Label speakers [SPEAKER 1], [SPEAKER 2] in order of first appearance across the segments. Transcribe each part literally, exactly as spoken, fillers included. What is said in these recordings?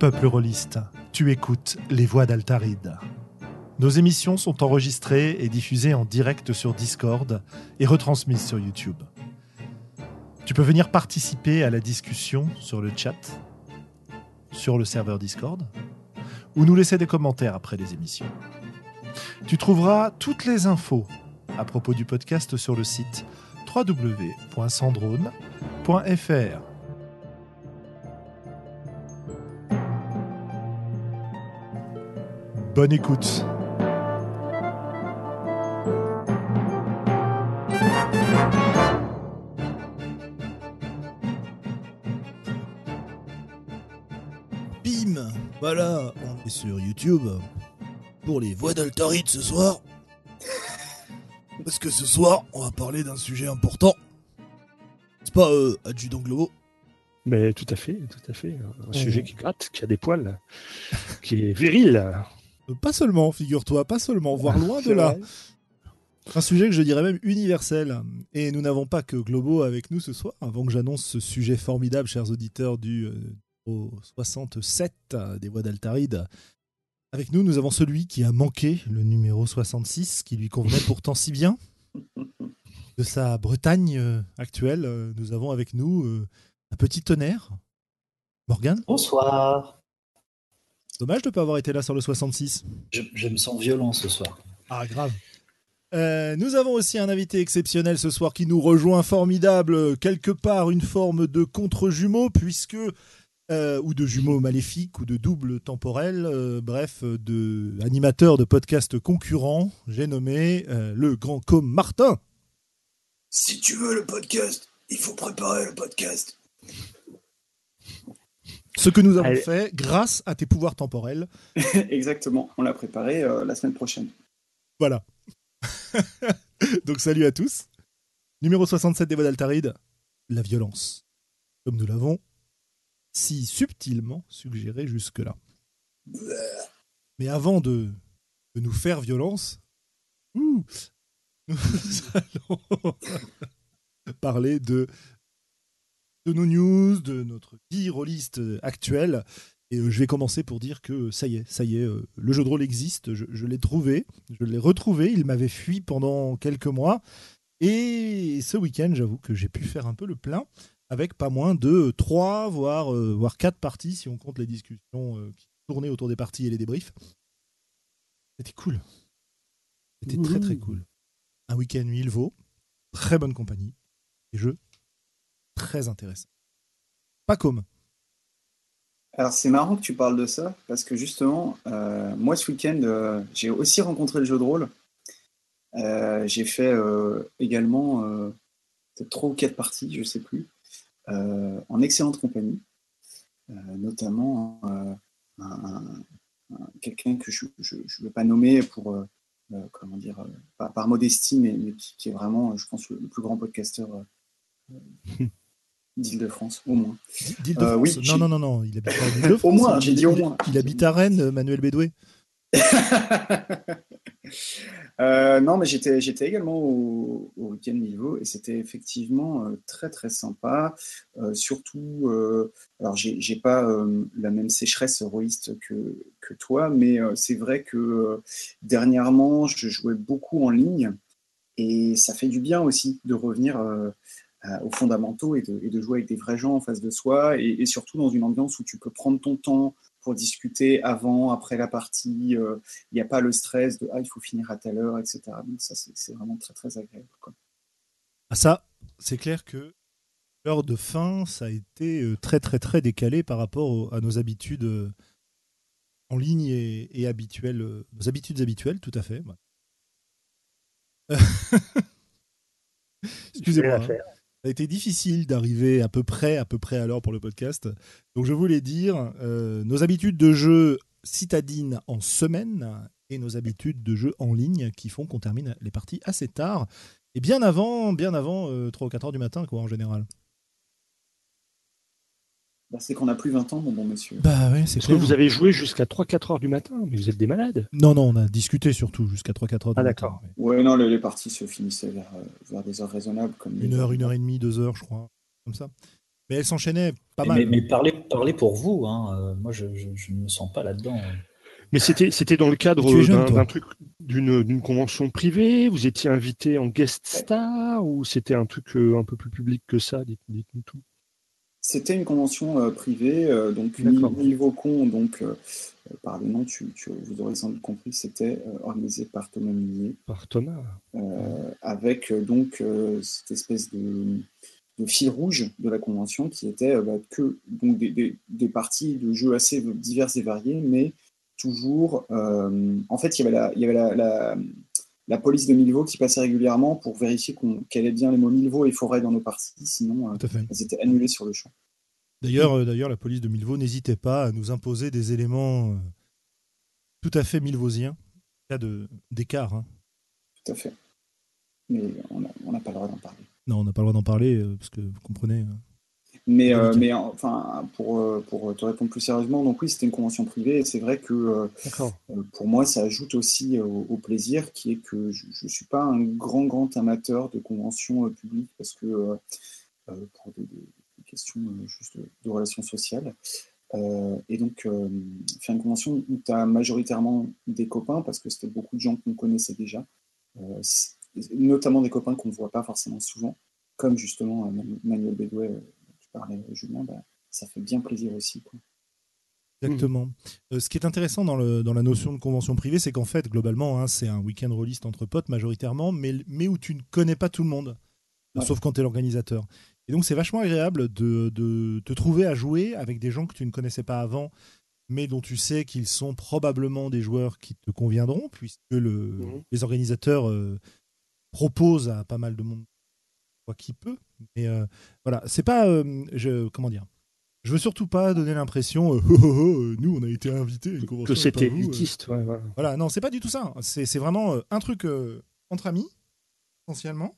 [SPEAKER 1] peuple rôliste, tu écoutes les voix d'Altaride. Nos émissions sont enregistrées et diffusées en direct sur Discord et retransmises sur YouTube. Tu peux venir participer à la discussion sur le chat, sur le serveur Discord, ou nous laisser des commentaires après les émissions. Tu trouveras toutes les infos à propos du podcast sur le site w w w point sandrone point f r. Bonne écoute.
[SPEAKER 2] Bim, voilà, on est sur YouTube pour les voix d'Altaride ce soir. Parce que ce soir, on va parler d'un sujet important. C'est pas euh, adjudant Globo?
[SPEAKER 3] Mais tout à fait, tout à fait. Un oh. sujet qui gratte, qui a des poils, qui est viril.
[SPEAKER 2] Euh, pas seulement, figure-toi, pas seulement, voire loin de là. Un sujet que je dirais même universel. Et nous n'avons pas que Globo avec nous ce soir. Avant que j'annonce ce sujet formidable, chers auditeurs du euh, soixante-sept euh, des voix d'Altaride, avec nous, nous avons celui qui a manqué le numéro soixante-six, qui lui convenait pourtant si bien. De sa Bretagne euh, actuelle, euh, nous avons avec nous euh, un petit tonnerre. Morgane ?
[SPEAKER 4] Bonsoir.
[SPEAKER 2] Dommage de ne pas avoir été là sur le soixante-six.
[SPEAKER 4] Je, je me sens violent ce soir.
[SPEAKER 2] Ah, grave. Euh, nous avons aussi un invité exceptionnel ce soir qui nous rejoint, formidable, quelque part une forme de contre-jumeau, puisque... Euh, ou de jumeaux maléfiques, ou de double temporel, euh, bref, de animateur de podcast concurrent, j'ai nommé euh, le grand com Martin.
[SPEAKER 5] Si tu veux le podcast, il faut préparer le podcast.
[SPEAKER 2] Ce que nous avons
[SPEAKER 3] Allez.
[SPEAKER 2] fait grâce à tes pouvoirs temporels.
[SPEAKER 5] Exactement, on l'a préparé euh, la semaine prochaine.
[SPEAKER 2] Voilà. Donc salut à tous. Numéro soixante-sept des voix d'Altaride, la violence. Comme nous l'avons si subtilement suggéré jusque-là. Mais avant de, de nous faire violence, ouh, nous allons parler de, de nos news, de notre vie rôliste actuelle. Et euh, je vais commencer pour dire que ça y est, ça y est, euh, le jeu de rôle existe, je, je l'ai trouvé, je l'ai retrouvé, il m'avait fui pendant quelques mois. Et ce week-end, j'avoue que j'ai pu faire un peu le plein, avec pas moins de trois, voire, euh, voire quatre parties, si on compte les discussions euh, qui tournaient autour des parties et les débriefs. C'était cool. C'était mmh. très très cool. Un week-end où il vaut, très bonne compagnie, des jeux très intéressants. Pas comme.
[SPEAKER 5] Alors c'est marrant que tu parles de ça, parce que justement, euh, moi ce week-end, euh, j'ai aussi rencontré le jeu de rôle. Euh, j'ai fait euh, également euh, peut-être trois ou quatre parties, je sais plus. Euh, en excellente compagnie, euh, notamment euh, un, un, un, quelqu'un que je ne veux pas nommer pour, euh, euh, comment dire, euh, par, par modestie, mais, mais qui, qui est vraiment, je pense, le, le plus grand podcasteur euh, d'Île-de-France, au moins.
[SPEAKER 2] D'Île-de-France euh, oui, Non, non, non, non, il habite pas en Île-de-France.
[SPEAKER 5] Au moins, j'ai dit au moins.
[SPEAKER 2] Il, il habite à Rennes, Manuel Bédoué.
[SPEAKER 5] euh, non, mais j'étais, j'étais également au, au week-end Milvaux et c'était effectivement euh, très très sympa. Euh, surtout, euh, alors j'ai, j'ai pas euh, la même sécheresse rôliste que, que toi, mais euh, c'est vrai que euh, dernièrement, je jouais beaucoup en ligne et ça fait du bien aussi de revenir euh, à, aux fondamentaux et de, et de jouer avec des vrais gens en face de soi et, et surtout dans une ambiance où tu peux prendre ton temps pour discuter avant, après la partie. Il euh, n'y a pas le stress de « ah, il faut finir à telle heure », et cetera. Donc ça, c'est, c'est vraiment très, très agréable, quoi.
[SPEAKER 2] Ah ça, c'est clair que l'heure de fin, ça a été très, très, très décalé par rapport au, à nos habitudes euh, en ligne et, et habituelles. Euh, nos habitudes habituelles, tout à fait. Ouais. Excusez-moi. Hein. Ça a été difficile d'arriver à peu près, à peu près à l'heure pour le podcast. Donc je voulais dire, euh, nos habitudes de jeu citadines en semaine et nos habitudes de jeu en ligne qui font qu'on termine les parties assez tard et bien avant, bien avant euh, trois ou quatre heures du matin, quoi, en général.
[SPEAKER 5] Bah, c'est qu'on n'a plus vingt ans, mon bon monsieur.
[SPEAKER 2] Bah ouais, c'est
[SPEAKER 3] Parce
[SPEAKER 2] clair.
[SPEAKER 3] que vous avez joué jusqu'à trois quatre heures du matin, mais vous êtes des malades.
[SPEAKER 2] Non, non, on a discuté surtout jusqu'à trois quatre heures du
[SPEAKER 3] ah,
[SPEAKER 2] matin.
[SPEAKER 3] d'accord.
[SPEAKER 2] Mais...
[SPEAKER 5] Ouais, non, les, les parties se finissaient vers, vers des heures raisonnables. Comme
[SPEAKER 2] Une heure, une heure et demie, deux heures, je crois, comme ça. Mais elle s'enchaînait pas
[SPEAKER 4] Mais,
[SPEAKER 2] mal.
[SPEAKER 4] mais, mais parlez, parlez pour vous. Hein. Euh, moi, je, je, je ne me sens pas là-dedans.
[SPEAKER 3] Mais c'était, c'était dans le
[SPEAKER 2] Mais tu es
[SPEAKER 3] cadre
[SPEAKER 2] jeune,
[SPEAKER 3] d'un,
[SPEAKER 2] toi.
[SPEAKER 3] d'un truc, d'une, d'une convention privée. Vous étiez invité en guest star ou c'était un truc euh, un peu plus public que ça? Dites, dites-nous tout.
[SPEAKER 5] C'était une convention euh, privée, euh, donc
[SPEAKER 3] D'accord.
[SPEAKER 5] Milvaucon, donc euh, par le nom, tu, tu- vous aurez sans doute compris, c'était euh, organisé par Thomas Millier,
[SPEAKER 3] Par Thomas.
[SPEAKER 5] euh, avec euh, donc euh, cette espèce de, de fil rouge de la convention qui était euh, bah, que donc des, des- des parties de jeux assez diverses et variées, mais toujours, euh, en fait, il y avait la, il y avait la, la- la police de Milvaux qui passait régulièrement pour vérifier qu'on, qu'elle ait bien les mots Milvaux et forêt dans nos parties, sinon euh,
[SPEAKER 2] Tout à fait.
[SPEAKER 5] elles étaient annulées sur le champ.
[SPEAKER 2] D'ailleurs, euh, d'ailleurs, la police de Milvaux n'hésitait pas à nous imposer des éléments euh, tout à fait milvausiens, cas de, d'écart. Hein.
[SPEAKER 5] Tout à fait. Mais on n'a on n'a pas le droit d'en parler.
[SPEAKER 2] Non, on n'a pas le droit d'en parler euh, parce que vous comprenez. euh,
[SPEAKER 5] Mais, euh,
[SPEAKER 2] Délicat.
[SPEAKER 5] mais enfin, pour, euh, pour te répondre plus sérieusement, donc oui, c'était une convention privée et c'est vrai que euh,
[SPEAKER 3] D'accord.
[SPEAKER 5] euh, pour moi, ça ajoute aussi euh, au, au plaisir qui est que je ne suis pas un grand, grand amateur de conventions euh, publiques parce que euh, euh, pour des, des- des questions euh, juste de, de relations sociales. Euh, et donc, euh, faire une convention où tu as majoritairement des copains parce que c'était beaucoup de gens qu'on connaissait déjà, euh, c'est- notamment des copains qu'on ne voit pas forcément souvent, comme justement euh, Manuel Bédouet, euh, dont tu parlais, Julien, bah, ça fait bien plaisir aussi, quoi.
[SPEAKER 3] Mhm.
[SPEAKER 2] Exactement. Euh, ce qui est intéressant dans, le, dans la notion de convention privée, c'est qu'en fait, globalement, hein, c'est un week-end rôliste entre potes majoritairement, mais, mais où tu ne connais pas tout le monde,
[SPEAKER 5] Ouais.
[SPEAKER 2] sauf quand tu es l'organisateur. Et donc, c'est vachement agréable de, de te trouver à jouer avec des gens que tu ne connaissais pas avant, mais dont tu sais qu'ils sont probablement des joueurs qui te conviendront, puisque le,
[SPEAKER 3] Mhm.
[SPEAKER 2] les organisateurs euh, proposent à pas mal de monde quoi qui peut. Mais euh, voilà, c'est pas. euh, je, comment dire Je veux surtout pas donner l'impression, euh, oh, oh, oh, euh, nous on a été invités à une
[SPEAKER 3] Que
[SPEAKER 2] convention, et pas
[SPEAKER 3] c'était
[SPEAKER 2] vous. euh.
[SPEAKER 3] élitiste. Ouais, voilà.
[SPEAKER 2] Voilà, non, c'est pas du tout ça. C'est c'est vraiment euh, un truc euh, entre amis, essentiellement,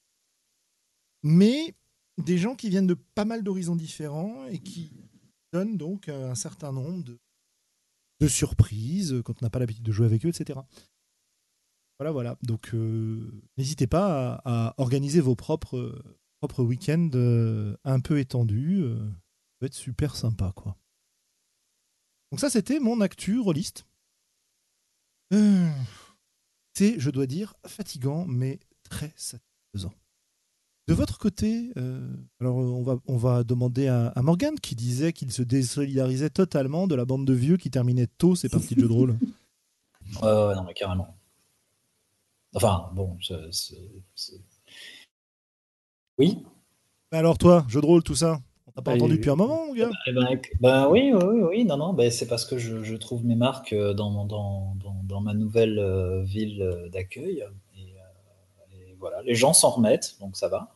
[SPEAKER 2] mais des gens qui viennent de pas mal d'horizons différents et qui donnent donc euh, un certain nombre de, de surprises euh, quand on n'a pas l'habitude de jouer avec eux, et cetera. Voilà, voilà. Donc euh, n'hésitez pas à, à organiser vos propres, euh, propres week-ends euh, un peu étendus. euh, ça peut être super sympa, quoi. Donc ça, c'était mon actu rôliste. Euh, C'est, je dois dire, fatigant, mais très satisfaisant. De votre côté, euh, alors euh, on va, on va demander à, à Morgane qui disait qu'il se désolidarisait totalement de la bande de vieux qui terminait tôt ses parties de jeux de rôle.
[SPEAKER 4] Ouais, ouais, non, mais carrément. Enfin, bon, c'est- c'est- c'est- oui.
[SPEAKER 2] Bah alors toi, jeux de rôle, tout ça, on t'a pas entendu
[SPEAKER 3] Et-
[SPEAKER 2] depuis un moment, mon gars?
[SPEAKER 4] Eh ben, éc- ben oui, oui, oui, oui, non, non, ben c'est parce que je, je trouve mes marques euh, dans, mon- dans, dans, dans ma nouvelle euh, ville euh, d'accueil. Et, euh, et voilà, les gens s'en remettent, donc ça va.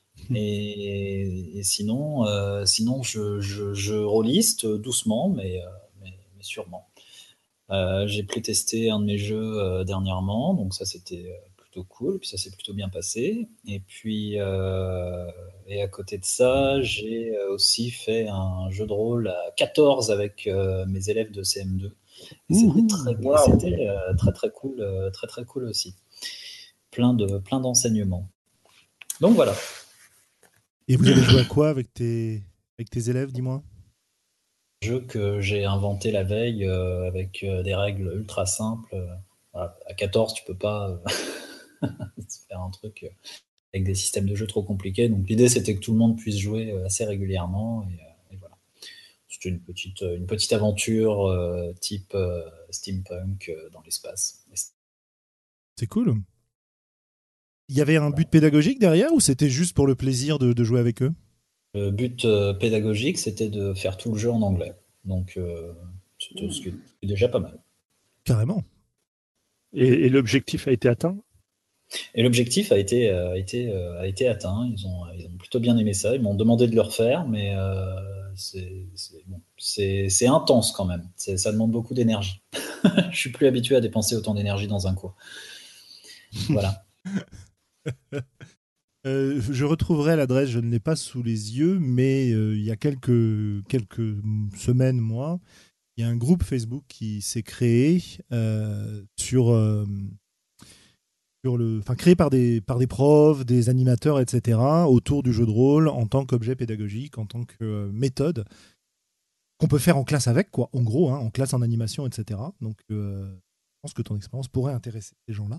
[SPEAKER 4] Et, et sinon, euh, sinon je, je, je rôliste doucement, mais, euh, mais, mais sûrement. Euh, j'ai playtesté un de mes jeux euh, dernièrement, donc ça c'était euh, plutôt cool, puis ça s'est plutôt bien passé. Et puis, euh, et à côté de ça, j'ai euh, aussi fait un jeu de rôle à quatorze avec euh, mes élèves de C M deux. Et c'était très, et
[SPEAKER 5] Waouh.
[SPEAKER 4] c'était euh, très très cool, euh, très très cool aussi. Plein de, plein d'enseignements. Donc voilà.
[SPEAKER 2] Et vous avez joué à quoi avec tes, avec tes élèves, dis-moi?
[SPEAKER 4] Jeu que j'ai inventé la veille euh, avec euh, des règles ultra simples. Euh, voilà. À quatorze, tu peux pas euh, faire un truc euh, avec des systèmes de jeu trop compliqués. Donc l'idée, c'était que tout le monde puisse jouer euh, assez régulièrement. Et, euh, et voilà. C'était une petite, euh, une petite aventure euh, type euh, steampunk euh, dans l'espace. Et c'était-
[SPEAKER 2] C'est cool. Il y avait un but pédagogique derrière ou c'était juste pour le plaisir de, de jouer avec eux?
[SPEAKER 4] Le but euh, pédagogique, c'était de faire tout le jeu en anglais. Donc euh, c'était ce qui est déjà pas mal.
[SPEAKER 2] Carrément.
[SPEAKER 3] Et, et l'objectif a été atteint?
[SPEAKER 4] Et l'objectif a été, euh, a, été, euh, a été atteint. Ils ont, ils ont plutôt bien aimé ça. Ils m'ont demandé de le refaire, mais euh, c'est c'est- bon, c'est- c'est intense quand même. C'est- Ça demande beaucoup d'énergie. Je suis plus habitué à dépenser autant d'énergie dans un cours. Voilà.
[SPEAKER 2] Euh, je retrouverai l'adresse, je ne l'ai pas sous les yeux, mais euh, il y a quelques, quelques semaines, mois, il y a un groupe Facebook qui s'est créé euh, sur, euh, sur le, enfin, créé par des, par des profs, des animateurs, et cetera, autour du jeu de rôle en tant qu'objet pédagogique, en tant que euh, méthode qu'on peut faire en classe avec, quoi, en gros, hein, en classe, en animation, et cetera. Donc, euh, je pense que ton expérience pourrait intéresser ces gens-là.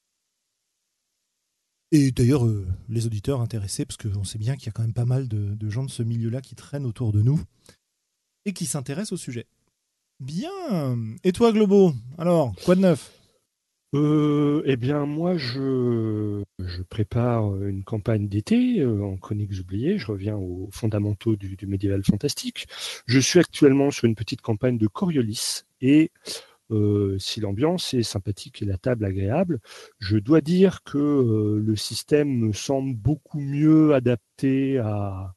[SPEAKER 2] Et d'ailleurs, euh, les auditeurs intéressés, parce qu'on sait bien qu'il y a quand même pas mal de, de gens de ce milieu-là qui traînent autour de nous et qui s'intéressent au sujet. Bien. Et toi, Globo, alors, quoi de neuf?
[SPEAKER 3] Euh, eh bien, moi, je, je prépare une campagne d'été euh, en Chroniques oubliées. Je reviens aux fondamentaux du, du médiéval fantastique. Je suis actuellement sur une petite campagne de Coriolis et euh, si l'ambiance est sympathique et la table agréable, je dois dire que euh, le système me semble beaucoup mieux adapté à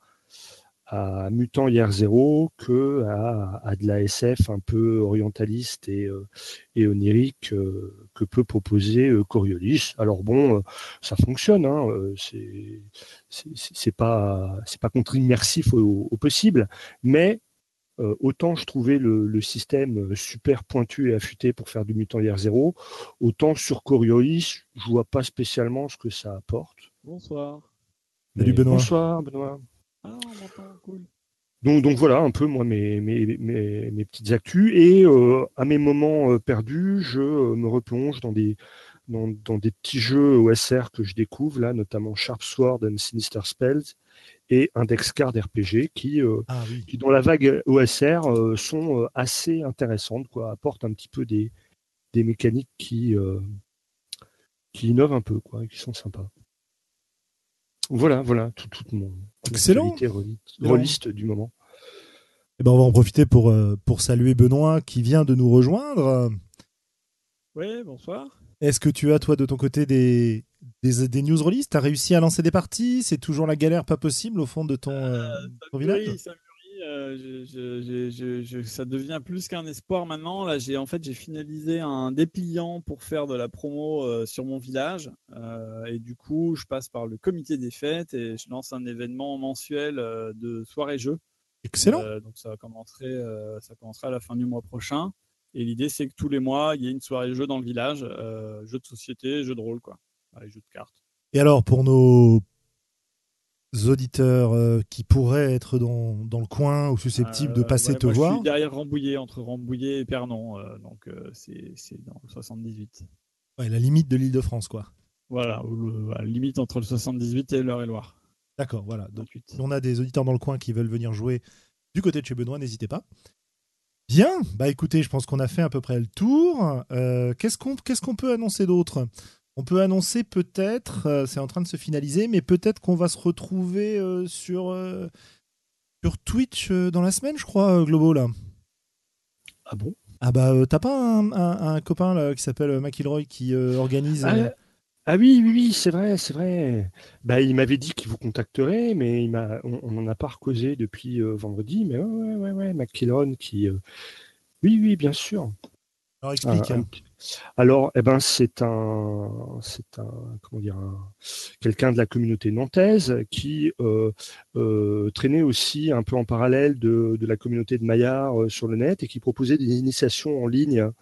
[SPEAKER 3] à Mutant Year Zero que à, à de la S F un peu orientaliste et, euh, et onirique euh, que peut proposer euh, Coriolis. Alors bon, euh, ça fonctionne, hein, euh, c'est c'est c'est pas c'est pas contre-immersif au, au possible, mais euh, autant je trouvais le, le système super pointu et affûté pour faire du Mutant Year Zero, autant sur Coriolis, je vois pas spécialement ce que ça apporte.
[SPEAKER 6] Bonsoir.
[SPEAKER 2] Salut,
[SPEAKER 3] Mais
[SPEAKER 2] Benoît.
[SPEAKER 3] bonsoir Benoît.
[SPEAKER 6] Ah, on m'entend, cool.
[SPEAKER 3] Donc, donc voilà un peu moi mes, mes, mes, mes petites actus et euh, à mes moments euh, perdus, je euh, me replonge dans des, dans, dans des petits jeux O S R que je découvre là, notamment Sharp Sword and Sinister Spells et Index Card R P G qui, euh,
[SPEAKER 2] Ah oui.
[SPEAKER 3] qui dans la vague O S R euh, sont euh, assez intéressantes, quoi, apportent un petit peu des, des mécaniques qui, euh, qui innovent un peu, quoi, et qui sont sympas. Voilà, voilà, tout, toute mon
[SPEAKER 2] Excellent.
[SPEAKER 3] actualité rôliste,
[SPEAKER 2] Excellent.
[SPEAKER 3] rôliste du moment.
[SPEAKER 2] Eh ben, on va en profiter pour, euh, pour saluer Benoît qui vient de nous rejoindre.
[SPEAKER 6] Oui, bonsoir.
[SPEAKER 2] Est-ce que tu as, toi, de ton côté, des, des, des news releases? Tu as réussi à lancer des parties? C'est toujours la galère pas possible au fond de ton, euh,
[SPEAKER 6] Euh,
[SPEAKER 2] ton
[SPEAKER 6] ça
[SPEAKER 2] village?
[SPEAKER 6] mûrit, ça mûrit. euh, je- je- je- je- je- ça devient plus qu'un espoir maintenant. Là, j'ai en fait j'ai finalisé un dépliant pour faire de la promo euh, sur mon village. Euh, et du coup, je passe par le comité des fêtes et je lance un événement mensuel euh, de soirée-jeu.
[SPEAKER 2] Excellent.
[SPEAKER 6] Euh, donc ça commencerait, euh, ça commencera à la fin du mois prochain. Et l'idée, c'est que tous les mois, il y ait une soirée jeu dans le village, euh, jeu de société, jeu de rôle, quoi, avec jeu de cartes.
[SPEAKER 2] Et alors, pour nos auditeurs euh, qui pourraient être dans, dans le coin ou susceptibles de
[SPEAKER 6] Euh,
[SPEAKER 2] passer
[SPEAKER 6] ouais,
[SPEAKER 2] te
[SPEAKER 6] moi, je
[SPEAKER 2] voir,
[SPEAKER 6] suis derrière Rambouillet, entre Rambouillet et Pernon, euh, donc euh, c'est c'est dans le soixante-dix-huit.
[SPEAKER 2] ouais, la limite de l'Île-de-France, quoi.
[SPEAKER 6] Voilà, ou le- à la limite entre le soixante-dix-huit et l'Eure-et-Loire.
[SPEAKER 2] D'accord, voilà. Donc,
[SPEAKER 6] vingt-huit.
[SPEAKER 2] si on a des auditeurs dans le coin qui veulent venir jouer du côté de chez Benoît, n'hésitez pas. Bien, bah écoutez, je pense qu'on a fait à peu près le tour. Euh, qu'est-ce qu'on qu'est-ce qu'on peut annoncer d'autre? On peut annoncer peut-être, euh, c'est en train de se finaliser, mais peut-être qu'on va se retrouver euh, sur, euh, sur Twitch euh, dans la semaine, je crois, euh, Globo, là.
[SPEAKER 3] Ah bon?
[SPEAKER 2] Ah bah, euh, t'as pas un, un- un copain là, qui s'appelle euh, McIlroy qui euh, organise... euh,
[SPEAKER 3] Ah, ah oui, oui, oui, c'est vrai, c'est vrai. Bah, il m'avait dit qu'il vous contacterait, mais il m'a, on n'en a pas recausé depuis euh, vendredi. Mais ouais, ouais, ouais, ouais, McKillon qui, euh, oui, oui, bien sûr.
[SPEAKER 2] Alors
[SPEAKER 3] Un-
[SPEAKER 2] explique.
[SPEAKER 3] un petit- Alors, eh ben, c'est un, c'est un, comment dire, un- quelqu'un de la communauté nantaise qui euh, euh, traînait aussi un peu en parallèle de, de la communauté de Maillard euh, sur le net et qui proposait des initiations en ligne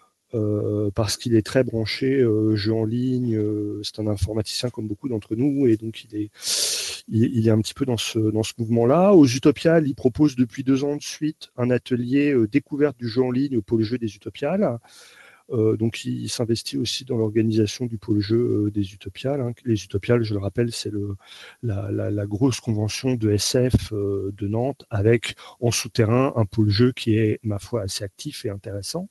[SPEAKER 3] euh, parce qu'il est très branché euh, jeu en ligne. Euh, c'est un informaticien comme beaucoup d'entre nous et donc il est, il, il est un petit peu dans ce, dans ce mouvement-là. Aux Utopiales, il propose depuis deux ans de suite un atelier euh, découverte du jeu en ligne au pôle jeu des Utopiales. Euh, donc, il s'investit aussi dans l'organisation du pôle jeu euh, des Utopiales. Hein. Les Utopiales, je le rappelle, c'est le, la, la, la grosse convention de S F euh, de Nantes avec en souterrain un pôle jeu qui est, ma foi, assez actif et intéressant.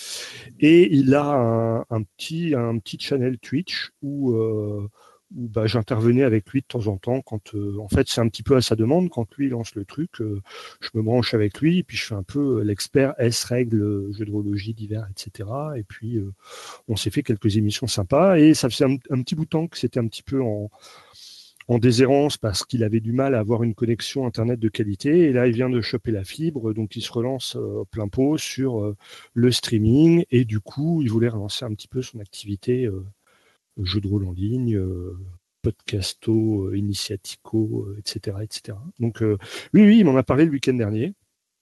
[SPEAKER 3] Et il a un, un petit, un petit channel Twitch où, euh, où bah, j'intervenais avec lui de temps en temps. Quand, euh, en fait, c'est un petit peu à sa demande. Quand lui lance le truc, euh, je me branche avec lui et puis je fais un peu l'expert S règles, jeux de rôlogie divers, et cetera. Et puis euh, on s'est fait quelques émissions sympas et ça faisait un, un petit bout de temps que c'était un petit peu en en déshérence parce qu'il avait du mal à avoir une connexion Internet de qualité. Et là, il vient de choper la fibre, donc il se relance euh, plein pot sur euh, le streaming. Et du coup, il voulait relancer un petit peu son activité euh, jeu de rôle en ligne, euh, podcasto, euh, initiatico, euh, et cetera, et cetera. Donc, euh, oui, oui, il m'en a parlé le week-end dernier.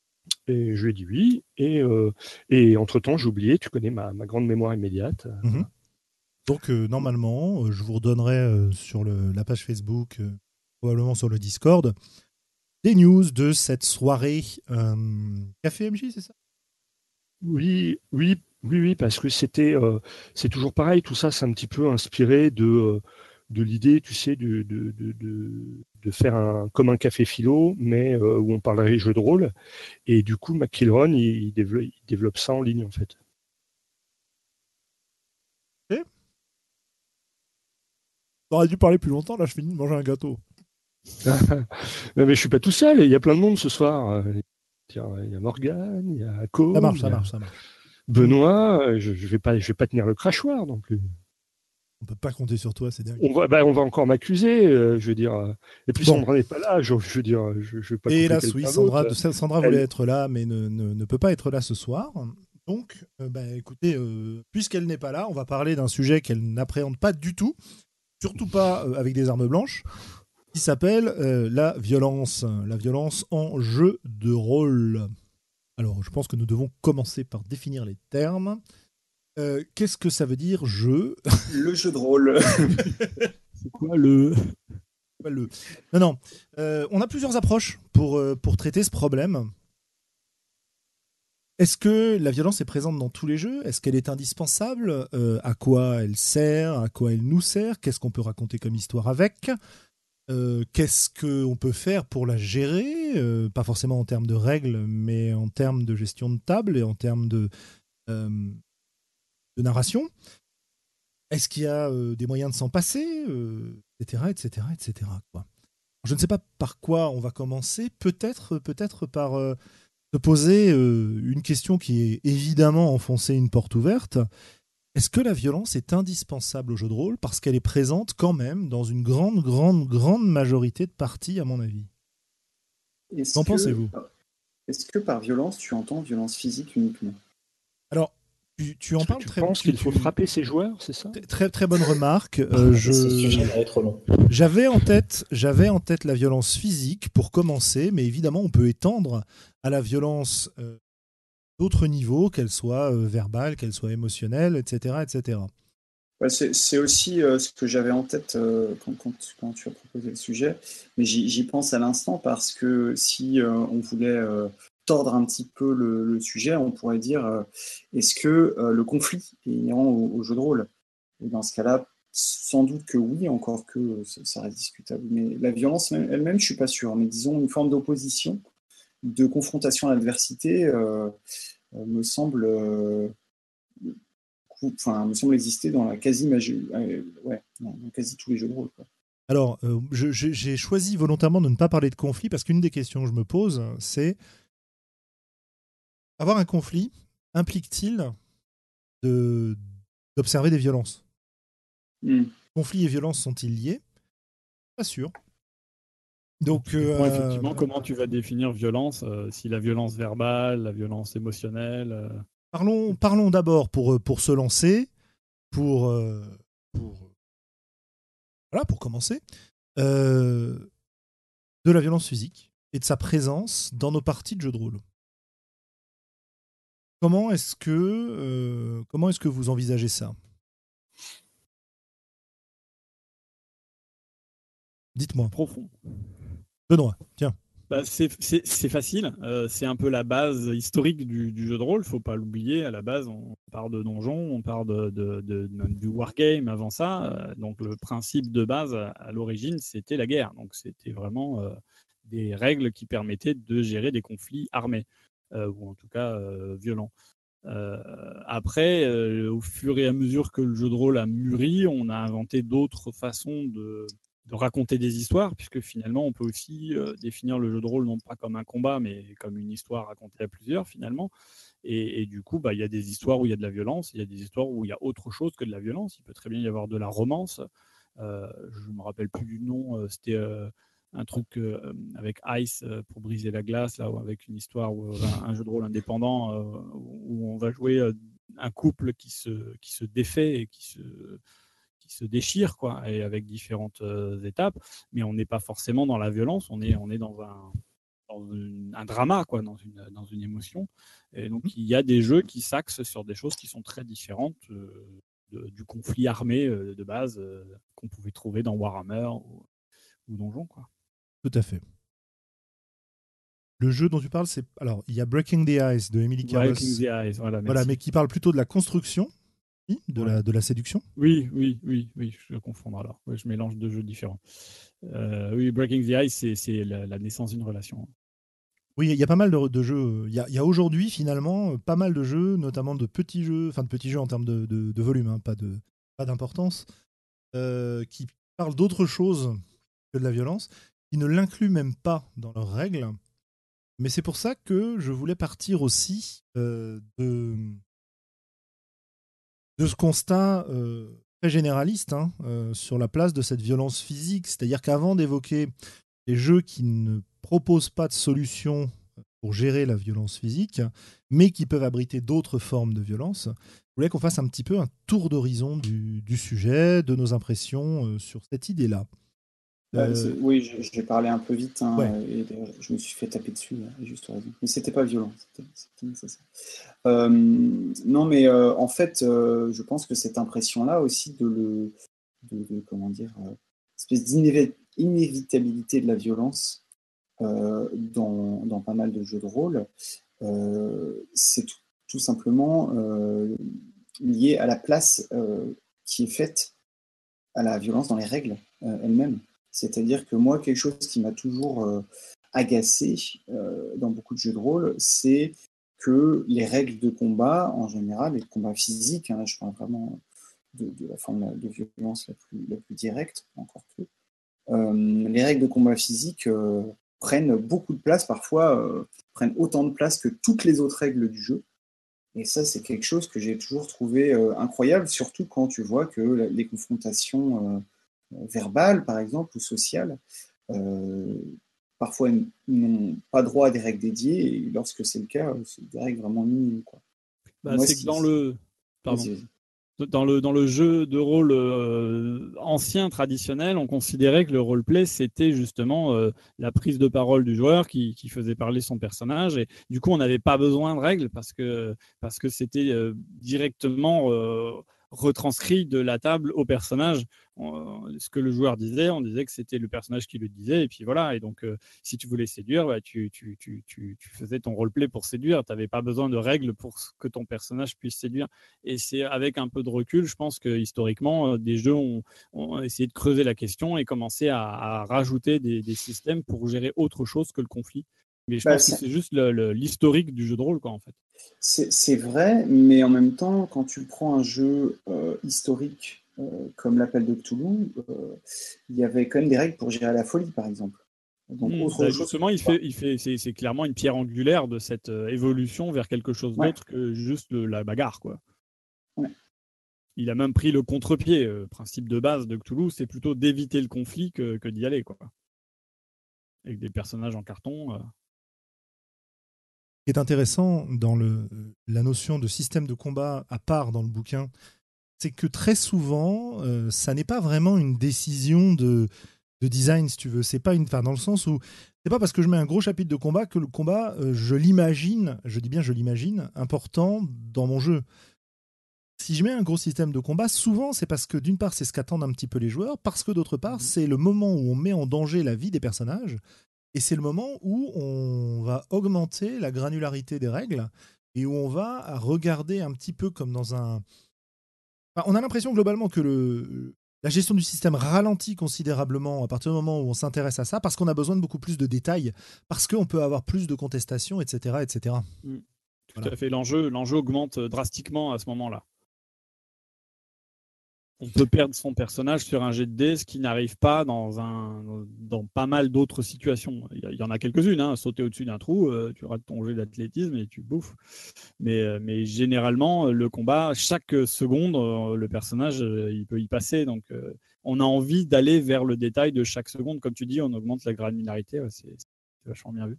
[SPEAKER 3] Et je lui ai dit oui. Et, euh, et entre-temps, j'ai oublié, tu connais ma, ma grande mémoire immédiate.
[SPEAKER 2] Mhm. Donc euh, normalement, euh, je vous redonnerai euh, sur le, la page Facebook, euh, probablement sur le Discord, des news de cette soirée euh, Café M J, c'est ça?
[SPEAKER 3] Oui, oui, oui, oui, parce que c'était, euh, c'est toujours pareil. Tout ça, c'est un petit peu inspiré de, euh, de l'idée, tu sais, de, de, de, de, de faire un comme un café philo, mais euh, où on parlerait jeux de rôle. Et du coup, McKillron, il, il développe, il développe ça en ligne, en fait.
[SPEAKER 2] Eh, T'aurais dû parler plus longtemps, là je finis de manger un gâteau.
[SPEAKER 3] Mais je suis pas tout seul. Il y a plein de monde ce soir. Euh, Tiens, il y a Morgane, il y a
[SPEAKER 2] Ça
[SPEAKER 3] Côme,
[SPEAKER 2] marche,
[SPEAKER 3] il
[SPEAKER 2] ça
[SPEAKER 3] y a
[SPEAKER 2] marche, ça marche.
[SPEAKER 3] Benoît. Euh, Je, je vais pas, je vais pas tenir le crachoir non plus.
[SPEAKER 2] On peut pas compter sur toi, c'est dingue.
[SPEAKER 3] On va, bah, on va encore m'accuser, euh, je veux dire. euh, Et puis
[SPEAKER 2] Bon.
[SPEAKER 3] Sandra n'est pas là, je, je veux dire, je, je vais pas
[SPEAKER 2] Et
[SPEAKER 3] couper
[SPEAKER 2] hélas, oui,
[SPEAKER 3] quelqu'un
[SPEAKER 2] Sandra,
[SPEAKER 3] d'autre.
[SPEAKER 2] de- Sandra
[SPEAKER 3] Elle-
[SPEAKER 2] voulait être là, mais ne, ne, ne peut pas être là ce soir. Donc, euh, bah, écoutez, euh, puisqu'elle n'est pas là, on va parler d'un sujet qu'elle n'appréhende pas du tout, surtout pas euh, avec des armes blanches, qui s'appelle euh, la violence. La violence en jeu de rôle. Alors, je pense que nous devons commencer par définir les termes. Euh, Qu'est-ce que ça veut dire jeu?
[SPEAKER 5] Le jeu de rôle.
[SPEAKER 6] C'est quoi le.
[SPEAKER 2] Pas le... Non, non. Euh, on a plusieurs approches pour, euh, pour traiter ce problème. Est-ce que la violence est présente dans tous les jeux? Est-ce qu'elle est indispensable? Euh, à quoi elle sert? À quoi elle nous sert? Qu'est-ce qu'on peut raconter comme histoire avec? Euh, Qu'est-ce qu'on peut faire pour la gérer? Euh, Pas forcément en termes de règles, mais en termes de gestion de table et en termes de, euh, de narration. Est-ce qu'il y a euh, des moyens de s'en passer? euh, Etc, et cetera, et cetera, quoi. Je ne sais pas par quoi on va commencer. Peut-être, peut-être par euh, se poser euh, une question qui est évidemment enfoncer une porte ouverte. Est-ce que la violence est indispensable au jeu de rôle parce qu'elle est présente quand même dans une grande, grande, grande majorité de parties, à mon avis?
[SPEAKER 5] Est-ce
[SPEAKER 2] Qu'en
[SPEAKER 5] que,
[SPEAKER 2] pensez-vous?
[SPEAKER 5] est-ce que par violence, tu entends violence physique uniquement?
[SPEAKER 2] Alors, tu, tu en
[SPEAKER 3] Est-ce que
[SPEAKER 2] parles
[SPEAKER 3] tu
[SPEAKER 2] très
[SPEAKER 3] penses
[SPEAKER 2] tu-
[SPEAKER 3] qu'il faut
[SPEAKER 2] tu-
[SPEAKER 3] frapper ses joueurs, c'est ça?
[SPEAKER 2] très, très, très bonne remarque. Euh,
[SPEAKER 4] Ce
[SPEAKER 2] je...
[SPEAKER 4] sujet va être long.
[SPEAKER 2] J'avais en tête, j'avais en tête la violence physique pour commencer, mais évidemment, on peut étendre à la violence euh, d'autres niveaux, qu'elle soit euh, verbale, qu'elle soit émotionnelle, et cetera, et cetera.
[SPEAKER 5] Ouais, c'est c'est aussi euh, ce que j'avais en tête euh, quand, quand, quand tu as proposé le sujet, mais j'y j'y pense à l'instant parce que si euh, on voulait euh, tordre un petit peu le, le sujet, on pourrait dire euh, est-ce que euh, le conflit est inhérent au, au jeu de rôle? Et dans ce cas-là, sans doute que oui, encore que euh, ça, ça reste discutable. Mais la violence même- elle-même, je suis pas sûr. Mais disons une forme d'opposition, de confrontation à l'adversité, euh, euh, me semble. euh, Enfin, me semble exister dans la quasi euh, ouais, dans quasi tous les jeux de rôle, quoi.
[SPEAKER 2] Alors, euh, je- je- j'ai choisi volontairement de ne pas parler de conflit parce qu'une des questions que je me pose, c'est avoir un conflit implique-t-il de- d'observer des violences?
[SPEAKER 5] Mm.
[SPEAKER 2] Conflit et violence sont-ils liés? Pas sûr. Donc,
[SPEAKER 6] Ça dépend
[SPEAKER 2] euh,
[SPEAKER 6] effectivement comment tu vas définir violence, euh, si la violence verbale, la violence émotionnelle. euh,
[SPEAKER 2] parlons, parlons d'abord pour, euh, pour se lancer, pour, euh, pour, voilà, pour commencer, euh, de la violence physique et de sa présence dans nos parties de jeux de rôle. Comment est-ce que, euh, comment est-ce que vous envisagez ça? Dites-moi.
[SPEAKER 6] profond.
[SPEAKER 2] Benoît, tiens.
[SPEAKER 6] Bah, c'est c'est- c'est facile. Euh, c'est un peu la base historique du, du jeu de rôle. Faut pas l'oublier. À la base, on part de donjons, on part de, de- de- de- du wargame avant ça. Euh, donc le principe de base à, à l'origine, c'était la guerre. Donc c'était vraiment euh, des règles qui permettaient de gérer des conflits armés euh, ou en tout cas euh, violents. Euh, après, euh, au fur et à mesure que le jeu de rôle a mûri, on a inventé d'autres façons de, de raconter des histoires, puisque finalement, on peut aussi euh, définir le jeu de rôle non pas comme un combat, mais comme une histoire racontée à plusieurs, finalement. Et, et du coup, bah, il y a des histoires où il y a de la violence, il y a des histoires où il y a autre chose que de la violence. Il peut très bien y avoir de la romance. Euh, je ne me rappelle plus du nom, euh, c'était... Euh, un truc euh, avec Ice euh, pour briser la glace, là, avec une histoire, où, euh, un, un jeu de rôle indépendant euh, où on va jouer euh, un couple qui se, qui se défait et qui se, qui se déchire, quoi, et avec différentes euh, étapes, mais on n'est pas forcément dans la violence, on est, on est dans un, dans une, un drama, quoi, dans une, dans une émotion. Et donc il y a des jeux qui s'axent sur des choses qui sont très différentes euh, de, du conflit armé euh, de base euh, qu'on pouvait trouver dans Warhammer ou, ou Donjon, quoi.
[SPEAKER 2] Tout à fait. Le jeu dont tu parles, c'est alors il y a Breaking the Ice de Emily Carlos,
[SPEAKER 6] Breaking the Ice, voilà,
[SPEAKER 2] voilà,
[SPEAKER 6] merci.
[SPEAKER 2] mais qui parle plutôt de la construction, de
[SPEAKER 6] Ouais.
[SPEAKER 2] la de la séduction.
[SPEAKER 6] Oui, oui, oui, oui, je confonds alors. Ouais, je mélange deux jeux différents. Euh, oui, Breaking the Ice, c'est, c'est la, la naissance d'une relation.
[SPEAKER 2] Oui, il y a pas mal de, de jeux. Il y a, il y a aujourd'hui finalement pas mal de jeux, notamment de petits jeux, enfin de petits jeux en termes de, de, de volume, hein, pas de pas d'importance, euh, qui parlent d'autre chose que de la violence, qui ne l'incluent même pas dans leurs règles. Mais c'est pour ça que je voulais partir aussi euh, de, de ce constat euh, très généraliste hein, euh, sur la place de cette violence physique. C'est-à-dire qu'avant d'évoquer les jeux qui ne proposent pas de solution pour gérer la violence physique, mais qui peuvent abriter d'autres formes de violence, je voulais qu'on fasse un petit peu un tour d'horizon du, du sujet, de nos impressions euh, sur cette idée-là.
[SPEAKER 5] Bah,
[SPEAKER 2] Euh,
[SPEAKER 5] c'est- oui, je, je vais parler un peu vite, hein,
[SPEAKER 2] ouais.
[SPEAKER 5] et d'ailleurs, je me suis fait taper dessus, à juste raison. Mais c'était pas violent, c'était c'était nécessaire. Euh, non, mais euh, en fait, euh, je pense que cette impression-là aussi de le, de, de- comment dire, euh, espèce d'inévitabilité de la violence euh, dans, dans pas mal de jeux de rôle, euh, c'est tout, tout simplement euh, lié à la place euh, qui est faite à la violence dans les règles euh, elles-mêmes. C'est-à-dire que moi, quelque chose qui m'a toujours euh, agacé euh, dans beaucoup de jeux de rôle, c'est que les règles de combat, en général, les combats physiques, hein, je parle vraiment de, de la forme de violence la plus, la plus directe, encore que, euh, les règles de combat physique euh, prennent beaucoup de place, parfois euh, prennent autant de place que toutes les autres règles du jeu. Et ça, c'est quelque chose que j'ai toujours trouvé euh, incroyable, surtout quand tu vois que la, les confrontations euh, verbales, par exemple, ou sociales, euh, parfois n'ont pas droit à des règles dédiées, et lorsque c'est le cas, c'est des règles vraiment minimes, quoi.
[SPEAKER 6] Bah,
[SPEAKER 5] Moi,
[SPEAKER 6] c'est
[SPEAKER 5] ce
[SPEAKER 6] que
[SPEAKER 5] qui...
[SPEAKER 6] dans le... Pardon.
[SPEAKER 5] Vas-y, vas-y.
[SPEAKER 6] Dans le, dans le jeu de rôle euh, ancien, traditionnel, on considérait que le roleplay, c'était justement euh, la prise de parole du joueur qui, qui faisait parler son personnage. Et du coup, on n'avait pas besoin de règles parce que, parce que c'était euh, directement euh, retranscrit de la table au personnage. On, ce que le joueur disait, on disait que c'était le personnage qui le disait. Et puis voilà. Et donc, euh, si tu voulais séduire, bah, tu, tu, tu, tu, tu faisais ton roleplay pour séduire. Tu n'avais pas besoin de règles pour que ton personnage puisse séduire. Et c'est avec un peu de recul, je pense que historiquement, des jeux ont, ont essayé de creuser la question et commencé à, à rajouter des, des systèmes pour gérer autre chose que le conflit. Mais je
[SPEAKER 5] Bah,
[SPEAKER 6] pense que
[SPEAKER 5] c'est...
[SPEAKER 6] c'est juste le, le, l'historique du jeu de rôle, quoi, en fait.
[SPEAKER 5] C'est, c'est vrai, mais en même temps, quand tu prends un jeu euh, historique euh, comme l'Appel de Cthulhu, euh, il y avait quand même des règles pour gérer la folie, par exemple. Donc,
[SPEAKER 6] Mmh,
[SPEAKER 5] autre
[SPEAKER 6] bah
[SPEAKER 5] chose.
[SPEAKER 6] justement, il fait, il fait, c'est, c'est clairement une pierre angulaire de cette euh, évolution vers quelque chose
[SPEAKER 5] Ouais.
[SPEAKER 6] d'autre que juste le, la bagarre, quoi.
[SPEAKER 5] Ouais.
[SPEAKER 6] Il a même pris le contre-pied. Le principe de base de Cthulhu, c'est plutôt d'éviter le conflit que, que d'y aller, quoi. Avec des personnages en carton. Euh...
[SPEAKER 2] Ce qui est intéressant dans le, la notion de système de combat à part dans le bouquin, c'est que très souvent, euh, ça n'est pas vraiment une décision de, de design, si tu veux. C'est pas une, enfin, dans le sens où c'est pas parce que je mets un gros chapitre de combat que le combat, euh, je l'imagine, je dis bien je l'imagine, important dans mon jeu. Si je mets un gros système de combat, souvent c'est parce que d'une part c'est ce qu'attendent un petit peu les joueurs, parce que d'autre part c'est le moment où on met en danger la vie des personnages, et c'est le moment où on va augmenter la granularité des règles, et où on va regarder un petit peu comme dans un... Enfin, on a l'impression globalement que le, la gestion du système ralentit considérablement à partir du moment où on s'intéresse à ça, parce qu'on a besoin de beaucoup plus de détails, parce qu'on peut avoir plus de contestations, et cetera et cetera.
[SPEAKER 6] Mmh. Tout
[SPEAKER 2] Voilà.
[SPEAKER 6] à fait. L'enjeu, l'enjeu augmente drastiquement à ce moment-là. On peut perdre son personnage sur un jet de dés, ce qui n'arrive pas dans, un, dans pas mal d'autres situations. Il y, y en a quelques-unes, hein. Sauter au-dessus d'un trou, euh, tu rates ton jet d'athlétisme et tu bouffes. Mais, euh, mais généralement, le combat, chaque seconde, euh, le personnage, euh, il peut y passer. Donc, euh, on a envie d'aller vers le détail de chaque seconde. Comme tu dis, on augmente la granularité. Ouais, c'est, c'est vachement bien vu.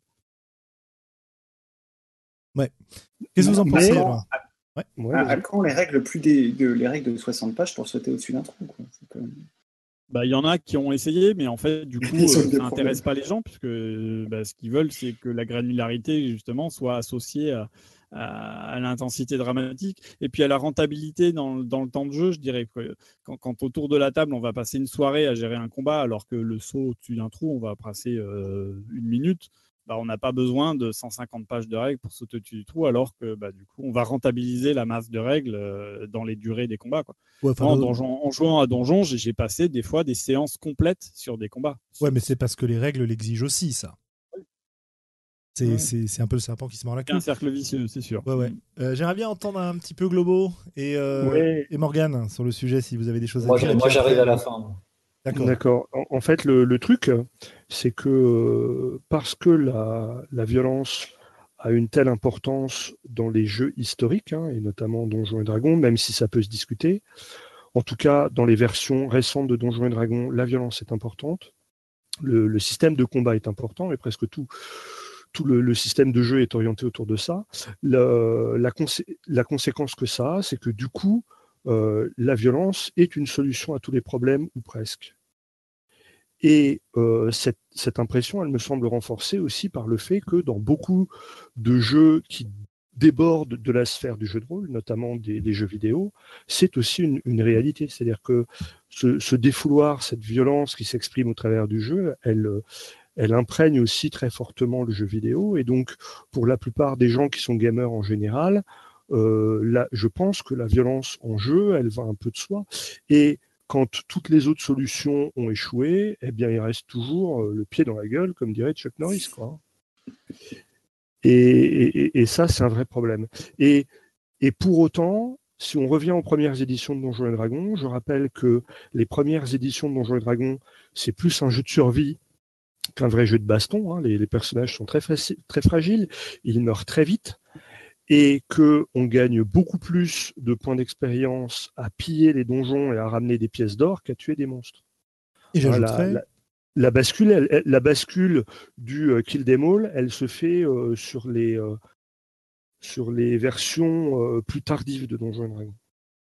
[SPEAKER 2] Ouais. Qu'est-ce que vous en
[SPEAKER 5] Mais
[SPEAKER 2] pensez
[SPEAKER 5] quand-
[SPEAKER 2] alors
[SPEAKER 5] à,
[SPEAKER 3] Ouais,
[SPEAKER 5] à- à
[SPEAKER 3] vas-y.
[SPEAKER 5] quand les règles plus des, de, les règles de soixante pages pour sauter au-dessus d'un trou, quoi. C'est quand même-
[SPEAKER 6] Bah, il y en a qui ont essayé, mais en fait, du coup,
[SPEAKER 5] Ils ont
[SPEAKER 6] euh,
[SPEAKER 5] des
[SPEAKER 6] ça n'intéresse
[SPEAKER 5] problèmes.
[SPEAKER 6] pas les gens, puisque bah, ce qu'ils veulent, c'est que la granularité, justement, soit associée à, à, à l'intensité dramatique et puis à la rentabilité dans, dans le temps de jeu. Je dirais que quand, quand autour de la table, on va passer une soirée à gérer un combat, alors que le saut au-dessus d'un trou, on va passer euh, une minute. Bah, on n'a pas besoin de cent cinquante pages de règles pour sauter au-dessus du trou, alors que bah, du coup, on va rentabiliser la masse de règles euh, dans les durées des combats, quoi.
[SPEAKER 2] Ouais,
[SPEAKER 6] Moi, en,
[SPEAKER 2] le...
[SPEAKER 6] donjon, en jouant à Donjon, j'ai, j'ai passé des fois des séances complètes sur des combats.
[SPEAKER 2] Ouais, mais c'est parce que les règles l'exigent aussi, ça. C'est, ouais. c'est, c'est un peu le serpent qui se mord la queue.
[SPEAKER 6] C'est un cercle vicieux, c'est sûr.
[SPEAKER 2] Ouais, ouais. Euh, j'aimerais bien entendre un petit peu Globo et, euh,
[SPEAKER 3] ouais.
[SPEAKER 2] et Morgane sur le sujet, si vous avez des choses
[SPEAKER 4] moi,
[SPEAKER 2] à dire.
[SPEAKER 4] Moi, j'arrive après... à la fin.
[SPEAKER 3] D'accord. D'accord. En, en fait, le, le truc, c'est que euh, parce que la, la violence a une telle importance dans les jeux historiques, hein, et notamment Donjons et Dragons, même si ça peut se discuter, en tout cas, dans les versions récentes de Donjons et Dragons, la violence est importante, le, le système de combat est important, et presque tout, tout le, le système de jeu est orienté autour de ça. Le, la, consé- la conséquence que ça a, c'est que du coup, Euh, la violence est une solution à tous les problèmes, ou presque. Et euh, cette, cette impression, elle me semble renforcée aussi par le fait que dans beaucoup de jeux qui débordent de la sphère du jeu de rôle, notamment des, des jeux vidéo, c'est aussi une, une réalité. C'est-à-dire que ce, ce défouloir, cette violence qui s'exprime au travers du jeu, elle, elle imprègne aussi très fortement le jeu vidéo. Et donc, pour la plupart des gens qui sont gamers en général, Euh, là, je pense que la violence en jeu, elle va un peu de soi. Et quand toutes les autres solutions ont échoué, eh bien, il reste toujours euh, le pied dans la gueule, comme dirait Chuck Norris, quoi. Et, et, et ça, c'est un vrai problème. Et, et pour autant, si on revient aux premières éditions de Donjons et Dragons, je rappelle que les premières éditions de Donjons et Dragons, c'est plus un jeu de survie qu'un vrai jeu de baston. Hein. Les, les personnages sont très, faci- très fragiles, ils meurent très vite. Et qu'on gagne beaucoup plus de points d'expérience à piller les donjons et à ramener des pièces d'or qu'à tuer des monstres.
[SPEAKER 2] Et j'ajouterais...
[SPEAKER 3] La, la, la, bascule, elle, elle, la bascule du euh, kill them all, elle se fait euh, sur, les, euh, sur les versions euh, plus tardives de Donjons et Dragons.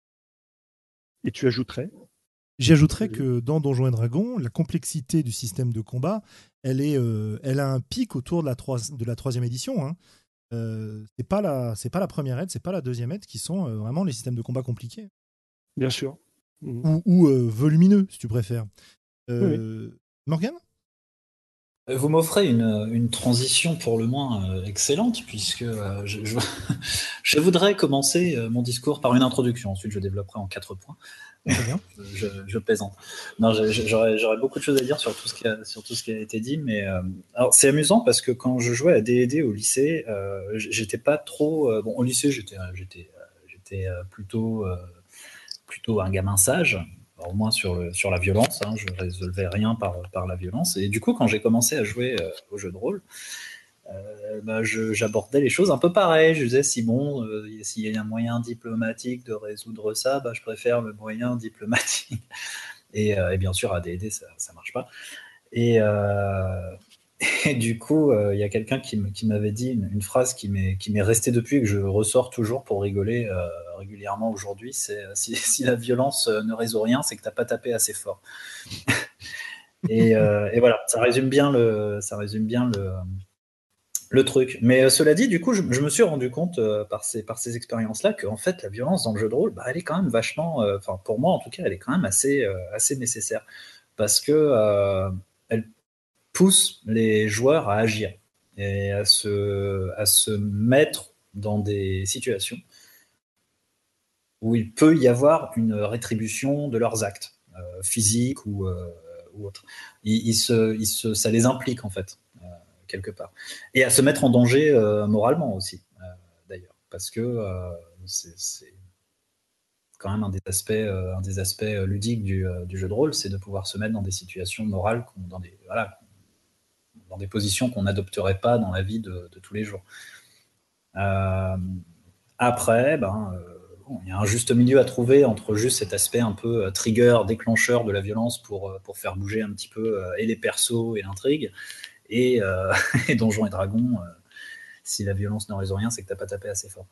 [SPEAKER 3] Et tu ajouterais
[SPEAKER 2] J'y ajouterais que dans Donjons et Dragons, la complexité du système de combat, elle, est, euh, elle a un pic autour de la, trois, de la troisième édition. Hein. Euh, c'est pas la c'est pas la première aide, c'est pas la deuxième aide qui sont euh, vraiment les systèmes de combat compliqués.
[SPEAKER 3] Bien sûr.
[SPEAKER 2] Mmh. Ou, ou euh, volumineux, si tu préfères. Euh, oui. Morgane ?
[SPEAKER 4] Vous m'offrez une, une transition pour le moins euh, excellente, puisque euh, je, je, je voudrais commencer euh, mon discours par une introduction. Ensuite, je développerai en quatre points.
[SPEAKER 2] Très bien.
[SPEAKER 4] je, je plaisante. Non, je, j'aurais, j'aurais beaucoup de choses à dire sur tout ce qui a, sur tout ce qui a été dit, mais euh, alors c'est amusant parce que quand je jouais à D et D au lycée, euh, j'étais pas trop. Euh, bon, au lycée, j'étais, j'étais, j'étais plutôt, euh, plutôt un gamin sage. Au moins sur, le, sur la violence, hein, je ne résolvais rien par, par la violence. Et du coup, quand j'ai commencé à jouer euh, au jeu de rôle, euh, bah, je, j'abordais les choses un peu pareil. Je disais, si bon, euh, s'il y a un moyen diplomatique de résoudre ça, bah, je préfère le moyen diplomatique. Et, euh, et bien sûr, à D et D, ça ne marche pas. Et, euh, et du coup, il euh, y a quelqu'un qui, m- qui m'avait dit une, une phrase qui m'est, qui m'est restée depuis et que je ressors toujours pour rigoler euh, régulièrement aujourd'hui, c'est euh, si, si la violence euh, ne résout rien, c'est que tu n'as pas tapé assez fort. et, euh, et voilà, ça résume bien le, ça résume bien le, le truc. Mais euh, cela dit, du coup, je, je me suis rendu compte euh, par ces, par ces expériences-là qu'en fait, la violence dans le jeu de rôle, bah, elle est quand même vachement, enfin euh, pour moi en tout cas, elle est quand même assez, euh, assez nécessaire. Parce que euh, elle pousse les joueurs à agir et à se, à se mettre dans des situations où il peut y avoir une rétribution de leurs actes, euh, physiques ou, euh, ou autres. Ils, ils se, ils se, ça les implique en fait, euh, quelque part. Et à se mettre en danger euh, moralement aussi, euh, d'ailleurs, parce que euh, c'est, c'est quand même un des aspects, euh, un des aspects ludiques du, euh, du jeu de rôle, c'est de pouvoir se mettre dans des situations morales, dans des, voilà, dans des positions qu'on n'adopterait pas dans la vie de, de tous les jours. Euh, après, ben, euh, bon, il y a un juste milieu à trouver entre juste cet aspect un peu euh, trigger, déclencheur de la violence pour, euh, pour faire bouger un petit peu euh, et les persos et l'intrigue, et, euh, et Donjons et Dragons, euh, si la violence ne résout rien, c'est que tu n'as pas tapé assez fort.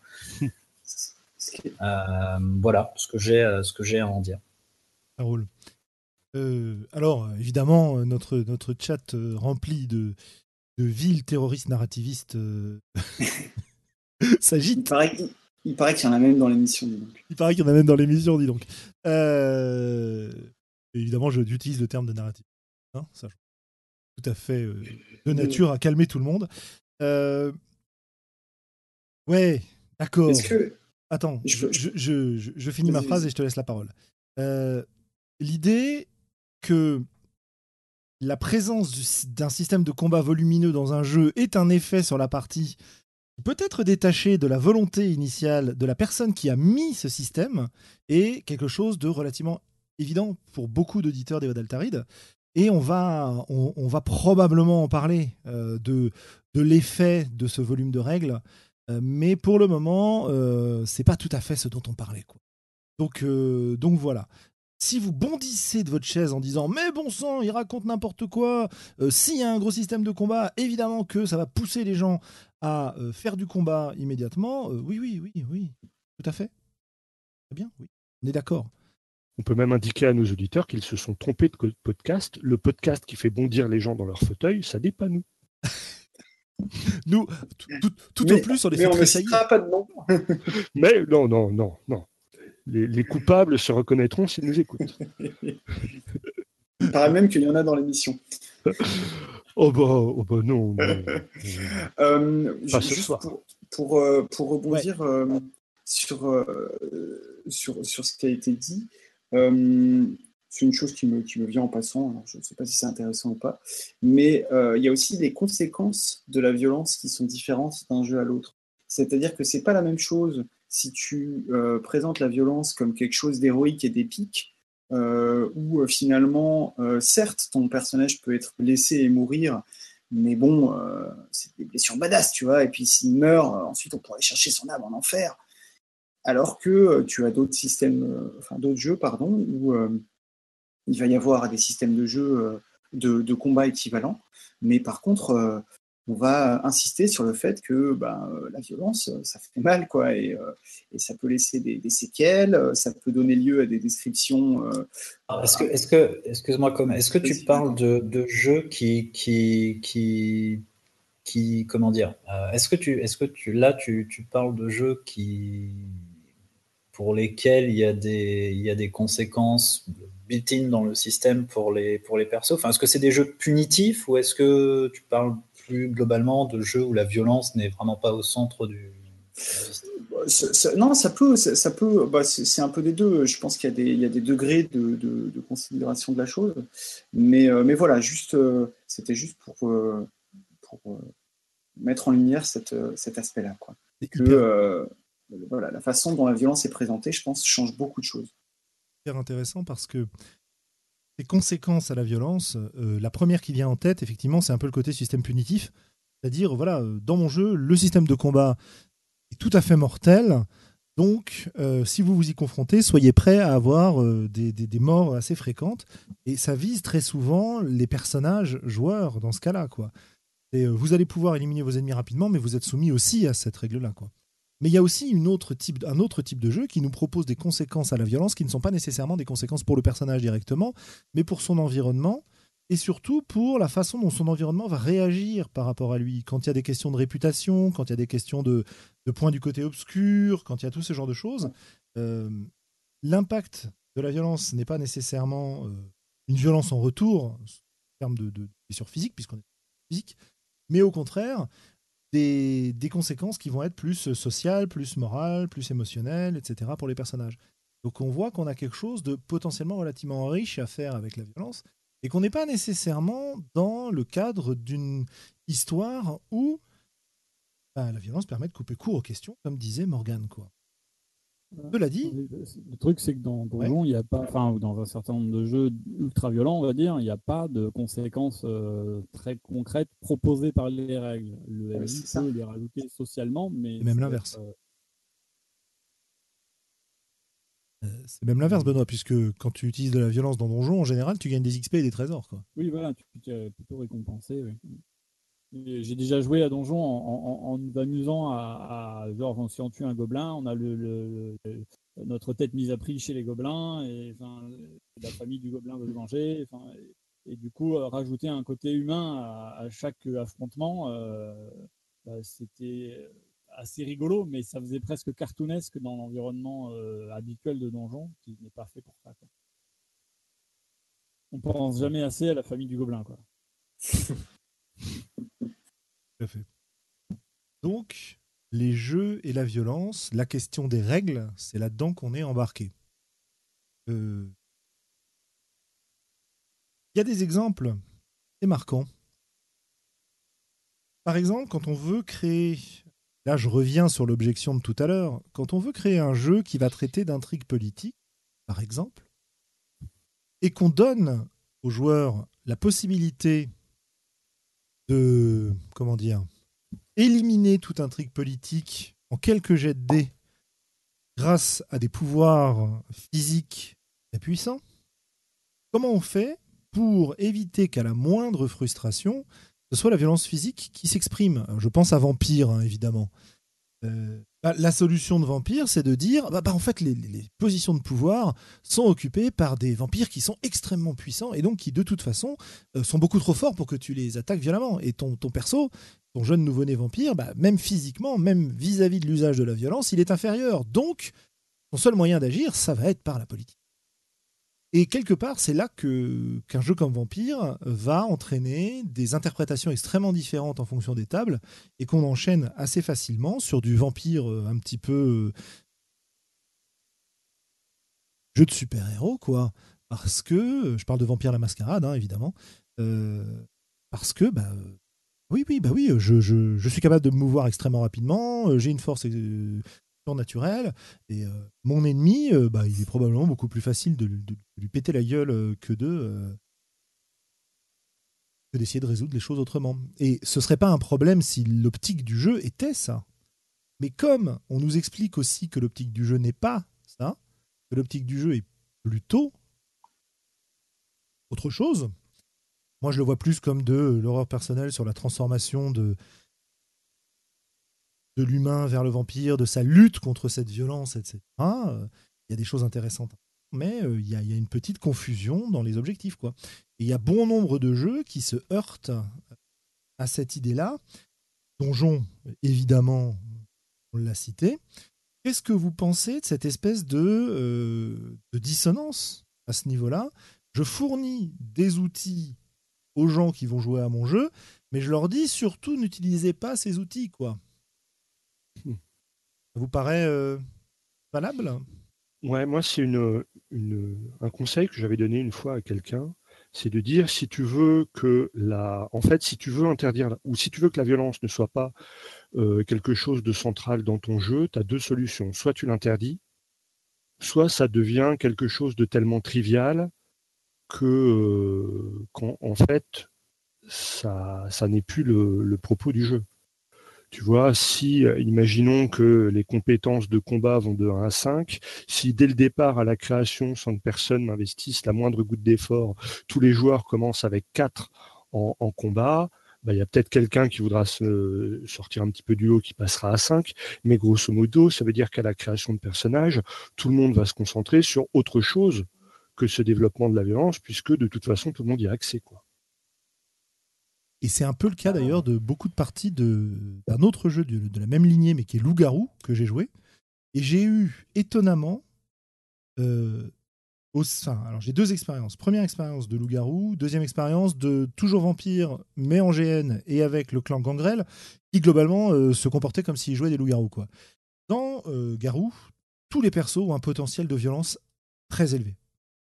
[SPEAKER 4] euh, voilà ce que j'ai, ce que j'ai à en dire.
[SPEAKER 2] Ça roule. Euh, alors, évidemment, notre, notre chat euh, rempli de, de villes terroristes narrativistes euh, Ça
[SPEAKER 5] Il
[SPEAKER 2] gîte.
[SPEAKER 5] paraît, il, il paraît qu'il y en a même dans l'émission. dis donc.
[SPEAKER 2] Il paraît qu'il y en a même dans l'émission, dis donc. Euh, Évidemment, je- j'utilise le terme de narratif. Hein, ça, tout à fait euh, de nature à calmer tout le monde. Euh, Ouais, d'accord.
[SPEAKER 5] Est-ce que
[SPEAKER 2] Attends,
[SPEAKER 5] je
[SPEAKER 2] je,
[SPEAKER 5] peux. je-
[SPEAKER 2] je- je- je- je finis ma
[SPEAKER 5] Vas-y,
[SPEAKER 2] phrase et
[SPEAKER 5] vas-y.
[SPEAKER 2] je te laisse la parole. Euh, L'idée que la présence du- d'un système de combat volumineux dans un jeu ait un effet sur la partie qui peut être détaché de la volonté initiale de la personne qui a mis ce système est quelque chose de relativement évident pour beaucoup d'auditeurs d'Eva d'Altaride. Et on va, on, on va probablement en parler euh, de, de l'effet de ce volume de règles. Euh, mais pour le moment, euh, c'est pas tout à fait ce dont on parlait, quoi. Donc, euh, donc voilà. Si vous bondissez de votre chaise en disant mais bon sang, il raconte n'importe quoi, euh, s'il y a un gros système de combat, évidemment que ça va pousser les gens à euh, faire du combat immédiatement. Euh, oui, oui, oui, oui, tout à fait. Très bien, oui. On est d'accord.
[SPEAKER 3] On peut même indiquer à nos auditeurs qu'ils se sont trompés de podcast. Le podcast qui fait bondir les gens dans leur fauteuil, ça n'est pas nous.
[SPEAKER 2] Nous, tout, tout, tout au
[SPEAKER 5] Mais,
[SPEAKER 2] plus, on les
[SPEAKER 5] mais
[SPEAKER 2] fait
[SPEAKER 5] on ne
[SPEAKER 2] tressaillir.
[SPEAKER 5] citera pas de nom.
[SPEAKER 3] Mais non, non, non, non. Les, les coupables se reconnaîtront s'ils nous écoutent.
[SPEAKER 5] Il paraît même qu'il y en a dans l'émission.
[SPEAKER 3] Oh bah, oh bah non, non, non.
[SPEAKER 5] Euh,
[SPEAKER 3] Pas
[SPEAKER 5] ju-
[SPEAKER 3] ce
[SPEAKER 5] juste
[SPEAKER 3] soir.
[SPEAKER 5] pour, pour, euh, pour
[SPEAKER 2] Ouais.
[SPEAKER 5] rebondir euh, sur, euh, sur, sur ce qui a été dit, euh, c'est une chose qui me, qui me vient en passant, alors je ne sais pas si c'est intéressant ou pas, mais euh, il y a aussi des conséquences de la violence qui sont différentes d'un jeu à l'autre. C'est-à-dire que c'est pas la même chose si tu euh, présentes la violence comme quelque chose d'héroïque et d'épique, euh, où euh, finalement, euh, certes, ton personnage peut être blessé et mourir, mais bon, euh, c'est des blessures badass, tu vois. Et puis s'il meurt, euh, ensuite on pourrait chercher son âme en enfer. Alors que euh, tu as d'autres systèmes, euh, enfin d'autres jeux, pardon, où euh, il va y avoir des systèmes de jeu euh, de, de combat équivalents. Mais par contre, euh, on va insister sur le fait que ben, euh, la violence, euh, ça fait mal, quoi, et, euh, et ça peut laisser des, des séquelles, euh, ça peut donner lieu à des descriptions. Euh,
[SPEAKER 4] Alors, Est-ce que, est-ce que, excuse-moi, comme, est-ce que tu
[SPEAKER 5] Vas-y.
[SPEAKER 4] parles de, de jeux qui, qui, qui, qui, comment dire, euh, est-ce que tu, est-ce que tu, là, tu, tu parles de jeux qui, pour lesquels il y a des, il y a des conséquences built-in dans le système pour les, pour les persos. Enfin, est-ce que c'est des jeux punitifs ou est-ce que tu parles plus globalement de jeux où la violence n'est vraiment pas au centre du, du système?
[SPEAKER 5] Ça- ça- non, ça peut, ça, ça peut. Bah, c'est c'est un peu des deux. Je pense qu'il y a des, il y a des degrés de, de- de considération de la chose, mais, euh, mais voilà, juste, euh, c'était juste pour, euh, pour euh, mettre en lumière cette, euh, cet aspect-là, quoi.
[SPEAKER 2] C'est
[SPEAKER 5] Que
[SPEAKER 2] hyper,
[SPEAKER 5] euh, voilà, la façon dont la violence est présentée, je pense, change beaucoup de choses.
[SPEAKER 2] hyper intéressant parce que les conséquences à la violence, euh, la première qui vient en tête, effectivement, c'est un peu le côté système punitif. C'est-à-dire, voilà, euh, dans mon jeu, le système de combat est tout à fait mortel. Donc, euh, si vous vous y confrontez, soyez prêts à avoir euh, des, des- des morts assez fréquentes. Et ça vise très souvent les personnages joueurs dans ce cas-là, quoi. Et, euh, vous allez pouvoir éliminer vos ennemis rapidement, mais vous êtes soumis aussi à cette règle-là, quoi. Mais il y a aussi une autre type, un autre type de jeu qui nous propose des conséquences à la violence qui ne sont pas nécessairement des conséquences pour le personnage directement, mais pour son environnement et surtout pour la façon dont son environnement va réagir par rapport à lui. Quand il y a des questions de réputation, quand il y a des questions de, de points du côté obscur, quand il y a tout ce genre de choses, euh, l'impact de la violence n'est pas nécessairement euh, une violence en retour, en termes de, de blessure physique, puisqu'on est physique, mais au contraire, des, des conséquences qui vont être plus sociales, plus morales, plus émotionnelles, et cetera pour les personnages. Donc on voit qu'on a quelque chose de potentiellement relativement riche à faire avec la violence et qu'on n'est pas nécessairement dans le cadre d'une histoire où bah, la violence permet de couper court aux questions, comme disait Morgane, quoi. Cela dit,
[SPEAKER 6] Le truc, c'est que dans
[SPEAKER 2] Ouais.
[SPEAKER 6] Donjon, il n'y a pas, enfin, ou dans un certain nombre de jeux ultra violents, on va dire, il n'y a pas de conséquences euh, très concrètes proposées par les règles. Le
[SPEAKER 5] Ouais,
[SPEAKER 6] M
[SPEAKER 5] c'est
[SPEAKER 6] J
[SPEAKER 5] ça.
[SPEAKER 6] peut les rajouter socialement, mais
[SPEAKER 2] c'est même
[SPEAKER 6] ça va
[SPEAKER 2] l'inverse.
[SPEAKER 6] être, euh,
[SPEAKER 2] Euh, c'est même l'inverse, Benoît, puisque quand tu utilises de la violence dans Donjon, en général, tu gagnes des X P et des trésors, quoi.
[SPEAKER 6] oui, voilà, tu tu es plutôt récompensé. Oui. Et J'ai déjà joué à Donjon en, en, en nous amusant à, à genre, si on tue un gobelin, on a le, le- le- notre tête mise à prix chez les gobelins, et enfin, la famille du gobelin veut se venger. Enfin, et, et du coup, euh, rajouter un côté humain à, à chaque affrontement, euh, bah, c'était assez rigolo, mais ça faisait presque cartoonesque dans l'environnement euh, habituel de donjon, qui n'est pas fait pour ça, quoi. On pense jamais assez à la famille du gobelin, quoi.
[SPEAKER 2] Tout à fait. Donc, les jeux et la violence, la question des règles, c'est là-dedans qu'on est embarqué. Euh... Il y a des exemples, c'est marquant. Par exemple, quand on veut créer, là je reviens sur l'objection de tout à l'heure, quand on veut créer un jeu qui va traiter d'intrigues politiques, par exemple, et qu'on donne aux joueurs la possibilité de, comment dire, éliminer toute intrigue politique en quelques jets de dés grâce à des pouvoirs physiques très puissants, comment on fait pour éviter qu'à la moindre frustration, ce soit la violence physique qui s'exprime? Je pense à Vampire, hein, évidemment. Euh, bah, la solution de Vampire, c'est de dire, bah, bah, en fait, les, les positions de pouvoir sont occupées par des vampires qui sont extrêmement puissants et donc qui, de toute façon, euh, sont beaucoup trop forts pour que tu les attaques violemment. Et ton, ton perso, ton jeune nouveau-né vampire, bah, même physiquement, même vis-à-vis de l'usage de la violence, il est inférieur. Donc, ton seul moyen d'agir, ça va être par la politique. Et quelque part, c'est là que, qu'un jeu comme Vampire va entraîner des interprétations extrêmement différentes en fonction des tables et qu'on enchaîne assez facilement sur du Vampire un petit peu jeu de super-héros, quoi. Parce que, je parle de Vampire la Mascarade, hein, évidemment, euh, parce que, bah, oui, oui, bah oui, je, je, je suis capable de me mouvoir extrêmement rapidement, j'ai une force euh, naturel et euh, mon ennemi euh, bah, il est probablement beaucoup plus facile de, de, de lui péter la gueule euh, que de euh, que d'essayer de résoudre les choses autrement. Et ce serait pas un problème si l'optique du jeu était ça, mais comme on nous explique aussi que l'optique du jeu n'est pas ça, que l'optique du jeu est plutôt autre chose, moi je le vois plus comme de l'horreur personnelle sur la transformation de de l'humain vers le vampire, de sa lutte contre cette violence, et cetera. Il y a des choses intéressantes. Mais euh, il, y a, il y a une petite confusion dans les objectifs, quoi. Et il y a bon nombre de jeux qui se heurtent à cette idée-là. Donjon, évidemment, on l'a cité. Qu'est-ce que vous pensez de cette espèce de, euh, de dissonance à ce niveau-là? Je fournis des outils aux gens qui vont jouer à mon jeu, mais je leur dis surtout n'utilisez pas ces outils, quoi. Ça vous paraît euh, valable?
[SPEAKER 3] Ouais, moi, c'est une, une, un conseil que j'avais donné une fois à quelqu'un, c'est de dire si tu veux que la, en fait, si tu veux interdire, ou si tu veux que la violence ne soit pas euh, quelque chose de central dans ton jeu, tu as deux solutions. Soit tu l'interdis, soit ça devient quelque chose de tellement trivial que, euh, qu'en en fait, ça, ça n'est plus le, le propos du jeu. Tu vois, si, imaginons que les compétences de combat vont de un à cinq, si dès le départ, à la création, sans que personne n'investisse la moindre goutte d'effort, tous les joueurs commencent avec quatre en, en combat, bah, il y a peut-être quelqu'un qui voudra se sortir un petit peu du lot qui passera à cinq, mais grosso modo, ça veut dire qu'à la création de personnages, tout le monde va se concentrer sur autre chose que ce développement de la violence, puisque de toute façon, tout le monde y a accès, quoi.
[SPEAKER 2] Et c'est un peu le cas d'ailleurs de beaucoup de parties de, d'un autre jeu de, de la même lignée, mais qui est Loup-Garou, que j'ai joué. Et j'ai eu étonnamment. Euh, au, enfin, alors j'ai deux expériences. Première expérience de Loup-Garou, deuxième expérience de toujours Vampire, mais en G N et avec le clan Gangrel, qui globalement euh, se comportait comme s'ils jouaient des loups-garous, quoi. Dans euh, Garou, tous les persos ont un potentiel de violence très élevé.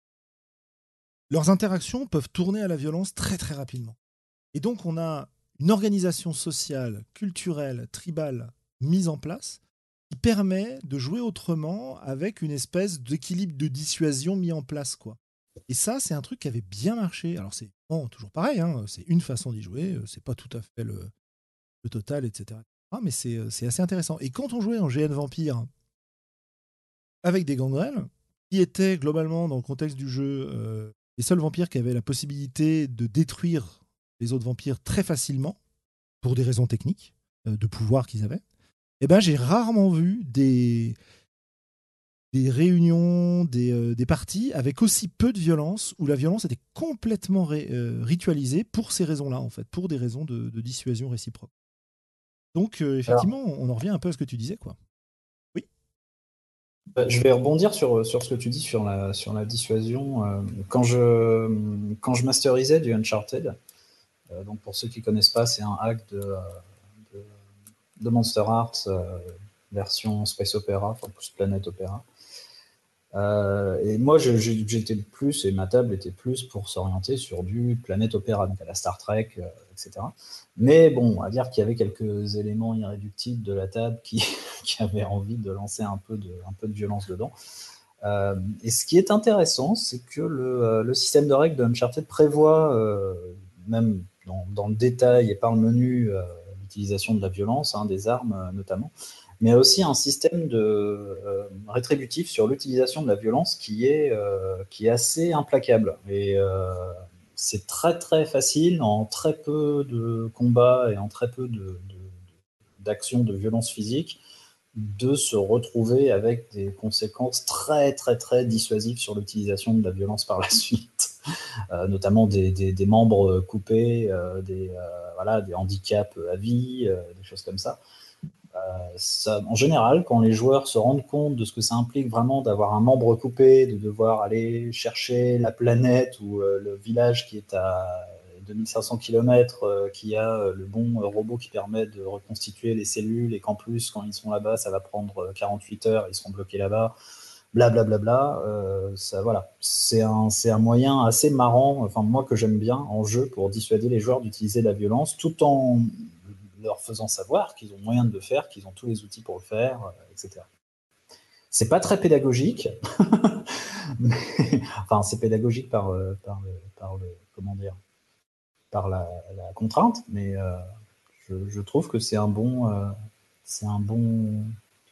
[SPEAKER 2] Leurs interactions peuvent tourner à la violence très très rapidement. Et donc, on a une organisation sociale, culturelle, tribale mise en place qui permet de jouer autrement avec une espèce d'équilibre de dissuasion mis en place, quoi. Et ça, c'est un truc qui avait bien marché. Alors, c'est bon, toujours pareil, hein, c'est une façon d'y jouer, c'est pas tout à fait le, le total, et cetera. Ah, mais c'est, c'est assez intéressant. Et quand on jouait en G N Vampire avec des gangrels, qui étaient globalement, dans le contexte du jeu, euh, les seuls vampires qui avaient la possibilité de détruire les autres vampires très facilement, pour des raisons techniques, euh, de pouvoir qu'ils avaient, eh ben, j'ai rarement vu des, des réunions, des, euh, des parties avec aussi peu de violence, où la violence était complètement ré, euh, ritualisée pour ces raisons-là, en fait, pour des raisons de, de dissuasion réciproque. Donc, euh, effectivement, Alors, on en revient un peu à ce que tu disais, quoi. Oui.
[SPEAKER 4] Je vais rebondir sur, sur ce que tu dis sur la, sur la dissuasion. Quand je, quand je masterisais du Uncharted, euh, donc pour ceux qui ne connaissent pas, c'est un hack de, de, de Monster Hearts, euh, version Space Opera, enfin plus Planet Opera. Euh, et moi, je, je, j'étais plus, et ma table était plus pour s'orienter sur du Planète Opéra, donc à la Star Trek, euh, et cetera. Mais bon, à dire qu'il y avait quelques éléments irréductibles de la table qui, qui avaient envie de lancer un peu de, un peu de violence dedans. Euh, et ce qui est intéressant, c'est que le, le système de règles de Uncharted prévoit, euh, même dans, dans le détail et par le menu, euh, l'utilisation de la violence, hein, des armes euh, notamment, mais aussi un système de, euh, rétributif sur l'utilisation de la violence qui est, euh, qui est assez implacable. Et euh, c'est très très facile, en très peu de combats et en très peu de, de, d'actions de violence physique, de se retrouver avec des conséquences très très très dissuasives sur l'utilisation de la violence par la suite, euh, notamment des, des, des membres coupés, euh, des, euh, voilà, des handicaps à vie, euh, des choses comme ça. Euh, ça, en général, quand les joueurs se rendent compte de ce que ça implique vraiment d'avoir un membre coupé, de devoir aller chercher la planète ou euh, le village qui est à deux mille cinq cents kilomètres, euh, qui a euh, le bon euh, robot qui permet de reconstituer les cellules, et qu'en plus, quand ils sont là-bas, ça va prendre quarante-huit heures, ils seront bloqués là-bas, blablabla. Bla bla bla, euh, ça, voilà. C'est un, c'est un moyen assez marrant, enfin moi que j'aime bien en jeu, pour dissuader les joueurs d'utiliser la violence, tout en leur faisant savoir qu'ils ont moyen de le faire, qu'ils ont tous les outils pour le faire, euh, et cetera. C'est pas très pédagogique, mais, enfin c'est pédagogique par, euh, par, le, par le, comment dire, par la, la contrainte, mais euh, je, je trouve que c'est un bon, euh, c'est un bon.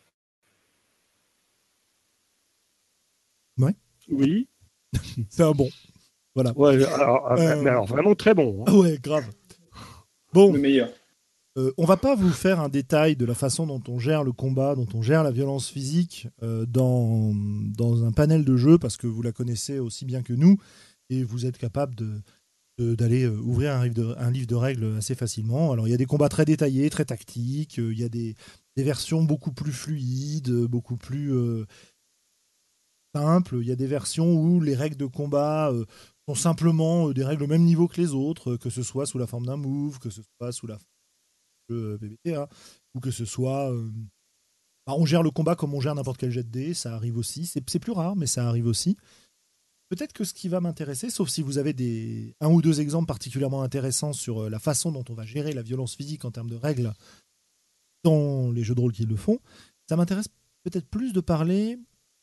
[SPEAKER 2] Ouais.
[SPEAKER 3] Oui.
[SPEAKER 2] C'est un bon. Voilà.
[SPEAKER 3] Ouais, alors, euh... mais alors vraiment très bon.
[SPEAKER 2] Hein. Ouais, grave. Bon.
[SPEAKER 5] Le meilleur.
[SPEAKER 2] Euh, on va pas vous faire un détail de la façon dont on gère le combat, dont on gère la violence physique euh, dans, dans un panel de jeux, parce que vous la connaissez aussi bien que nous, et vous êtes capable de, de, d'aller euh, ouvrir un livre, de, un livre de règles assez facilement. Alors il y a des combats très détaillés, très tactiques, euh, il y a des, des versions beaucoup plus fluides, beaucoup plus euh, simples, il y a des versions où les règles de combat euh, sont simplement euh, des règles au même niveau que les autres, que ce soit sous la forme d'un move, que ce soit sous la P B T, hein, ou que ce soit. Euh, bah, on gère le combat comme on gère n'importe quel jet de dés, ça arrive aussi. C'est, c'est plus rare, mais ça arrive aussi. Peut-être que ce qui va m'intéresser, sauf si vous avez des, un ou deux exemples particulièrement intéressants sur euh, la façon dont on va gérer la violence physique en termes de règles dans les jeux de rôle qui le font, ça m'intéresse peut-être plus de parler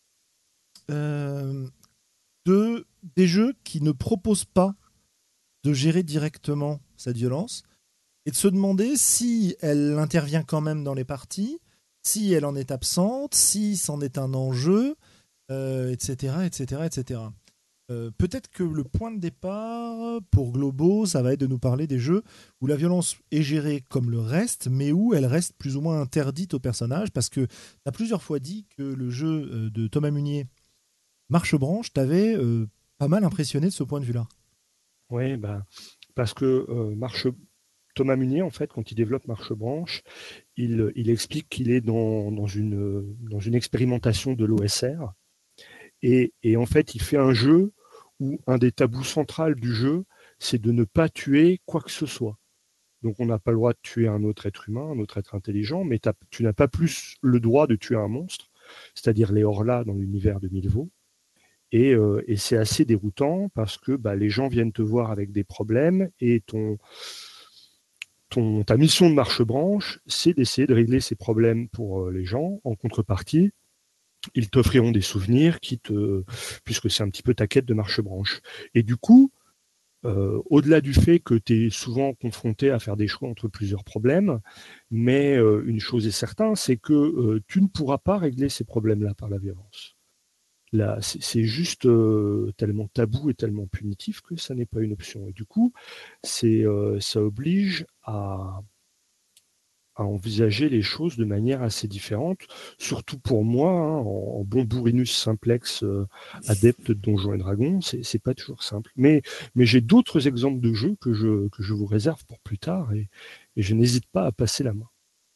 [SPEAKER 2] euh, de, des jeux qui ne proposent pas de gérer directement cette violence, et de se demander si elle intervient quand même dans les parties, si elle en est absente, si c'en est un enjeu, euh, et cetera, et cetera, et cetera. Euh, peut-être que le point de départ pour Globo, ça va être de nous parler des jeux où la violence est gérée comme le reste, mais où elle reste plus ou moins interdite aux personnages, parce que tu as plusieurs fois dit que le jeu de Thomas Munier, Marche-Branche, t'avait euh, pas mal impressionné de ce point de vue-là.
[SPEAKER 3] Oui, bah, parce que euh, Marche... Thomas Munier, en fait, quand il développe Marche-Branche, il, il explique qu'il est dans, dans, une, dans une expérimentation de l'O S R. Et, et en fait, il fait un jeu où un des tabous centraux du jeu, c'est de ne pas tuer quoi que ce soit. Donc, on n'a pas le droit de tuer un autre être humain, un autre être intelligent, mais tu n'as pas plus le droit de tuer un monstre, c'est-à-dire les Horlas dans l'univers de Milvaux. Et, euh, et c'est assez déroutant parce que bah, les gens viennent te voir avec des problèmes et ton, ton, ta mission de Marche-Branche, c'est d'essayer de régler ces problèmes pour euh, les gens. En contrepartie, ils t'offriront des souvenirs qui te, puisque c'est un petit peu ta quête de Marche-Branche. Et du coup, euh, au-delà du fait que tu es souvent confronté à faire des choix entre plusieurs problèmes, mais euh, une chose est certaine, c'est que euh, tu ne pourras pas régler ces problèmes-là par la violence. Là, c'est, c'est juste euh, tellement tabou et tellement punitif que ça n'est pas une option. Et du coup, c'est, euh, ça oblige à, à envisager les choses de manière assez différente, surtout pour moi, hein, en, en bon bourrinus simplex euh, adepte de Donjons et Dragons, c'est, c'est pas toujours simple. Mais, mais j'ai d'autres exemples de jeux que je, que je vous réserve pour plus tard et, et je n'hésite pas à passer la main.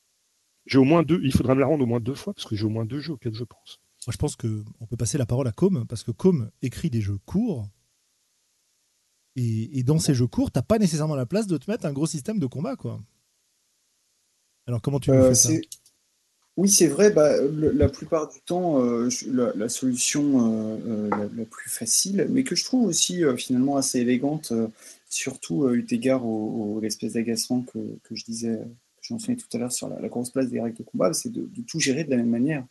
[SPEAKER 3] j'ai au moins deux. Il faudra me la rendre au moins deux fois parce que j'ai au moins deux jeux auxquels je pense.
[SPEAKER 2] Moi, je pense qu'on peut passer la parole à Com, parce que Com écrit des jeux courts. Et, et dans ces jeux courts, t'as pas nécessairement la place de te mettre un gros système de combat, quoi. Alors, comment tu nous
[SPEAKER 5] Euh,
[SPEAKER 2] fais ça?
[SPEAKER 5] c'est- Oui, c'est vrai. Bah, le- la plupart du temps, euh, je- la, la solution euh, euh, la, la plus facile, mais que je trouve aussi euh, finalement assez élégante, euh, surtout euh, eu égard au, au- l'espèce d'agacement que, que je disais, que je mentionnais tout à l'heure sur la, la grosse place des règles de combat, c'est de, de tout gérer de la même manière.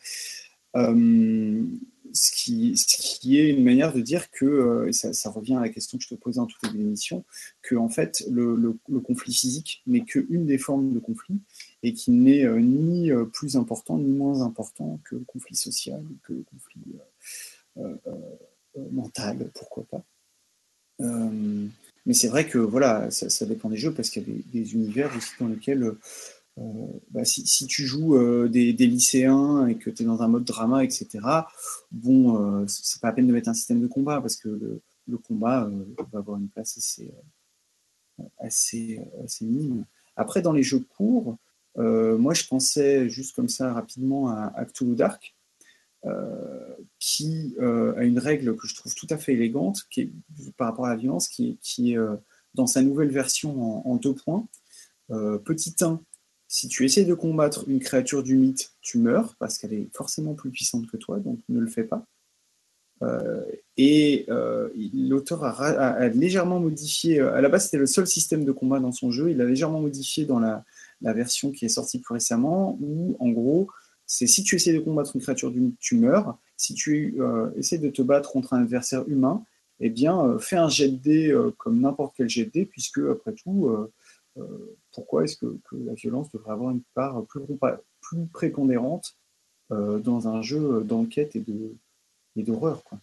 [SPEAKER 5] Euh, ce qui, ce qui est une manière de dire que, euh, et ça, ça revient à la question que je te posais en tout début d'émission, que en fait le, le- le conflit physique n'est qu'une des formes de conflit et qui n'est euh, ni euh, plus important ni moins important que le conflit social, que le conflit euh, euh, euh, mental, pourquoi pas. Euh, mais c'est vrai que voilà, ça, ça dépend des jeux parce qu'il y a des, des univers aussi dans lesquels euh, bah, si, si tu joues euh, des, des lycéens et que tu es dans un mode drama, et cetera, bon, euh, c'est pas la peine de mettre un système de combat parce que le, le combat euh, va avoir une place assez, euh, assez, euh, assez minime. Après, dans les jeux courts, euh, moi je pensais juste comme ça rapidement à, à Cthulhu Dark, euh, qui euh, a une règle que je trouve tout à fait élégante qui est, par rapport à la violence, qui est, qui est euh, dans sa nouvelle version en, en deux points. Euh, petit un, si tu essaies de combattre une créature du mythe, tu meurs parce qu'elle est forcément plus puissante que toi, donc ne le fais pas. Euh, et euh, l'auteur a, a, a, légèrement modifié, à la base c'était le seul système de combat dans son jeu, il a légèrement modifié dans la, la version qui est sortie plus récemment, où en gros, c'est si tu essaies de combattre une créature du mythe, tu meurs. Si tu euh, essaies de te battre contre un adversaire humain, eh bien, euh, fais un jet de dés euh, comme n'importe quel jet de dés, puisque après tout, euh, euh, pourquoi est-ce que, que, la violence devrait avoir une part plus, plus prépondérante euh, dans un jeu d'enquête et de et d'horreur, quoi.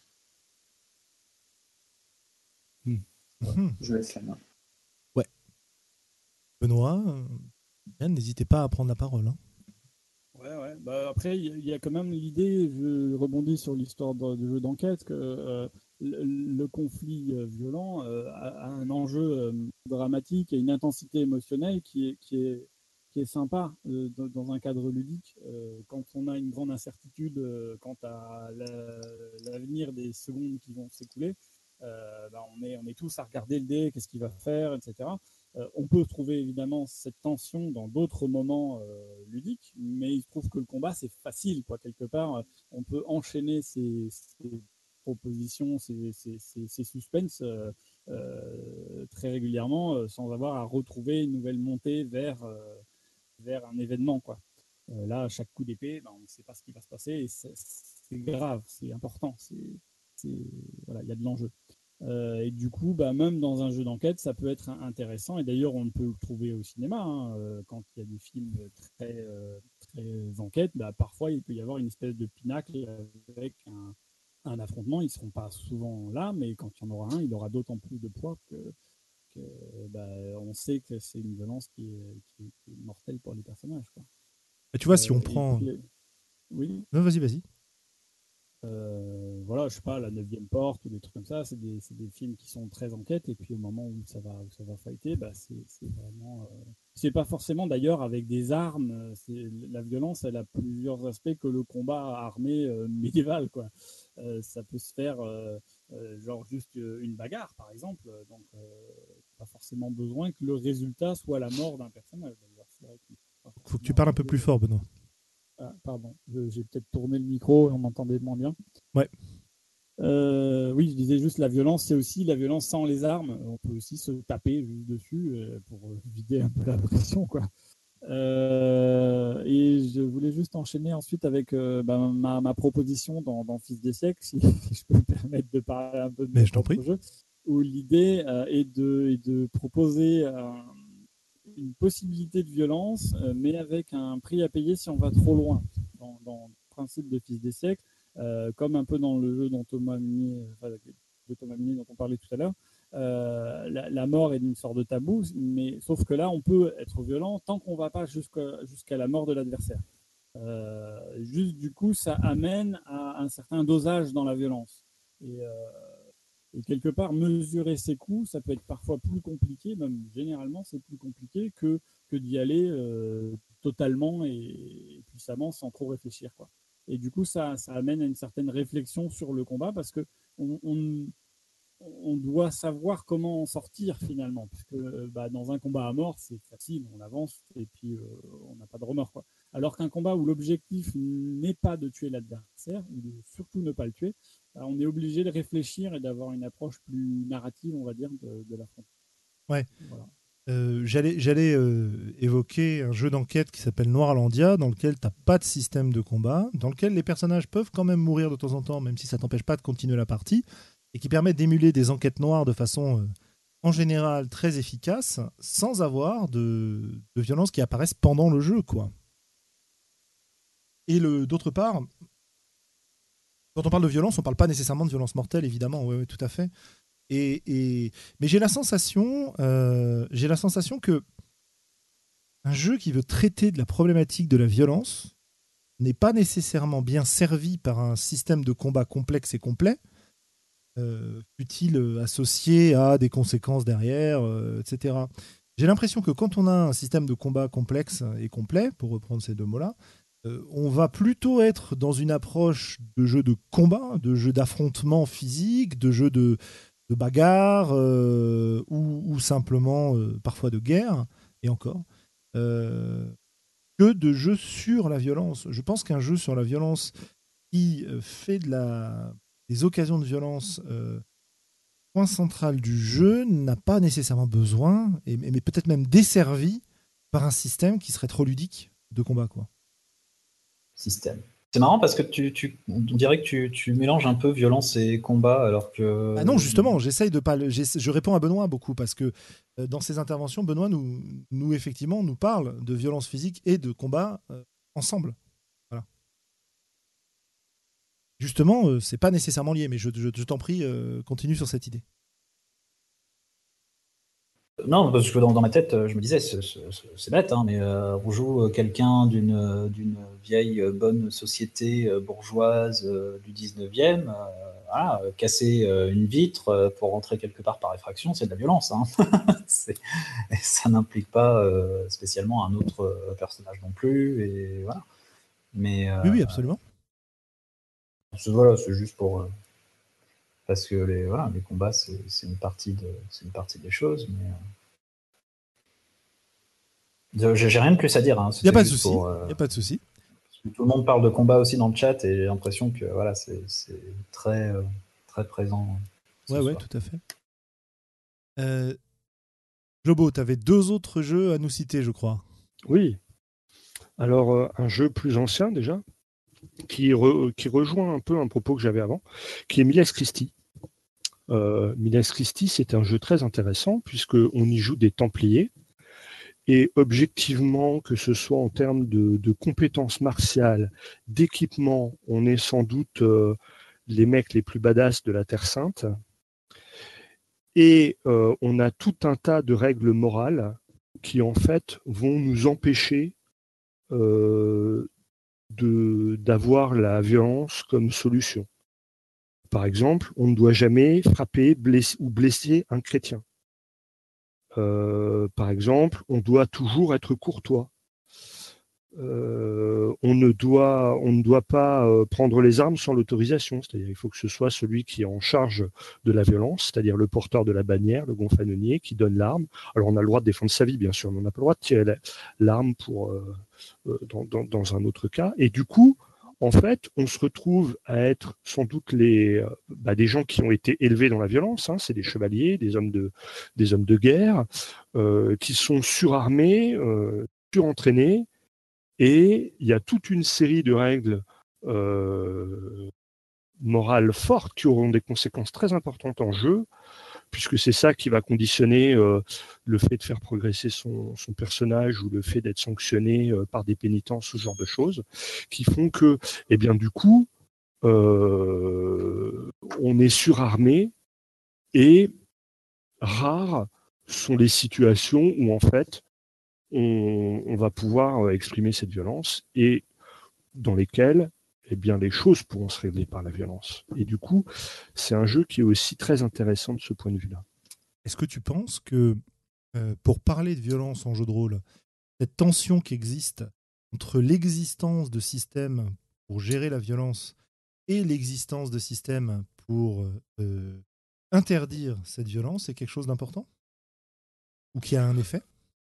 [SPEAKER 2] Mmh.
[SPEAKER 5] Ouais,
[SPEAKER 2] Mmh.
[SPEAKER 5] je laisse la main.
[SPEAKER 2] Ouais. Benoît, euh, n'hésitez pas à prendre la parole. Hein.
[SPEAKER 6] Ouais, ouais. Bah, après, il y, y a quand même l'idée, je rebondis sur l'histoire de, de jeu d'enquête, que euh, le, le conflit euh, violent euh, a, a un enjeu euh, dramatique et une intensité émotionnelle qui est, qui est, qui est sympa euh, dans, dans un cadre ludique. Euh, quand on a une grande incertitude euh, quant à la, l'avenir des secondes qui vont s'écouler, euh, bah, on, est, on est tous à regarder le dé, qu'est-ce qu'il va faire, et cetera. Euh, on peut trouver évidemment cette tension dans d'autres moments euh, ludiques, mais il se trouve que le combat, c'est facile, quoi, quelque part. On peut enchaîner ces, ces propositions, ces, ces, ces, ces suspens euh, euh, très régulièrement euh, sans avoir à retrouver une nouvelle montée vers, euh, vers un événement, quoi. Euh, là, à chaque coup d'épée, ben, on ne sait pas ce qui va se passer et c'est, c'est grave, c'est important, c'est, c'est, voilà, il y a de l'enjeu. Euh, et du coup, bah, même dans un jeu d'enquête, ça peut être intéressant. Et d'ailleurs, on peut le trouver au cinéma. Hein, euh, quand il y a des films très, euh, très enquête, bah, parfois il peut y avoir une espèce de pinacle avec un, un affrontement. Ils ne seront pas souvent là, mais quand il y en aura un, il aura d'autant plus de poids que, que bah, on sait que c'est une violence qui est, qui est, qui est mortelle pour les personnages, quoi.
[SPEAKER 2] Et tu vois, si
[SPEAKER 6] Euh,
[SPEAKER 2] on
[SPEAKER 6] et
[SPEAKER 2] prend.
[SPEAKER 6] puis, oui.
[SPEAKER 2] Non, vas-y, vas-y.
[SPEAKER 6] Euh, voilà, je sais pas, la neuvième porte ou des trucs comme ça, c'est des, c'est des films qui sont très enquêtes et puis au moment où ça va, où ça va fighter, bah c'est, c'est vraiment, euh, c'est pas forcément d'ailleurs avec des armes. C'est, la violence, elle a plusieurs aspects que le combat armé euh, médiéval, quoi. Euh, ça peut se faire euh, euh, genre juste une bagarre, par exemple. Donc, euh, pas forcément besoin que le résultat soit la mort d'un personnage. D'ailleurs, c'est vrai qu'il
[SPEAKER 2] faut que tu parles un peu plus fort, Benoît.
[SPEAKER 6] Ah, pardon, je, j'ai peut-être tourné le micro et on m'entendait moins bien.
[SPEAKER 2] Ouais.
[SPEAKER 6] Euh, oui, je disais juste la violence, c'est aussi la violence sans les armes. On peut aussi se taper juste dessus euh, pour vider un peu la pression, quoi. Euh, et je voulais juste enchaîner ensuite avec euh, bah, ma, ma proposition dans, dans Fils des siècles, si, si je peux me permettre de parler un peu de
[SPEAKER 2] Mais
[SPEAKER 6] mon
[SPEAKER 2] je t'en
[SPEAKER 6] propre
[SPEAKER 2] prie.
[SPEAKER 6] jeu, où l'idée euh, est, de, est de proposer euh, une possibilité de violence, euh, mais avec un prix à payer si on va trop loin. Dans, dans le principe de Fils des siècles, euh, comme un peu dans le jeu dont Thomas Minier, enfin, de Thomas Minier dont on parlait tout à l'heure, euh, la, la mort est une sorte de tabou, mais sauf que là, on peut être violent tant qu'on ne va pas jusqu'à, jusqu'à la mort de l'adversaire. Euh, juste du coup, ça amène à un certain dosage dans la violence. Et, euh, Et quelque part, mesurer ses coûts, ça peut être parfois plus compliqué, même généralement, c'est plus compliqué que, que d'y aller euh, totalement et, et puissamment sans trop réfléchir, quoi. Et du coup, ça, ça amène à une certaine réflexion sur le combat parce que on, on, on doit savoir comment en sortir finalement. Parce que bah, dans un combat à mort, c'est facile, on avance et puis euh, on n'a pas de remords, quoi. Alors qu'un combat où l'objectif n'est pas de tuer l'adversaire, ou de surtout ne pas le tuer, bah, on est obligé de réfléchir et d'avoir une approche plus narrative, on va dire, de, de l'affrontement.
[SPEAKER 1] Ouais.
[SPEAKER 6] Voilà.
[SPEAKER 1] Euh, j'allais j'allais euh, évoquer un jeu d'enquête qui s'appelle Noirlandia, dans lequel tu n'as pas de système de combat, dans lequel les personnages peuvent quand même mourir de temps en temps, même si ça t'empêche pas de continuer la partie, et qui permet d'émuler des enquêtes noires de façon, euh, en général, très efficace, sans avoir de, de violence qui apparaissent pendant le jeu, quoi. Et le, d'autre part, quand on parle de violence, on parle pas nécessairement de violence mortelle, évidemment, oui, oui, tout à fait. Et, et, mais j'ai la sensation, euh, j'ai la sensation que un jeu qui veut traiter de la problématique de la violence n'est pas nécessairement bien servi par un système de combat complexe et complet, euh, fut-il euh, associé à des conséquences derrière, euh, et cetera. J'ai l'impression que quand on a un système de combat complexe et complet, pour reprendre ces deux mots-là, euh, on va plutôt être dans une approche de jeu de combat, de jeu d'affrontement physique, de jeu de, de bagarre, euh, ou, ou simplement euh, parfois de guerre, et encore. Euh, que de jeux sur la violence. Je pense qu'un jeu sur la violence qui euh, fait de la, des occasions de violence euh, point central du jeu n'a pas nécessairement besoin, et, mais peut-être même desservi par un système qui serait trop ludique de combat, quoi.
[SPEAKER 4] Système. C'est marrant parce que tu, tu, on dirait que tu, tu mélanges un peu violence et combat alors que...
[SPEAKER 1] Ah non, justement, j'essaye de pas. Le, je réponds à Benoît beaucoup parce que euh, dans ses interventions, Benoît nous, nous effectivement nous parle de violence physique et de combat euh, ensemble. Voilà. Justement, euh, c'est pas nécessairement lié, mais je, je, je t'en prie, euh, continue sur cette idée.
[SPEAKER 4] Non, parce que dans, dans ma tête, je me disais, c'est, c'est, c'est bête, hein, mais euh, on joue quelqu'un d'une, d'une vieille bonne société bourgeoise euh, du dix-neuvième, euh, voilà, casser euh, une vitre euh, pour rentrer quelque part par effraction, c'est de la violence. Hein. c'est, et ça n'implique pas euh, spécialement un autre euh, personnage non plus. Et voilà. Mais, euh,
[SPEAKER 1] Oui, oui, absolument.
[SPEAKER 4] C'est, voilà, c'est juste pour... Euh, parce que les, voilà, les combats, c'est, c'est, une partie de, c'est une partie des choses, mais... Euh... J'ai rien de plus à dire. Il hein.
[SPEAKER 1] n'y a pas de souci. Il euh... n'y a pas de souci.
[SPEAKER 4] Tout le monde parle de combat aussi dans le chat et j'ai l'impression que voilà, c'est, c'est très, euh, très présent.
[SPEAKER 1] Ouais, ouais, tout à fait. Euh... Globo, tu avais deux autres jeux à nous citer, je crois.
[SPEAKER 3] Oui. Alors, euh, un jeu plus ancien déjà, qui, re, qui rejoint un peu un propos que j'avais avant, qui est Miles Christi. Euh, Miles Christi, c'est un jeu très intéressant puisqu'on y joue des Templiers. Et objectivement, que ce soit en termes de, de compétences martiales, d'équipement, on est sans doute euh, les mecs les plus badass de la Terre Sainte. Et euh, on a tout un tas de règles morales qui, en fait, vont nous empêcher euh, de, d'avoir la violence comme solution. Par exemple, on ne doit jamais frapper blesser, ou blesser un chrétien. Euh, par exemple, on doit toujours être courtois. Euh, on, ne doit, on ne doit pas euh, prendre les armes sans l'autorisation. C'est-à-dire qu'il faut que ce soit celui qui est en charge de la violence, c'est-à-dire le porteur de la bannière, le gonfalonier, qui donne l'arme. Alors on a le droit de défendre sa vie, bien sûr, mais on n'a pas le droit de tirer la, l'arme pour, euh, euh, dans, dans, dans un autre cas. Et du coup, en fait, on se retrouve à être sans doute les, euh, bah, des gens qui ont été élevés dans la violence. Hein, c'est des chevaliers, des hommes de, des hommes de guerre, euh, qui sont surarmés, euh, surentraînés. Et il y a toute une série de règles euh, morales fortes qui auront des conséquences très importantes en jeu, puisque c'est ça qui va conditionner euh, le fait de faire progresser son, son personnage ou le fait d'être sanctionné euh, par des pénitences, ce genre de choses, qui font que, eh bien, du coup, euh, on est surarmé et rares sont les situations où, en fait, on, on va pouvoir exprimer cette violence et dans lesquelles eh bien, les choses pourront se régler par la violence. Et du coup, c'est un jeu qui est aussi très intéressant de ce point de vue-là.
[SPEAKER 2] Est-ce que tu penses que, euh, pour parler de violence en jeu de rôle, cette tension qui existe entre l'existence de systèmes pour gérer la violence et l'existence de systèmes pour euh, interdire cette violence est quelque chose d'important? Ou qui a un effet?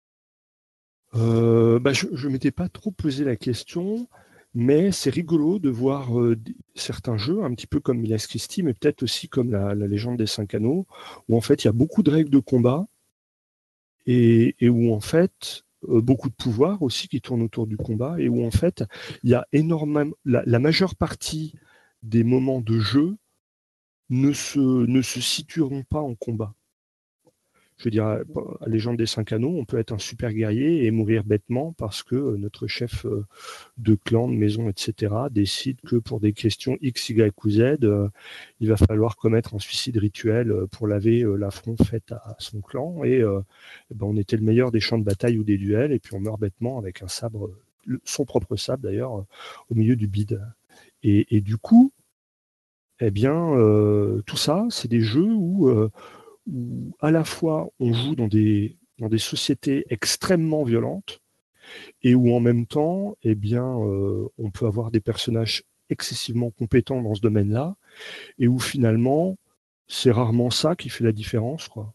[SPEAKER 3] Euh, bah, je ne m'étais pas trop posé la question, mais c'est rigolo de voir euh, d- certains jeux, un petit peu comme Milas Christi, mais peut-être aussi comme la, la Légende des Cinq Anneaux, où en fait il y a beaucoup de règles de combat et, et où en fait euh, beaucoup de pouvoirs aussi qui tournent autour du combat et où en fait il y a énormément, la, la majeure partie des moments de jeu ne se, ne se situeront pas en combat. Je veux dire, à à Légende des Cinq Anneaux, on peut être un super guerrier et mourir bêtement parce que euh, notre chef euh, de clan, de maison, et cetera, décide que pour des questions X, Y ou Z, euh, il va falloir commettre un suicide rituel euh, pour laver euh, l'affront fait à son clan. Et euh, eh ben, on était le meilleur des champs de bataille ou des duels, et puis on meurt bêtement avec un sabre, le- son propre sabre d'ailleurs, euh, au milieu du bide. Et, et du coup, eh bien, euh, tout ça, c'est des jeux où, euh, où à la fois on joue dans des, dans des sociétés extrêmement violentes, et où en même temps, eh bien, euh, on peut avoir des personnages excessivement compétents dans ce domaine-là, et où finalement, c'est rarement ça qui fait la différence, quoi.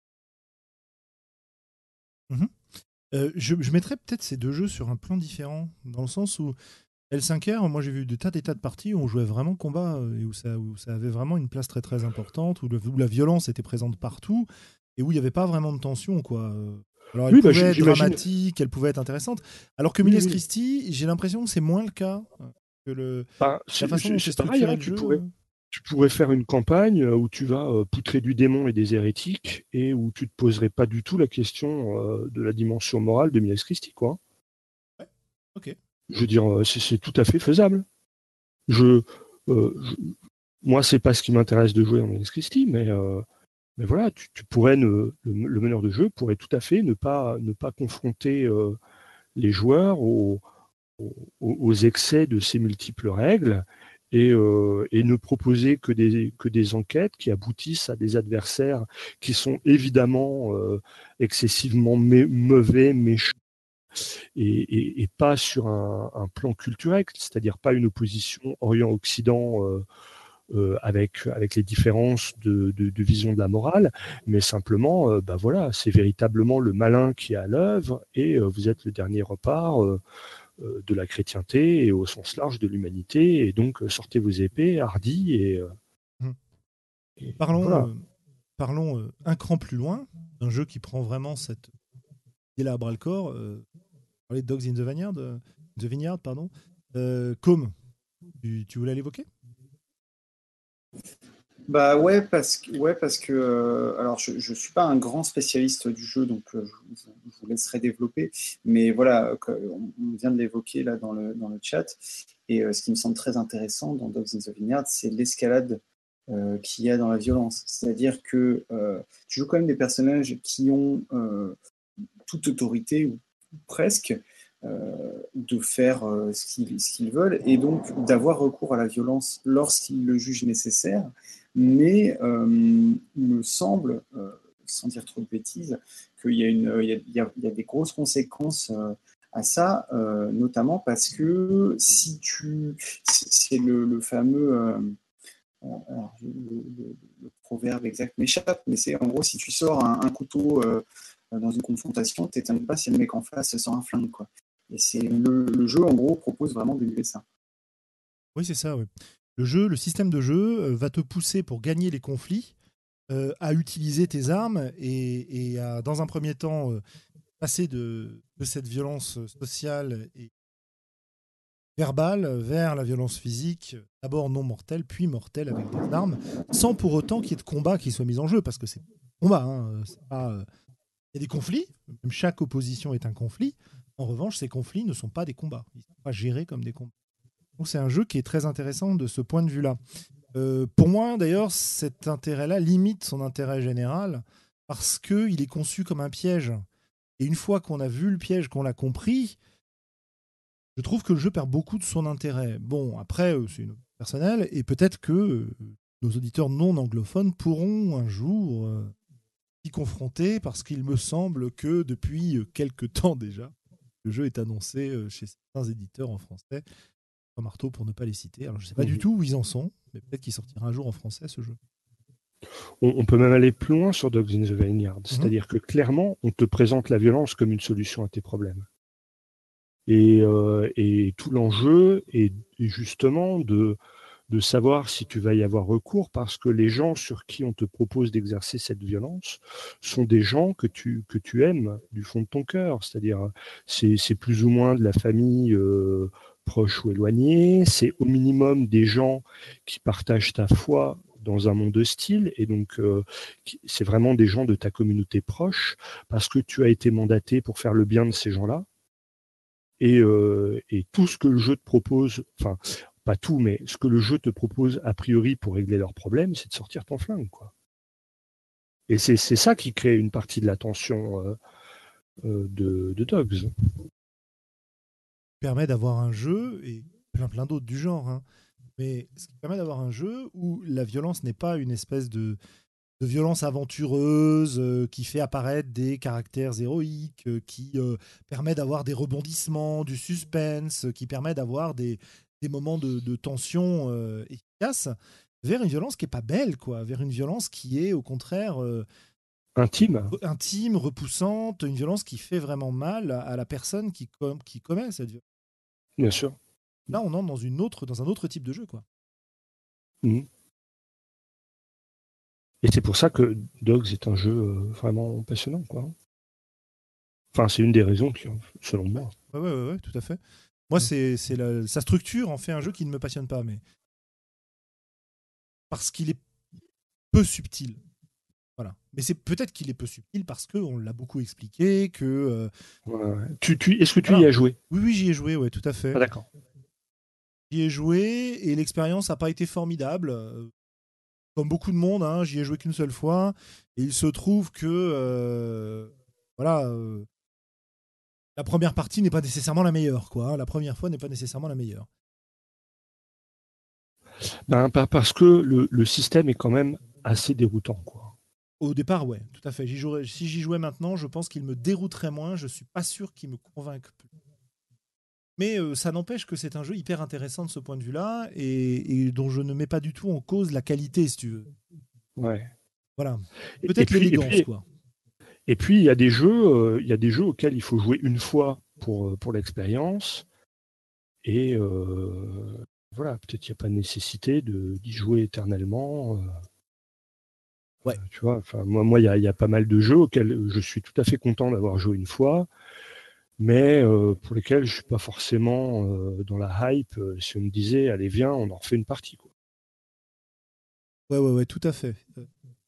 [SPEAKER 2] Mhm. Euh, je, je mettrais peut-être ces deux jeux sur un plan différent, dans le sens où L cinq R, moi j'ai vu des tas des tas de parties où on jouait vraiment combat euh, et où ça, où ça avait vraiment une place très très importante, où, le- où la violence était présente partout et où il n'y avait pas vraiment de tension, quoi. Euh, Alors elle
[SPEAKER 3] Oui, bah,
[SPEAKER 2] pouvait
[SPEAKER 3] j-
[SPEAKER 2] être
[SPEAKER 3] j'imagine.
[SPEAKER 2] dramatique, elle pouvait être intéressante, alors que
[SPEAKER 3] Oui,
[SPEAKER 2] Miles
[SPEAKER 3] oui.
[SPEAKER 2] Christie, j'ai l'impression que c'est moins le cas, euh, que le,
[SPEAKER 3] Bah,
[SPEAKER 2] la
[SPEAKER 3] c'est
[SPEAKER 2] façon
[SPEAKER 3] c'est-
[SPEAKER 2] dont
[SPEAKER 3] c'est
[SPEAKER 2] c'est
[SPEAKER 3] pareil,
[SPEAKER 2] structuré
[SPEAKER 3] hein,
[SPEAKER 2] le
[SPEAKER 3] tu
[SPEAKER 2] jeu.
[SPEAKER 3] pourrais,
[SPEAKER 2] euh.
[SPEAKER 3] tu pourrais faire une campagne euh, où tu vas euh, poutrer du démon et des hérétiques, et où tu te poserais pas du tout la question euh, de la dimension morale de Miles Christie, quoi.
[SPEAKER 2] Ouais, ok.
[SPEAKER 3] Je veux dire, euh, c'est c'est tout à fait faisable. Je, euh, je- moi, c'est pas ce qui m'intéresse de jouer en Miles Christie, mais euh, Mais voilà, tu, tu pourrais ne, le, le meneur de jeu pourrait tout à fait ne pas, ne pas confronter euh, les joueurs aux, aux, aux excès de ces multiples règles et, euh, et ne proposer que des, que des enquêtes qui aboutissent à des adversaires qui sont évidemment euh, excessivement mé- mauvais, méchants, et, et- et pas sur un, un plan culturel, c'est-à-dire pas une opposition Orient-Occident euh, euh, avec, avec les différences de, de, de vision de la morale, mais simplement, euh, bah voilà, c'est véritablement le malin qui est à l'œuvre et euh, vous êtes le dernier repart euh, euh, de la chrétienté et au sens large de l'humanité, et donc euh, sortez vos épées, hardis, et, euh,
[SPEAKER 2] Mhm.
[SPEAKER 3] et
[SPEAKER 2] Parlons,
[SPEAKER 3] voilà.
[SPEAKER 2] euh, parlons euh, un cran plus loin d'un jeu qui prend vraiment cette idée-là à bras le corps. Euh, parler de Dogs in the Vineyard, euh, the Vineyard, pardon. Euh, Com, tu, tu voulais l'évoquer?
[SPEAKER 5] Bah ouais, parce que, ouais, parce que euh, alors je ne suis pas un grand spécialiste du jeu, donc euh, je, vous je vous laisserai développer. Mais voilà, que- on, on vient de l'évoquer là dans le, dans le chat. Et euh, ce qui me semble très intéressant dans Dogs in the Vineyard, c'est l'escalade euh, qu'il y a dans la violence. C'est-à-dire que euh, tu joues quand même des personnages qui ont euh, toute autorité, ou presque, euh, de faire euh, ce qu'ils ce qu'ils veulent, et donc d'avoir recours à la violence lorsqu'ils le jugent nécessaire. Mais euh, il me semble, euh, sans dire trop de bêtises, qu'il y a, une, il y a, il y a, il y a des grosses conséquences euh, à ça, euh, notamment parce que si tu... C'est le, le fameux... Euh, alors, le, le- le proverbe exact m'échappe, mais c'est en gros, si tu sors un, un couteau euh, dans une confrontation, t'étonnes pas si le mec en face sort un flingue, quoi. Et c'est le, le jeu, en gros, propose vraiment d'émuler ça.
[SPEAKER 2] Oui, c'est ça. Ouais. Le jeu, le système de jeu euh, va te pousser pour gagner les conflits euh, à utiliser tes armes et, et à, dans un premier temps, euh, passer de, de cette violence sociale et verbale vers la violence physique, d'abord non mortelle, puis mortelle avec des armes, sans pour autant qu'il y ait de combat qui soit mis en jeu, parce que c'est combat. Hein, c'est pas, euh, il y a des conflits, même chaque opposition est un conflit. En revanche, ces conflits ne sont pas des combats. Ils ne sont pas gérés comme des combats. Donc c'est un jeu qui est très intéressant de ce point de vue-là. Euh, pour moi, d'ailleurs, cet intérêt-là limite son intérêt général parce qu'il est conçu comme un piège. Et une fois qu'on a vu le piège, qu'on l'a compris, je trouve que le jeu perd beaucoup de son intérêt. Bon, après, euh, c'est une opinion personnelle, et peut-être que euh, nos auditeurs non anglophones pourront un jour euh, y confronter, parce qu'il me semble que depuis euh, quelques temps déjà, le jeu est annoncé euh, chez certains éditeurs en français, pas marteau pour ne pas les citer. Alors, je ne sais pas
[SPEAKER 3] Mhm.
[SPEAKER 2] du tout où ils en sont, mais peut-être qu'il sortira un jour en français, ce jeu.
[SPEAKER 3] On, on peut même aller plus loin sur Dogs in the Vineyard,
[SPEAKER 2] Mhm.
[SPEAKER 3] c'est-à-dire que clairement, on te présente la violence comme une solution à tes problèmes. Et, euh, et tout l'enjeu est est justement de, de savoir si tu vas y avoir recours, parce que les gens sur qui on te propose d'exercer cette violence sont des gens que tu, que tu aimes du fond de ton cœur. C'est-à-dire, c'est, c'est plus ou moins de la famille euh, proche ou éloignée, c'est au minimum des gens qui partagent ta foi dans un monde hostile, et donc euh, qui- c'est vraiment des gens de ta communauté proche, parce que tu as été mandaté pour faire le bien de ces gens-là. Et, euh, et tout ce que le jeu te propose, enfin, pas tout, mais ce que le jeu te propose a priori pour régler leurs problèmes, c'est de sortir ton flingue, quoi. Et c'est, c'est ça qui crée une partie de la tension euh, euh, de, de Dogs.
[SPEAKER 2] Permet d'avoir un jeu, et plein plein d'autres du genre, hein, mais ce qui permet d'avoir un jeu où la violence n'est pas une espèce de, de violence aventureuse euh, qui fait apparaître des caractères héroïques, euh, qui euh, permet d'avoir des rebondissements, du suspense, euh, qui permet d'avoir des, des moments de, de tension euh, efficaces, vers une violence qui est pas belle, quoi, vers une violence qui est au contraire euh,
[SPEAKER 3] Intime.
[SPEAKER 2] re- intime, repoussante, une violence qui fait vraiment mal à, à la personne qui, com- qui commet cette violence.
[SPEAKER 3] Bien sûr.
[SPEAKER 2] Là, on entre dans, une autre, dans un autre type de jeu, quoi.
[SPEAKER 3] Mhm. Et c'est pour ça que Dogs est un jeu euh, vraiment passionnant, quoi. Enfin, c'est une des raisons qui, selon moi.
[SPEAKER 2] Ouais, ouais, ouais, ouais, tout à fait. Moi,
[SPEAKER 3] Ouais.
[SPEAKER 2] c'est, c'est la- sa structure en fait un jeu qui ne me passionne pas, mais parce qu'il est peu subtil. Voilà. Mais c'est peut-être qu'il est peu subtil parce qu'on l'a beaucoup expliqué, que... euh,
[SPEAKER 3] Ouais, ouais. Tu, tu, est-ce que tu y
[SPEAKER 2] voilà.
[SPEAKER 3] as joué?
[SPEAKER 2] Oui, oui, j'y ai joué, ouais, tout à fait.
[SPEAKER 3] Ah, d'accord.
[SPEAKER 2] J'y ai joué et l'expérience n'a pas été formidable. Euh, Comme beaucoup de monde, hein, j'y ai joué qu'une seule fois. Et il se trouve que... euh, voilà... euh, la première partie n'est pas nécessairement la meilleure, quoi, hein. La première fois n'est pas nécessairement la meilleure.
[SPEAKER 3] Ben, pa- parce que le, le système est quand même assez déroutant, quoi.
[SPEAKER 2] Au départ, ouais, tout à fait. J'y jouerais- si j'y jouais maintenant, je pense qu'il me dérouterait moins. Je suis pas sûr qu'il me convainque plus. Mais euh, ça n'empêche que c'est un jeu hyper intéressant de ce point de vue-là et, et dont je ne mets pas du tout en cause la qualité, si tu veux.
[SPEAKER 3] Ouais.
[SPEAKER 2] Voilà.
[SPEAKER 3] Et, et
[SPEAKER 2] Peut-être
[SPEAKER 3] puis, et
[SPEAKER 2] l'élégance,
[SPEAKER 3] puis,
[SPEAKER 2] quoi.
[SPEAKER 3] et puis, il y a des jeux, euh, il y a des jeux auxquels il faut jouer une fois pour, euh, pour l'expérience. Et euh, voilà, peut-être qu'il n'y a pas de nécessité de, d'y jouer éternellement. euh,
[SPEAKER 2] Ouais.
[SPEAKER 3] Tu vois, enfin, moi, moi, il y a, il y a pas mal de jeux auxquels je suis tout à fait content d'avoir joué une fois, mais euh, pour lesquels je suis pas forcément euh, dans la hype. euh, Si on me disait, allez, viens, on en refait une partie, quoi.
[SPEAKER 2] Ouais, ouais, ouais, tout à fait. Euh,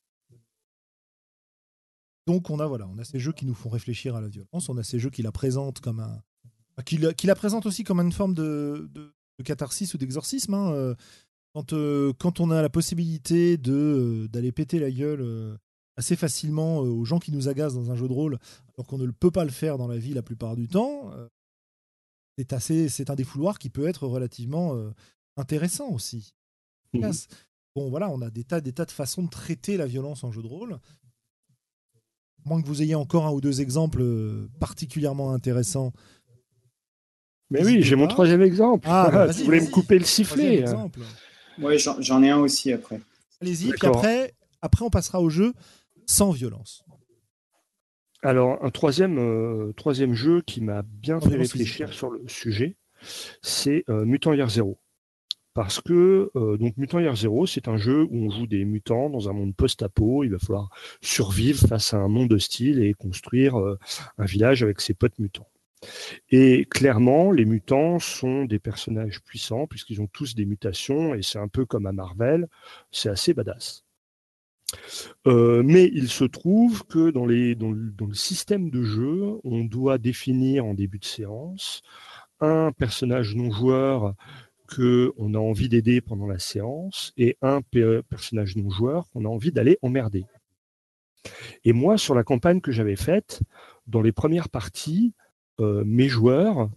[SPEAKER 2] Donc on a voilà, on a ces jeux qui nous font réfléchir à la violence, on a ces jeux qui la présentent comme un, enfin, qui la, qui la présentent aussi comme une forme de, de, de catharsis ou d'exorcisme, hein. Euh, Quand, euh, quand on a la possibilité de euh, d'aller péter la gueule euh, assez facilement euh, aux gens qui nous agacent dans un jeu de rôle, alors qu'on ne le peut pas le faire dans la vie la plupart du temps, euh, c'est assez, c'est un défouloir qui peut être relativement euh, intéressant aussi.
[SPEAKER 3] Mhm.
[SPEAKER 2] Bon, voilà, on a des tas, des tas de façons de traiter la violence en jeu de rôle. À moins que vous ayez encore un ou deux exemples euh, particulièrement intéressants,
[SPEAKER 3] Mais oui,
[SPEAKER 2] n'hésitez
[SPEAKER 3] j'ai mon
[SPEAKER 2] pas.
[SPEAKER 3] troisième exemple.
[SPEAKER 2] Ah, bah
[SPEAKER 3] Tu
[SPEAKER 2] vas-y,
[SPEAKER 3] voulais me
[SPEAKER 2] vas-y.
[SPEAKER 3] couper le
[SPEAKER 2] Troisième
[SPEAKER 3] sifflet.
[SPEAKER 2] exemple.
[SPEAKER 5] Ouais, j'en j'en ai un aussi après.
[SPEAKER 2] Allez-y, puis
[SPEAKER 3] D'accord.
[SPEAKER 2] après, après, on passera au jeu sans violence.
[SPEAKER 3] Alors, un troisième, euh, troisième jeu qui m'a bien
[SPEAKER 2] Sans
[SPEAKER 3] fait
[SPEAKER 2] violence physique,
[SPEAKER 3] réfléchir
[SPEAKER 2] pardon.
[SPEAKER 3] sur le sujet, c'est euh, Mutant Year Zero. Parce que euh, donc Mutant Year Zero, c'est un jeu où on joue des mutants dans un monde post-apo. Il va falloir survivre face à un monde hostile et construire euh, un village avec ses potes mutants. Et clairement, les mutants sont des personnages puissants puisqu'ils ont tous des mutations et c'est un peu comme à Marvel, c'est assez badass. Euh, mais il se trouve que dans, les, dans, le, dans le système de jeu, on doit définir en début de séance un personnage non joueur qu'on a envie d'aider pendant la séance et un pe- personnage non joueur qu'on a envie d'aller emmerder. Et moi, sur la campagne que j'avais faite, dans les premières parties, euh, mes joueurs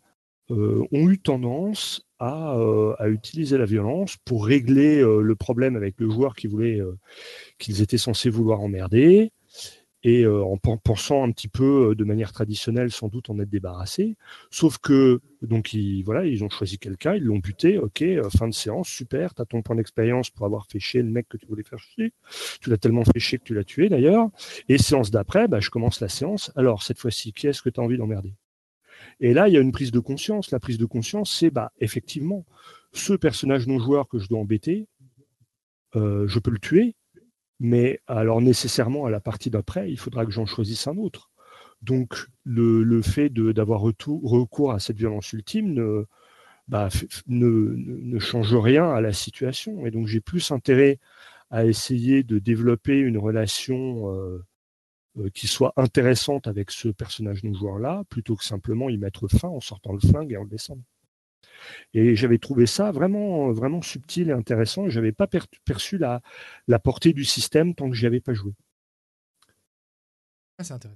[SPEAKER 3] euh, ont eu tendance à, euh, à utiliser la violence pour régler euh, le problème avec le joueur qui voulait, euh, qu'ils étaient censés vouloir emmerder, et euh, en pensant un petit peu euh, de manière traditionnelle sans doute en être débarrassé. Sauf que donc ils, voilà, ils ont choisi quelqu'un, ils l'ont buté, ok, euh, fin de séance, super, tu as ton point d'expérience pour avoir fait chier le mec que tu voulais faire chier, tu l'as tellement fait chier que tu l'as tué d'ailleurs, et séance d'après, bah, je commence la séance, alors cette fois-ci, qui est-ce que tu as envie d'emmerder? Et là, il y a une prise de conscience, la prise de conscience, c'est bah, effectivement, ce personnage non-joueur que je dois embêter, euh, je peux le tuer, mais alors nécessairement à la partie d'après, il faudra que j'en choisisse un autre. Donc le, le fait de, d'avoir retour, recours à cette violence ultime ne, bah, ne, ne change rien à la situation. Et donc j'ai plus intérêt à essayer de développer une relation euh, euh, qui soit intéressante avec ce personnage non-joueur-là, plutôt que simplement y mettre fin en sortant le flingue et en le descendant. Et j'avais trouvé ça vraiment, vraiment subtil et intéressant. Je n'avais pas per- perçu la, la portée du système tant que j'y avais pas joué.
[SPEAKER 1] Ah, c'est intéressant.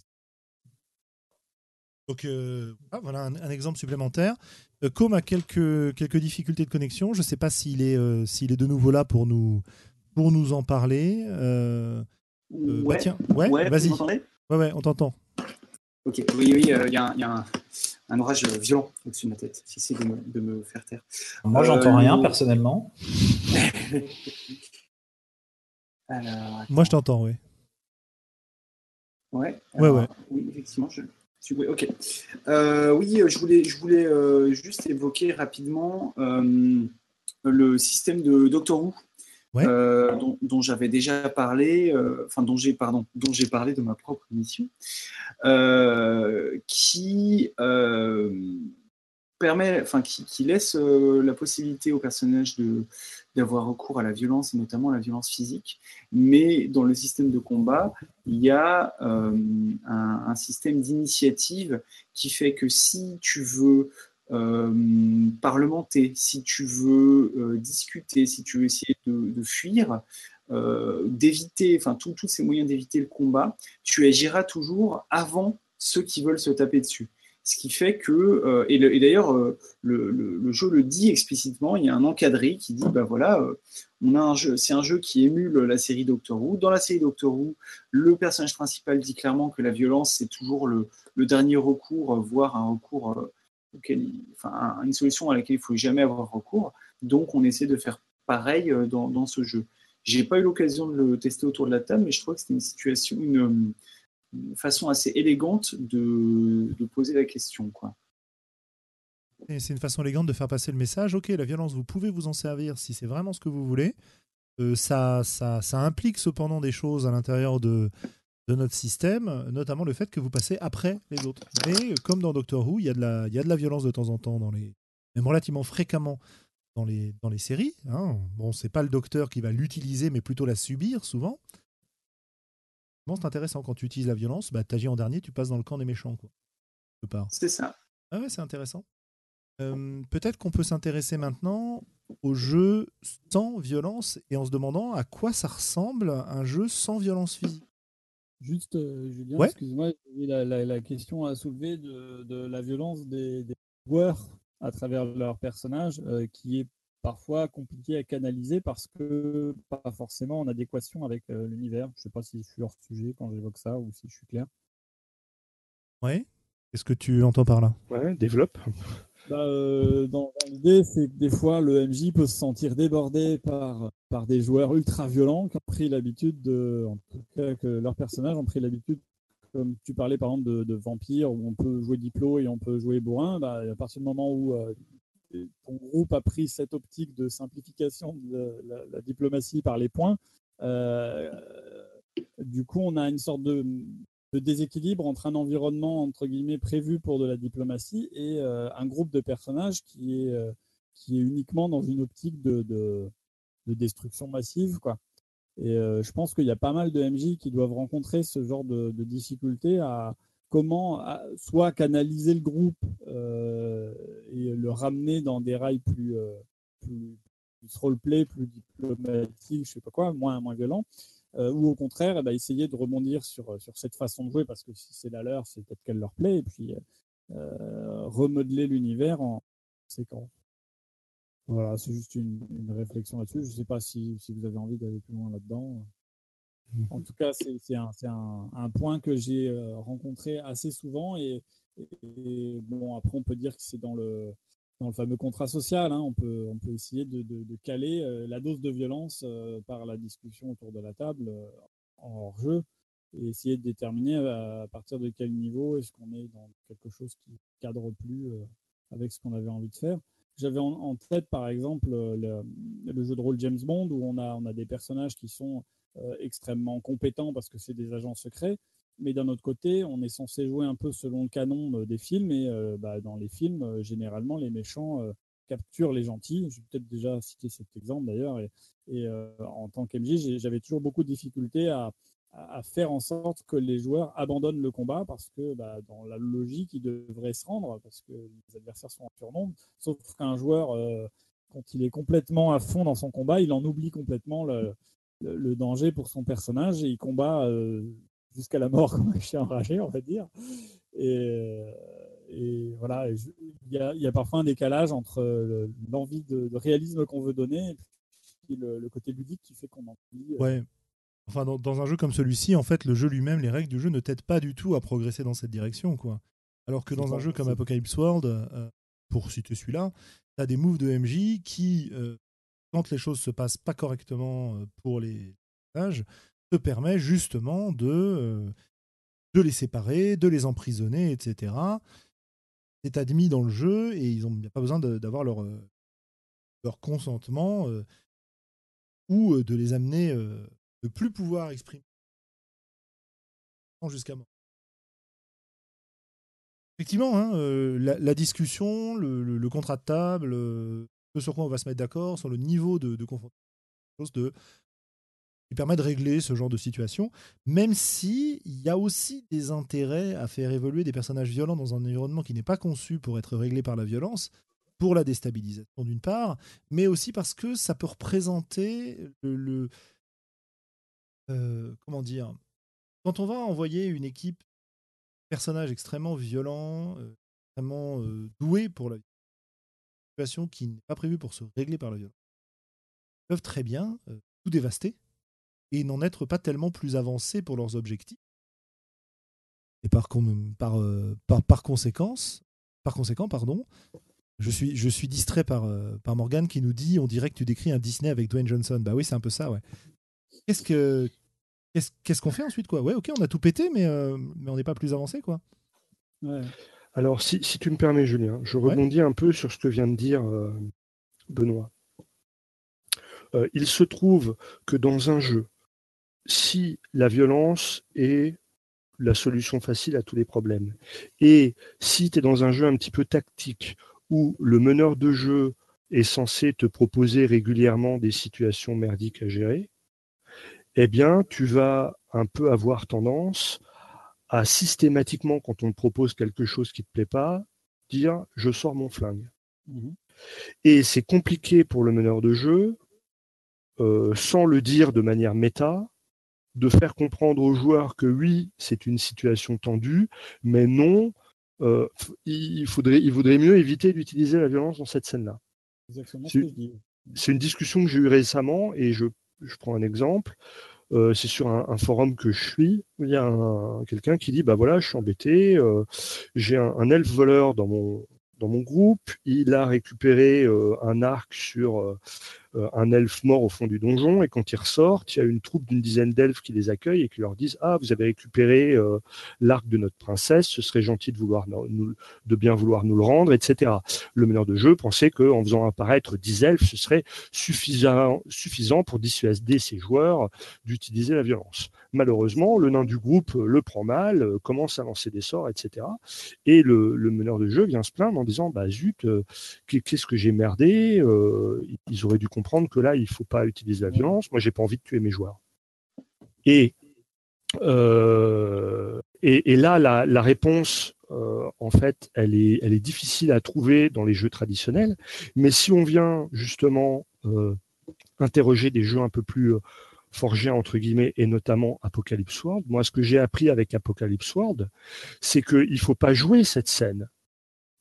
[SPEAKER 1] Donc euh, ah, voilà un, un exemple supplémentaire. Euh, Com a quelques, quelques difficultés de connexion. Je ne sais pas s'il est, euh, s'il est de nouveau là pour nous, pour nous en parler. Euh, euh, bah
[SPEAKER 5] Ouais,
[SPEAKER 1] tiens, ouais,
[SPEAKER 5] ouais, vous
[SPEAKER 1] vas-y.
[SPEAKER 5] m'entendez?
[SPEAKER 1] Ouais, ouais, on t'entend.
[SPEAKER 5] Ok, oui, oui, il euh, y a, un, y a un, un orage violent au-dessus de ma tête. J'essaie de me, de me faire taire.
[SPEAKER 4] Moi,
[SPEAKER 5] Euh,
[SPEAKER 4] j'entends rien
[SPEAKER 5] le...
[SPEAKER 4] personnellement.
[SPEAKER 5] Alors,
[SPEAKER 1] Moi, je
[SPEAKER 5] attends.
[SPEAKER 1] t'entends, oui.
[SPEAKER 5] Ouais,
[SPEAKER 1] Ouais, ouais.
[SPEAKER 5] alors, oui, effectivement, je suis. Oui, ok. Euh, oui, je voulais, je voulais euh, juste évoquer rapidement euh, le système de Doctor Who.
[SPEAKER 1] Ouais.
[SPEAKER 5] Euh, dont, dont j'avais déjà parlé, euh, enfin dont j'ai pardon, dont j'ai parlé de ma propre émission, euh, qui euh, permet, enfin qui, qui laisse euh, la possibilité aux personnages de d'avoir recours à la violence et notamment la violence physique, mais dans le système de combat, il y a euh, un, un système d'initiative qui fait que si tu veux euh, parlementer, si tu veux euh, discuter, si tu veux essayer de, de fuir, euh, d'éviter, enfin tous ces moyens d'éviter le combat, tu agiras toujours avant ceux qui veulent se taper dessus. Ce qui fait que, euh, et, le, et d'ailleurs, euh, le, le, le jeu le dit explicitement, il y a un encadré qui dit, bah voilà, euh, on a un jeu, c'est un jeu qui émule la série Doctor Who. Dans la série Doctor Who, le personnage principal dit clairement que la violence, c'est toujours le, le dernier recours, voire un recours, euh, auquel, enfin, une solution à laquelle il ne faut jamais avoir recours. Donc, on essaie de faire pareil dans, dans ce jeu. J'ai pas eu l'occasion de le tester autour de la table, mais je trouve que c'était une situation, une, une façon assez élégante de, de poser la question, quoi.
[SPEAKER 1] Et c'est une façon élégante de faire passer le message. Ok, la violence, vous pouvez vous en servir si c'est vraiment ce que vous voulez. Euh, ça, ça, ça implique cependant des choses à l'intérieur de, de notre système, notamment le fait que vous passez après les autres. Mais comme dans Doctor Who, il y a de la, il y a de la violence de temps en temps, dans les, même relativement fréquemment dans les, dans les séries. Hein. Bon, c'est pas le docteur qui va l'utiliser, mais plutôt la subir souvent. Bon, c'est intéressant, quand tu utilises la violence, bah, t'agis en dernier, tu passes dans le camp des méchants, quoi. Quelque part.
[SPEAKER 5] C'est ça.
[SPEAKER 1] Ah ouais, c'est intéressant. Euh, peut-être qu'on peut s'intéresser maintenant au jeu sans violence et en se demandant à quoi ça ressemble un jeu sans violence physique.
[SPEAKER 6] Juste, euh, Julien,
[SPEAKER 1] Ouais.
[SPEAKER 6] excuse-moi, j'ai la, la, la question à soulever de, de la violence des, des joueurs à travers leur personnage, euh, qui est parfois compliqué à canaliser parce que pas forcément en adéquation avec euh, l'univers. Je ne sais pas si je suis hors sujet quand j'évoque ça ou si je suis clair.
[SPEAKER 1] Ouais. Qu'est-ce que tu entends par là?
[SPEAKER 3] Ouais, développe.
[SPEAKER 6] Bah, euh, dans, dans l'idée, c'est que des fois, le M J peut se sentir débordé par, par des joueurs ultra violents qui ont pris l'habitude de, en tout cas, que leurs personnages ont pris l'habitude, comme tu parlais par exemple de, de vampires, où on peut jouer Diplo et on peut jouer bourrin. Bah, à partir du moment où euh, ton groupe a pris cette optique de simplification de la, la diplomatie par les points, euh, du coup, on a une sorte de, de déséquilibre entre un environnement entre guillemets prévu pour de la diplomatie et euh, un groupe de personnages qui est, euh, qui est uniquement dans une optique de, de, de destruction massive, quoi. Et euh, je pense qu'il y a pas mal de M J qui doivent rencontrer ce genre de, de difficultés à comment à, soit canaliser le groupe euh, et le ramener dans des rails plus, euh, plus, plus roleplay, plus diplomatiques, je sais pas quoi, moins, moins violents, euh, ou au contraire, eh ben, essayer de rebondir sur, sur cette façon de jouer parce que si c'est la leur, c'est peut-être qu'elle leur plaît. Et puis, euh, remodeler l'univers en séquence. Voilà, c'est juste une, une réflexion là-dessus. Je ne sais pas si, si vous avez envie d'aller plus loin là-dedans. En tout cas, c'est, c'est, un, c'est un, un point que j'ai euh, rencontré assez souvent. Et, et, et bon, après, on peut dire que c'est dans le, dans le fameux contrat social. Hein. On peut, on peut essayer de, de, de caler euh, la dose de violence euh, par la discussion autour de la table euh, en hors-jeu et essayer de déterminer à, à partir de quel niveau est-ce qu'on est dans quelque chose qui ne cadre plus euh, avec ce qu'on avait envie de faire. J'avais en, en tête, par exemple, le, le jeu de rôle James Bond où on a, on a des personnages qui sont euh, extrêmement compétents parce que c'est des agents secrets. Mais d'un autre côté, on est censé jouer un peu selon le canon euh, des films. Et euh, bah, dans les films, euh, généralement, les méchants euh, capturent les gentils. J'ai peut-être déjà cité cet exemple d'ailleurs. Et, et euh, en tant qu'M J, j'avais toujours beaucoup de difficultés à, à faire en sorte que les joueurs abandonnent le combat parce que bah, dans la logique, ils devraient se rendre parce que les adversaires sont en surnombre. Sauf qu'un joueur, euh, quand il est complètement à fond dans son combat, il en oublie complètement le, le, le danger pour son personnage et il combat euh, jusqu'à la mort comme un chien enragé, on va dire. Et, et voilà, il y a, y a parfois un décalage entre le, l'envie de, de réalisme qu'on veut donner et puis le, le côté ludique qui fait qu'on en oublie. Euh,
[SPEAKER 2] Ouais. Enfin, dans, dans un jeu comme celui-ci, en fait, le jeu lui-même, les règles du jeu ne t'aident pas du tout à progresser dans cette direction, quoi. Alors que dans un jeu comme Apocalypse World, euh, pour citer celui-là, tu as des moves de M J qui, euh, quand les choses se passent pas correctement pour les personnages, te permet justement de, euh, de les séparer, de les emprisonner, et cetera. C'est admis dans le jeu et ils n'ont pas besoin de, d'avoir leur, euh, leur consentement euh, ou euh, de les amener euh, de plus pouvoir exprimer jusqu'à mort. Effectivement, hein, euh, la, la discussion, le, le, le contrat de table, euh, ce sur quoi on va se mettre d'accord, sur le niveau de, de confrontation, chose de, qui permet de régler ce genre de situation, même si il y a aussi des intérêts à faire évoluer des personnages violents dans un environnement qui n'est pas conçu pour être réglé par la violence, pour la déstabilisation d'une part, mais aussi parce que ça peut représenter le, le euh, comment dire, quand on va envoyer une équipe de personnages extrêmement violents, euh, extrêmement euh, doués pour la situation qui n'est pas prévue pour se régler par la violence, ils peuvent très bien euh, tout dévaster et n'en être pas tellement plus avancés pour leurs objectifs. Et par, par, euh, par, par, conséquence, par conséquent, pardon, je suis, je suis distrait par, euh, par Morgane qui nous dit on dirait que tu décris un Disney avec Dwayne Johnson. Bah oui, c'est un peu ça, ouais. Qu'est-ce que qu'est-ce, qu'est-ce qu'on fait ensuite, quoi? Ouais, ok, on a tout pété, mais, euh, mais on n'est pas plus avancé, quoi.
[SPEAKER 6] Ouais.
[SPEAKER 3] Alors, si, si tu me permets, Julien, je rebondis ouais. un peu sur ce que vient de dire euh, Benoît. Euh, il se trouve que dans un jeu, si la violence est la solution facile à tous les problèmes, et si tu es dans un jeu un petit peu tactique, où le meneur de jeu est censé te proposer régulièrement des situations merdiques à gérer, eh bien, tu vas un peu avoir tendance à systématiquement, quand on te propose quelque chose qui ne te plaît pas, dire « je sors mon flingue mmh. ». Et c'est compliqué pour le meneur de jeu, euh, sans le dire de manière méta, de faire comprendre aux joueurs que oui, c'est une situation tendue, mais non, euh, il, faudrait, il vaudrait mieux éviter d'utiliser la violence dans cette scène-là.
[SPEAKER 6] Exactement ce que je dis.
[SPEAKER 3] C'est une discussion que j'ai eue récemment, et je, je prends un exemple. Euh, c'est sur un, un forum que je suis, il y a un, quelqu'un qui dit bah voilà, je suis embêté, euh, j'ai un, un elfe voleur dans mon dans mon groupe, il a récupéré euh, un arc sur euh, un elfe mort au fond du donjon, et quand ils ressortent, il y a une troupe d'une dizaine d'elfes qui les accueillent et qui leur disent ah, vous avez récupéré euh, l'arc de notre princesse, ce serait gentil de vouloir nous, de bien vouloir nous le rendre, et cetera. Le meneur de jeu pensait qu'en faisant apparaître dix elfes, ce serait suffisant, suffisant pour dissuader ses joueurs d'utiliser la violence. Malheureusement, le nain du groupe le prend mal, commence à lancer des sorts, et cetera. Et le, le meneur de jeu vient se plaindre en disant bah zut, euh, qu'est-ce que j'ai merdé, euh, ils auraient dû comprendre que là, il ne faut pas utiliser la violence. Moi, j'ai pas envie de tuer mes joueurs. Et, euh, et, et là, la, la réponse, euh, en fait, elle est, elle est difficile à trouver dans les jeux traditionnels. Mais si on vient justement euh, interroger des jeux un peu plus euh, forgés, entre guillemets, et notamment Apocalypse World, moi, ce que j'ai appris avec Apocalypse World, c'est qu'il ne faut pas jouer cette scène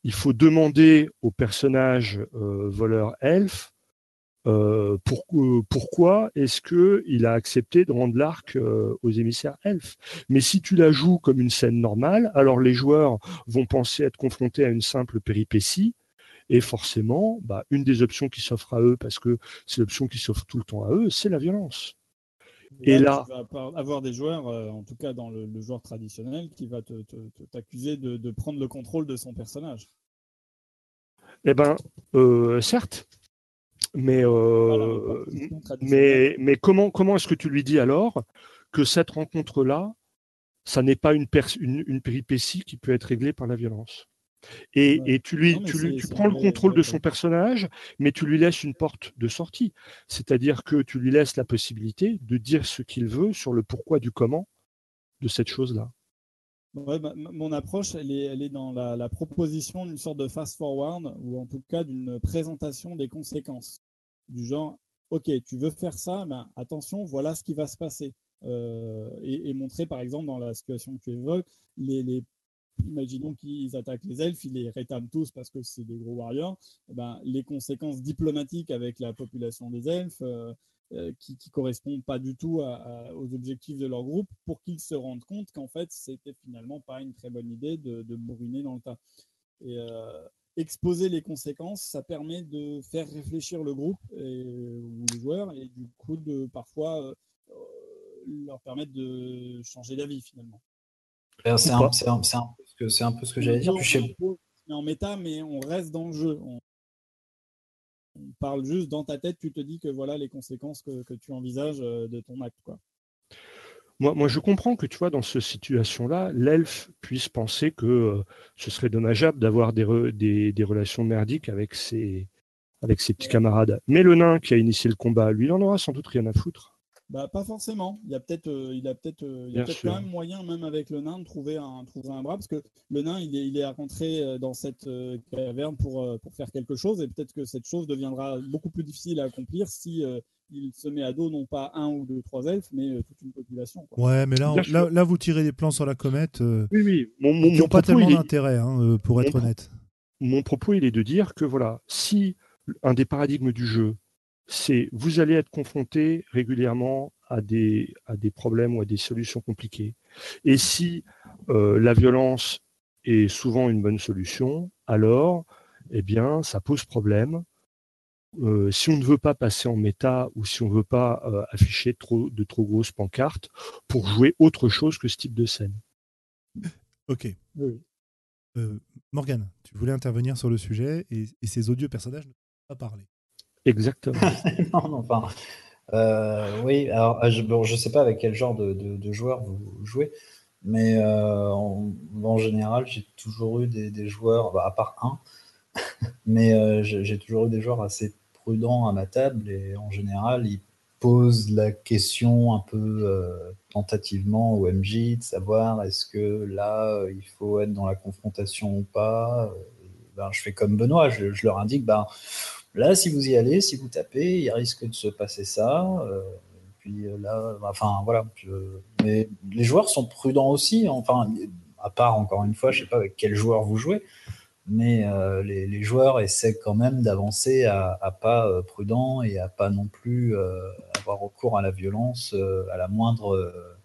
[SPEAKER 3] il faut demander au personnage euh, voleur elfe euh, pour, euh, pourquoi est-ce qu'il a accepté de rendre l'arc euh, aux émissaires elfes. Mais si tu la joues comme une scène normale, alors les joueurs vont penser être confrontés à une simple péripétie, et forcément, bah, une des options qui s'offre à eux, parce que c'est l'option qui s'offre tout le temps à eux, c'est la violence.
[SPEAKER 6] Et là,
[SPEAKER 3] là,
[SPEAKER 6] tu vas avoir des joueurs, euh, en tout cas dans le, le joueur traditionnel, qui va te, te, te, t'accuser de, de prendre le contrôle de son personnage.
[SPEAKER 3] Eh ben, euh, certes, mais, euh,
[SPEAKER 6] voilà,
[SPEAKER 3] mais, mais comment, comment est-ce que tu lui dis alors que cette rencontre-là, ça n'est pas une, pers- une, une péripétie qui peut être réglée par la violence? Et,
[SPEAKER 6] ouais.
[SPEAKER 3] et tu, lui,
[SPEAKER 6] non,
[SPEAKER 3] tu, lui, tu
[SPEAKER 6] c'est
[SPEAKER 3] prends le
[SPEAKER 6] vrai,
[SPEAKER 3] contrôle
[SPEAKER 6] vrai,
[SPEAKER 3] de son personnage, mais tu lui laisses une porte de sortie. C'est-à-dire que tu lui laisses la possibilité de dire ce qu'il veut sur le pourquoi du comment de cette chose-là.
[SPEAKER 6] Ouais, bah, mon approche, elle est, elle est dans la, la proposition d'une sorte de fast-forward, ou en tout cas d'une présentation des conséquences. Du genre, ok, tu veux faire ça, ben attention, voilà ce qui va se passer. Euh, et, et montrer, par exemple, dans la situation que tu évoques, les, les imaginons qu'ils attaquent les elfes, ils les rétament tous parce que c'est des gros warriors, eh ben, les conséquences diplomatiques avec la population des elfes euh, euh, qui ne correspondent pas du tout à, à, aux objectifs de leur groupe, pour qu'ils se rendent compte qu'en fait, c'était finalement pas une très bonne idée de, de bourriner dans le tas. Et euh, exposer les conséquences, ça permet de faire réfléchir le groupe et, ou les joueurs, et du coup de parfois euh, leur permettre de changer d'avis finalement.
[SPEAKER 4] C'est un, c'est un, c'est un, peu ce que, un peu ce que j'allais dire.
[SPEAKER 6] On, je... on est en méta, mais on reste dans le jeu. On, on parle juste dans ta tête, tu te dis que voilà les conséquences que, que tu envisages de ton acte, quoi.
[SPEAKER 3] Moi, moi, je comprends que, tu vois, dans cette situation-là, l'elfe puisse penser que euh, ce serait dommageable d'avoir des, re, des, des relations merdiques avec ses, avec ses petits camarades. Mais le nain qui a initié le combat, lui, il en aura sans doute rien à foutre.
[SPEAKER 6] Bah, pas forcément. Il y a peut-être, euh, il a peut-être, euh, il y a peut-être quand même moyen, même avec le nain, de trouver un, trouver un bras, parce que le nain, il est, il est rentré dans cette euh, caverne pour, euh, pour faire quelque chose, et peut-être que cette chose deviendra beaucoup plus difficile à accomplir si euh, il se met à dos non pas un ou deux, trois elfes, mais euh, toute une population, quoi.
[SPEAKER 2] Ouais, mais là, on, là, là, vous tirez des plans sur la comète. Euh,
[SPEAKER 3] oui, oui. Mon, mon,
[SPEAKER 2] qui n'ont pas tellement d'intérêt, hein, pour
[SPEAKER 3] mon
[SPEAKER 2] être honnête.
[SPEAKER 3] Mon propos, il est de dire que voilà, si un des paradigmes du jeu, c'est vous allez être confronté régulièrement à des, à des problèmes ou à des solutions compliquées. Et si euh, la violence est souvent une bonne solution, alors, eh bien, ça pose problème. Euh, si on ne veut pas passer en méta ou si on ne veut pas euh, afficher trop, de trop grosses pancartes pour jouer autre chose que ce type de scène.
[SPEAKER 2] Ok.
[SPEAKER 6] Oui.
[SPEAKER 2] Euh, Morgane, tu voulais intervenir sur le sujet et, et ces odieux personnages ne peuvent pas parler.
[SPEAKER 3] Exactement.
[SPEAKER 4] non, non, enfin, euh, oui, alors je ne bon, sais pas avec quel genre de, de, de joueurs vous jouez, mais euh, en, en général, j'ai toujours eu des, des joueurs, bah, à part un, mais euh, j'ai toujours eu des joueurs assez prudents à ma table, et en général, ils posent la question un peu euh, tentativement au M J de savoir est-ce que là, il faut être dans la confrontation ou pas. Et ben, je fais comme Benoît, je, je leur indique, ben, là, si vous y allez, si vous tapez, il risque de se passer ça. Euh, et puis là, enfin voilà. Je... Mais les joueurs sont prudents aussi. Enfin, à part encore une fois, je sais pas avec quel joueur vous jouez, mais euh, les, les joueurs essaient quand même d'avancer à, à pas euh, prudent et à pas non plus euh, avoir recours à la violence euh, à la moindre euh,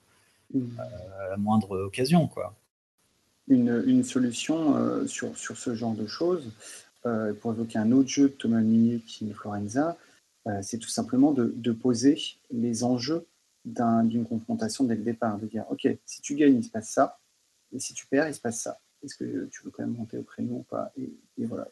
[SPEAKER 4] à la moindre occasion, quoi.
[SPEAKER 5] Une, une solution euh, sur, sur ce genre de choses, euh, pour évoquer un autre jeu de Thomas Millet qui est Florenza, euh, c'est tout simplement de, de poser les enjeux d'un, d'une confrontation dès le départ, de dire ok, si tu gagnes, il se passe ça, et si tu perds, il se passe ça. Est-ce que tu veux quand même monter au créneau ou pas, et, et voilà.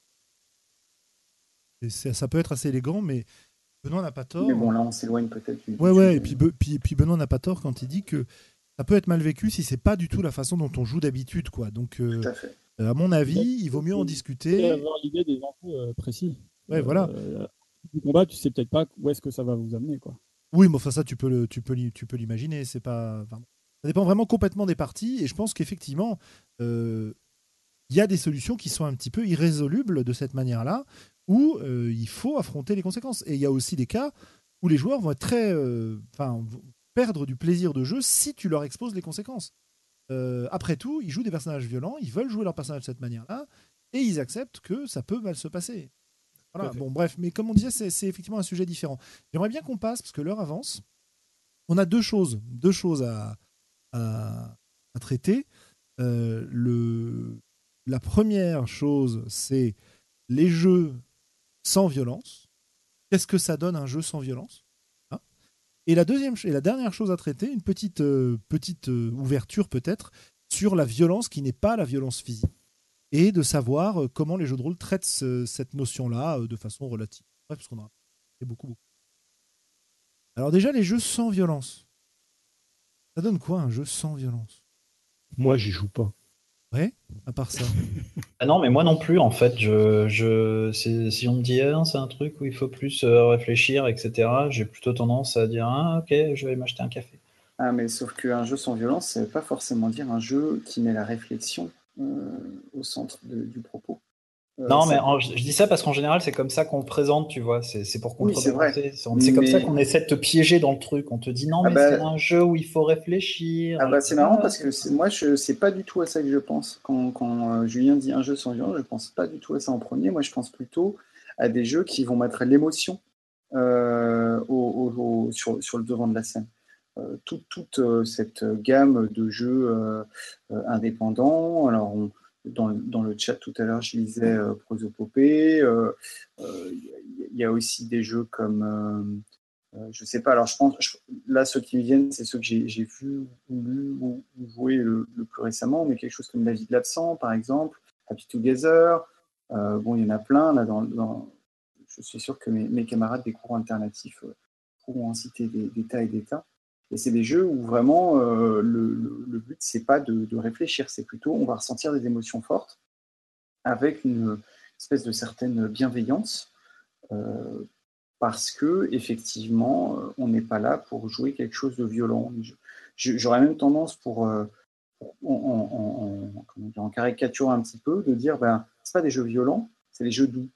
[SPEAKER 2] Et ça peut être assez élégant, mais Benoît n'a pas tort.
[SPEAKER 5] Mais bon, là, on s'éloigne peut-être du.
[SPEAKER 2] Ouais, ouais, et puis, puis, puis Benoît n'a pas tort quand il dit que ça peut être mal vécu si c'est pas du tout la façon dont on joue d'habitude, quoi. Donc, euh,
[SPEAKER 5] tout à fait.
[SPEAKER 2] À mon avis, il vaut mieux en discuter.
[SPEAKER 6] Et avoir l'idée des enjeux euh, précis.
[SPEAKER 2] Ouais,
[SPEAKER 6] euh,
[SPEAKER 2] voilà.
[SPEAKER 6] Du combat, tu sais peut-être pas où est-ce que ça va vous amener, quoi.
[SPEAKER 2] Oui, mais enfin ça, tu peux le, tu peux, tu peux l'imaginer. C'est pas. Enfin, ça dépend vraiment complètement des parties, et je pense qu'effectivement, il euh, y a des solutions qui sont un petit peu irrésolubles de cette manière-là, où euh, il faut affronter les conséquences. Et il y a aussi des cas où les joueurs vont être très, enfin, euh, perdre du plaisir de jeu si tu leur exposes les conséquences. Euh, après tout, ils jouent des personnages violents, ils veulent jouer leur personnage de cette manière-là. et ils acceptent que ça peut mal se passer. Voilà.
[SPEAKER 6] Tout à fait.
[SPEAKER 2] Bon, bref, mais comme on disait, c'est, c'est effectivement un sujet différent. J'aimerais bien qu'on passe, parce que l'heure avance. On a deux choses, deux choses à, à, à traiter. Euh, le, la première chose, c'est les jeux sans violence. Qu'est-ce que ça donne un jeu sans violence, hein? Et la deuxième et la dernière chose à traiter, une petite, euh, petite euh, ouverture peut-être sur la violence qui n'est pas la violence physique, et de savoir euh, comment les jeux de rôle traitent ce- cette notion-là euh, de façon relative. Bref, parce qu'on en a fait beaucoup, beaucoup. Alors déjà, les jeux sans violence. Ça donne quoi un jeu sans violence?
[SPEAKER 3] Moi, j'y joue pas.
[SPEAKER 2] Ouais, à part ça.
[SPEAKER 4] Ah non, mais moi non plus, en fait. Je, je, c'est- si on me dit, ah, c'est un truc où il faut plus euh, réfléchir, et cetera, j'ai plutôt tendance à dire, ah, ok, je vais m'acheter un café.
[SPEAKER 5] Ah, mais sauf qu'un jeu sans violence, ça ne veut pas forcément dire un jeu qui met la réflexion euh, au centre de- du propos. Euh,
[SPEAKER 4] Non,
[SPEAKER 5] ça-
[SPEAKER 4] mais en- je je dis ça parce qu'en général, c'est comme ça qu'on le présente, tu vois. C'est c'est pour
[SPEAKER 5] Oui, c'est vrai.
[SPEAKER 4] contrebalancer. C'est c'est comme ça
[SPEAKER 5] Mais
[SPEAKER 4] qu'on essaie de te piéger dans le truc. On te dit, non,
[SPEAKER 5] ah
[SPEAKER 4] mais c'est
[SPEAKER 5] bah,
[SPEAKER 4] un jeu où il faut réfléchir.
[SPEAKER 5] ah bah, c'est marrant
[SPEAKER 4] Ah,
[SPEAKER 5] parce que c'est- moi, je c'est pas du tout à ça que je pense. Quand, quand euh, Julien dit un jeu sans violence, je pense pas du tout à ça en premier. Moi, je pense plutôt à des jeux qui vont mettre l'émotion euh, au- au- au- sur, sur le devant de la scène. Euh, toute toute euh, cette gamme de jeux euh, euh, indépendants. Alors, on- dans, le- dans le chat tout à l'heure, je lisais euh, Prosopopée. euh, euh, Il y a aussi des jeux comme, euh, euh, je sais pas, alors je pense, je- là, ceux qui me viennent, c'est ceux que j'ai j'ai vus ou lus ou, ou joués le, le plus récemment, mais quelque chose comme La vie de l'absent, par exemple, Happy Together. Euh, bon, il y en a plein, là, dans, dans- je suis sûr que mes, mes camarades des cours alternatifs euh, pourront en citer des, des tas et des tas. Et c'est des jeux où vraiment euh, le, le, le but, c'est pas de, de réfléchir, c'est plutôt on va ressentir des émotions fortes avec une espèce de certaine bienveillance, euh, parce que effectivement, euh, on n'est pas là pour jouer quelque chose de violent. Je- J'aurais même tendance pour, euh, pour- en, en- en- comment dire, en caricature un petit peu, de dire ben c'est pas des jeux violents, c'est des jeux doux.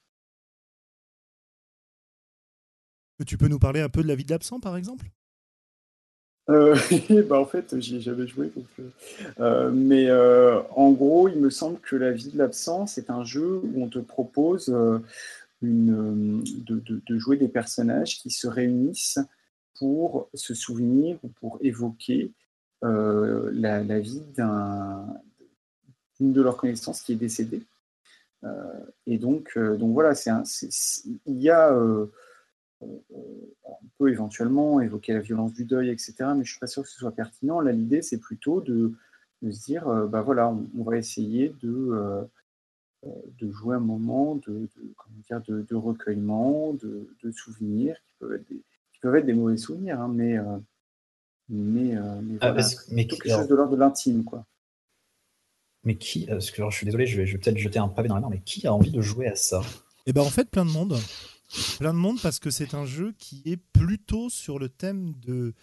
[SPEAKER 2] Tu peux nous parler un peu de La vie de l'absent, par exemple?
[SPEAKER 5] Euh, bah en fait, j'y ai jamais joué. Donc, euh, euh, mais euh, en gros, il me semble que La vie de l'absent, c'est un jeu où on te propose euh, une, euh, de, de- de jouer des personnages qui se réunissent pour se souvenir ou pour évoquer euh, la, la vie d'un, d'une de leurs connaissances qui est décédée. Euh, et donc, euh, donc voilà, c'est un, c'est- c'est- il y a, euh, on peut éventuellement évoquer la violence du deuil, et cetera, mais je ne suis pas sûr que ce soit pertinent. Là, l'idée, c'est plutôt de, de se dire, euh, bah voilà, on, on va essayer de, euh, de jouer un moment de, de, comment dire, de, de recueillement, de, de souvenirs, qui peuvent être des, qui peuvent être des mauvais souvenirs, hein, mais, euh, mais, euh, mais
[SPEAKER 4] ah,
[SPEAKER 5] voilà,
[SPEAKER 4] est-ce- mais,
[SPEAKER 5] plutôt
[SPEAKER 4] qui-
[SPEAKER 5] quelque chose
[SPEAKER 4] alors,
[SPEAKER 5] de l'ordre de l'intime, quoi.
[SPEAKER 4] mais qui, parce que alors, je suis désolé, je vais, je vais peut-être jeter un pavé dans la mer, mais qui a envie de jouer à ça?
[SPEAKER 2] Eh ben en fait, plein de monde. Plein de monde parce que c'est un jeu qui est plutôt sur le thème de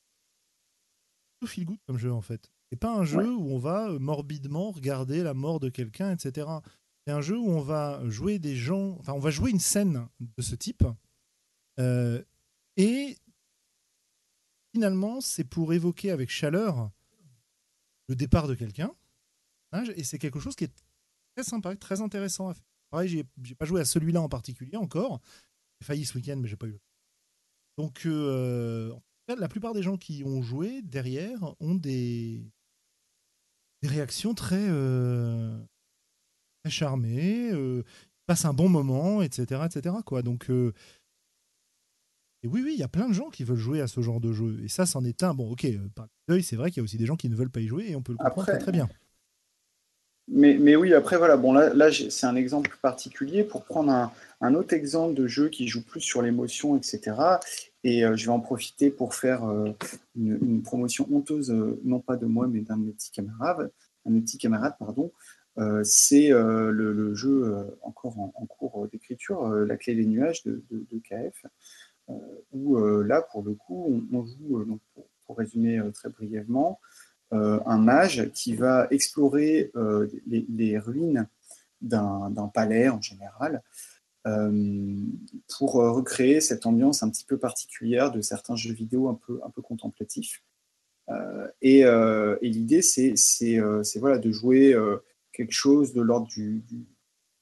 [SPEAKER 2] feel good comme jeu en fait. C'est pas un jeu
[SPEAKER 5] Ouais.
[SPEAKER 2] où on va euh, morbidement regarder la mort de quelqu'un, et cetera. C'est un jeu où on va jouer des gens, enfin on va jouer une scène de ce type euh, et finalement c'est pour évoquer avec chaleur le départ de quelqu'un, hein, et c'est quelque chose qui est très sympa, très intéressant à faire. Pareil, j'ai, j'ai pas joué à celui-là en particulier encore. J'ai failli ce week-end, mais j'ai pas eu. Donc, euh, en fait, la plupart des gens qui ont joué derrière ont des, des réactions très, euh, très charmées, euh, passent un bon moment, et cetera, et cetera quoi. Donc, euh, et oui, oui, il y a plein de gens qui veulent jouer à ce genre de jeu. Et ça, c'en est un. Bon, ok, euh, par l'œil, c'est vrai qu'il y a aussi des gens qui ne veulent pas y jouer, et on peut le comprendre très
[SPEAKER 5] Après,
[SPEAKER 2] très bien.
[SPEAKER 5] Mais, mais oui, après, voilà, bon, là, là j'ai- c'est un exemple particulier pour prendre un, un autre exemple de jeu qui joue plus sur l'émotion, et cetera. Et euh, je vais en profiter pour faire euh, une, une promotion honteuse, euh, non pas de moi, mais d'un de mes petits camarades, un de mes petits camarades, pardon. Euh, c'est euh, le, le jeu euh, encore en, en cours d'écriture, euh, La clé des nuages de, de, de K F, euh, où euh, là, pour le coup, on, on joue, euh, donc, pour, pour résumer euh, très brièvement, euh, un mage qui va explorer euh, les, les ruines d'un d'un palais en général euh, pour euh, recréer cette ambiance un petit peu particulière de certains jeux vidéo un peu, un peu contemplatifs. Euh, et euh, et l'idée, c'est c'est, euh, c'est, voilà, de jouer euh, quelque chose de l'ordre du, du,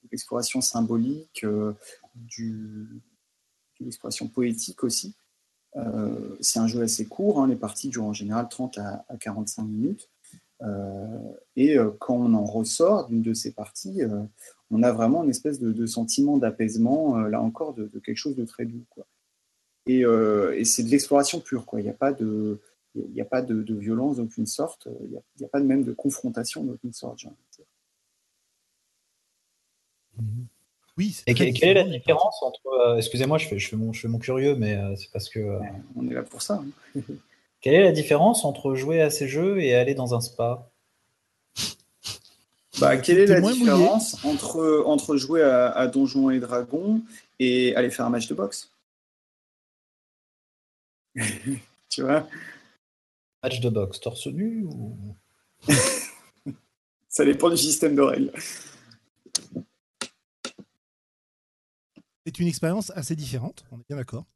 [SPEAKER 5] l'exploration symbolique, euh, du, de l'exploration poétique aussi. Euh, c'est un jeu assez court, hein, les parties durent en général trente à quarante-cinq minutes. Euh, et euh, quand on en ressort d'une de ces parties, euh, on a vraiment une espèce de, de sentiment d'apaisement, euh, là encore, de, de quelque chose de très doux, quoi. Et, euh, et c'est de l'exploration pure, quoi. Il n'y a pas de, il n'y a pas de, de violence d'aucune sorte, il n'y a, il n'y a pas même de confrontation d'aucune sorte, j'ai envie de dire.
[SPEAKER 1] Oui, c'est
[SPEAKER 4] Et
[SPEAKER 1] très
[SPEAKER 4] quelle est la
[SPEAKER 1] différent des
[SPEAKER 4] différence entre. Euh, excusez-moi, je fais, je, fais mon, je fais mon curieux, mais euh, c'est parce que. Euh,
[SPEAKER 5] Ouais, on est là pour ça, hein.
[SPEAKER 4] Quelle est la différence entre jouer à ces jeux et aller dans un spa?
[SPEAKER 5] Bah, quelle
[SPEAKER 1] T'es-
[SPEAKER 5] est
[SPEAKER 1] t'es
[SPEAKER 5] la
[SPEAKER 1] moins mouillé.
[SPEAKER 5] différence entre, entre jouer à, à Donjons et Dragons et aller faire un match de boxe? Tu vois?
[SPEAKER 4] Match de boxe, torse nu ou...
[SPEAKER 5] Ça dépend du système de règles.
[SPEAKER 1] C'est une expérience assez différente, on est bien d'accord.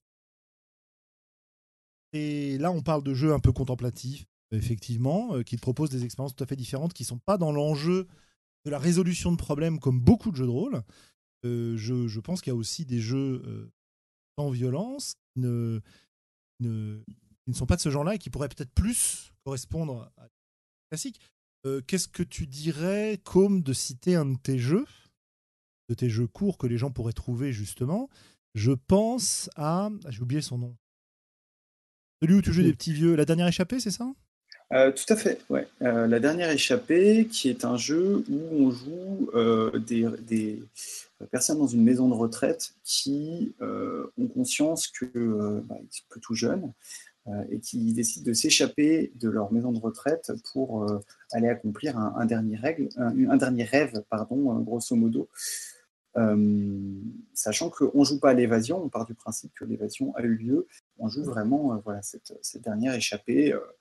[SPEAKER 1] Et là, on parle de jeux un peu contemplatifs, effectivement, euh, qui te proposent des expériences tout à fait différentes, qui ne sont pas dans l'enjeu de la résolution de problèmes comme beaucoup de jeux de rôle. Euh, je, je pense qu'il y a aussi des jeux euh, sans violence qui ne, ne, qui ne sont pas de ce genre-là et qui pourraient peut-être plus correspondre à classique. Euh, qu'est-ce que tu dirais, comme de citer un de tes jeux, de tes jeux courts que les gens pourraient trouver justement? Je pense à... ah, j'ai oublié son nom. Celui où tu joues des petits vieux. La dernière échappée, c'est ça?
[SPEAKER 5] Euh, tout à fait, ouais. Euh, la dernière échappée, qui est un jeu où on joue euh, des, des personnes dans une maison de retraite qui euh, ont conscience que euh, bah, ils sont peu tout jeunes euh, et qui décident de s'échapper de leur maison de retraite pour euh, aller accomplir un, un dernier règle, un, un dernier rêve, pardon, euh, grosso modo. Euh, sachant qu'on ne joue pas à l'évasion, on part du principe que l'évasion a eu lieu, on joue vraiment euh, voilà, cette, cette dernière échappée. Euh,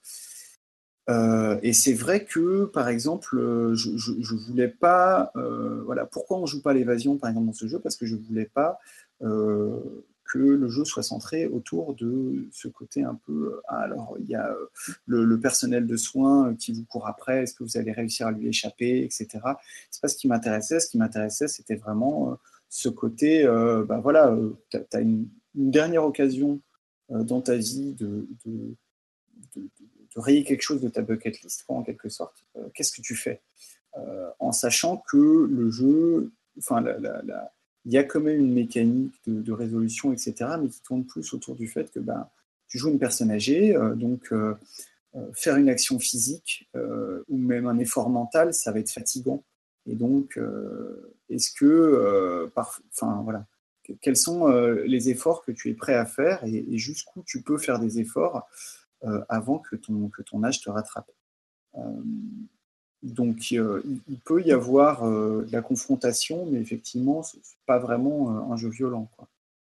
[SPEAKER 5] euh, et c'est vrai que, par exemple, euh, je, je, je voulais pas. Euh, voilà, pourquoi on joue pas à l'évasion, par exemple, dans ce jeu? Parce que je voulais pas euh, que le jeu soit centré autour de ce côté un peu. Ah, alors, il y a euh, le, le personnel de soins qui vous court après. Est-ce que vous allez réussir à lui échapper, et cetera. C'est pas ce qui m'intéressait. Ce qui m'intéressait, c'était vraiment euh, ce côté. Euh, ben voilà, euh, t'as, t'as une, une dernière occasion euh, dans ta vie de, de de, de, de rayer quelque chose de ta bucket list, quoi, en quelque sorte. Euh, qu'est-ce que tu fais euh, en sachant que le jeu, enfin, la, la, la, il y a quand même une mécanique de, de résolution, et cetera, mais qui tourne plus autour du fait que ben, tu joues une personne âgée, euh, donc euh, euh, faire une action physique euh, ou même un effort mental, ça va être fatigant. Et donc, euh, est-ce que, euh, par, enfin, voilà, quels sont euh, les efforts que tu es prêt à faire et, et jusqu'où tu peux faire des efforts euh, avant que ton, que ton âge te rattrape. Euh, donc, euh, il, il peut y avoir euh, de la confrontation, mais effectivement, ce n'est pas vraiment euh, un jeu violent, quoi.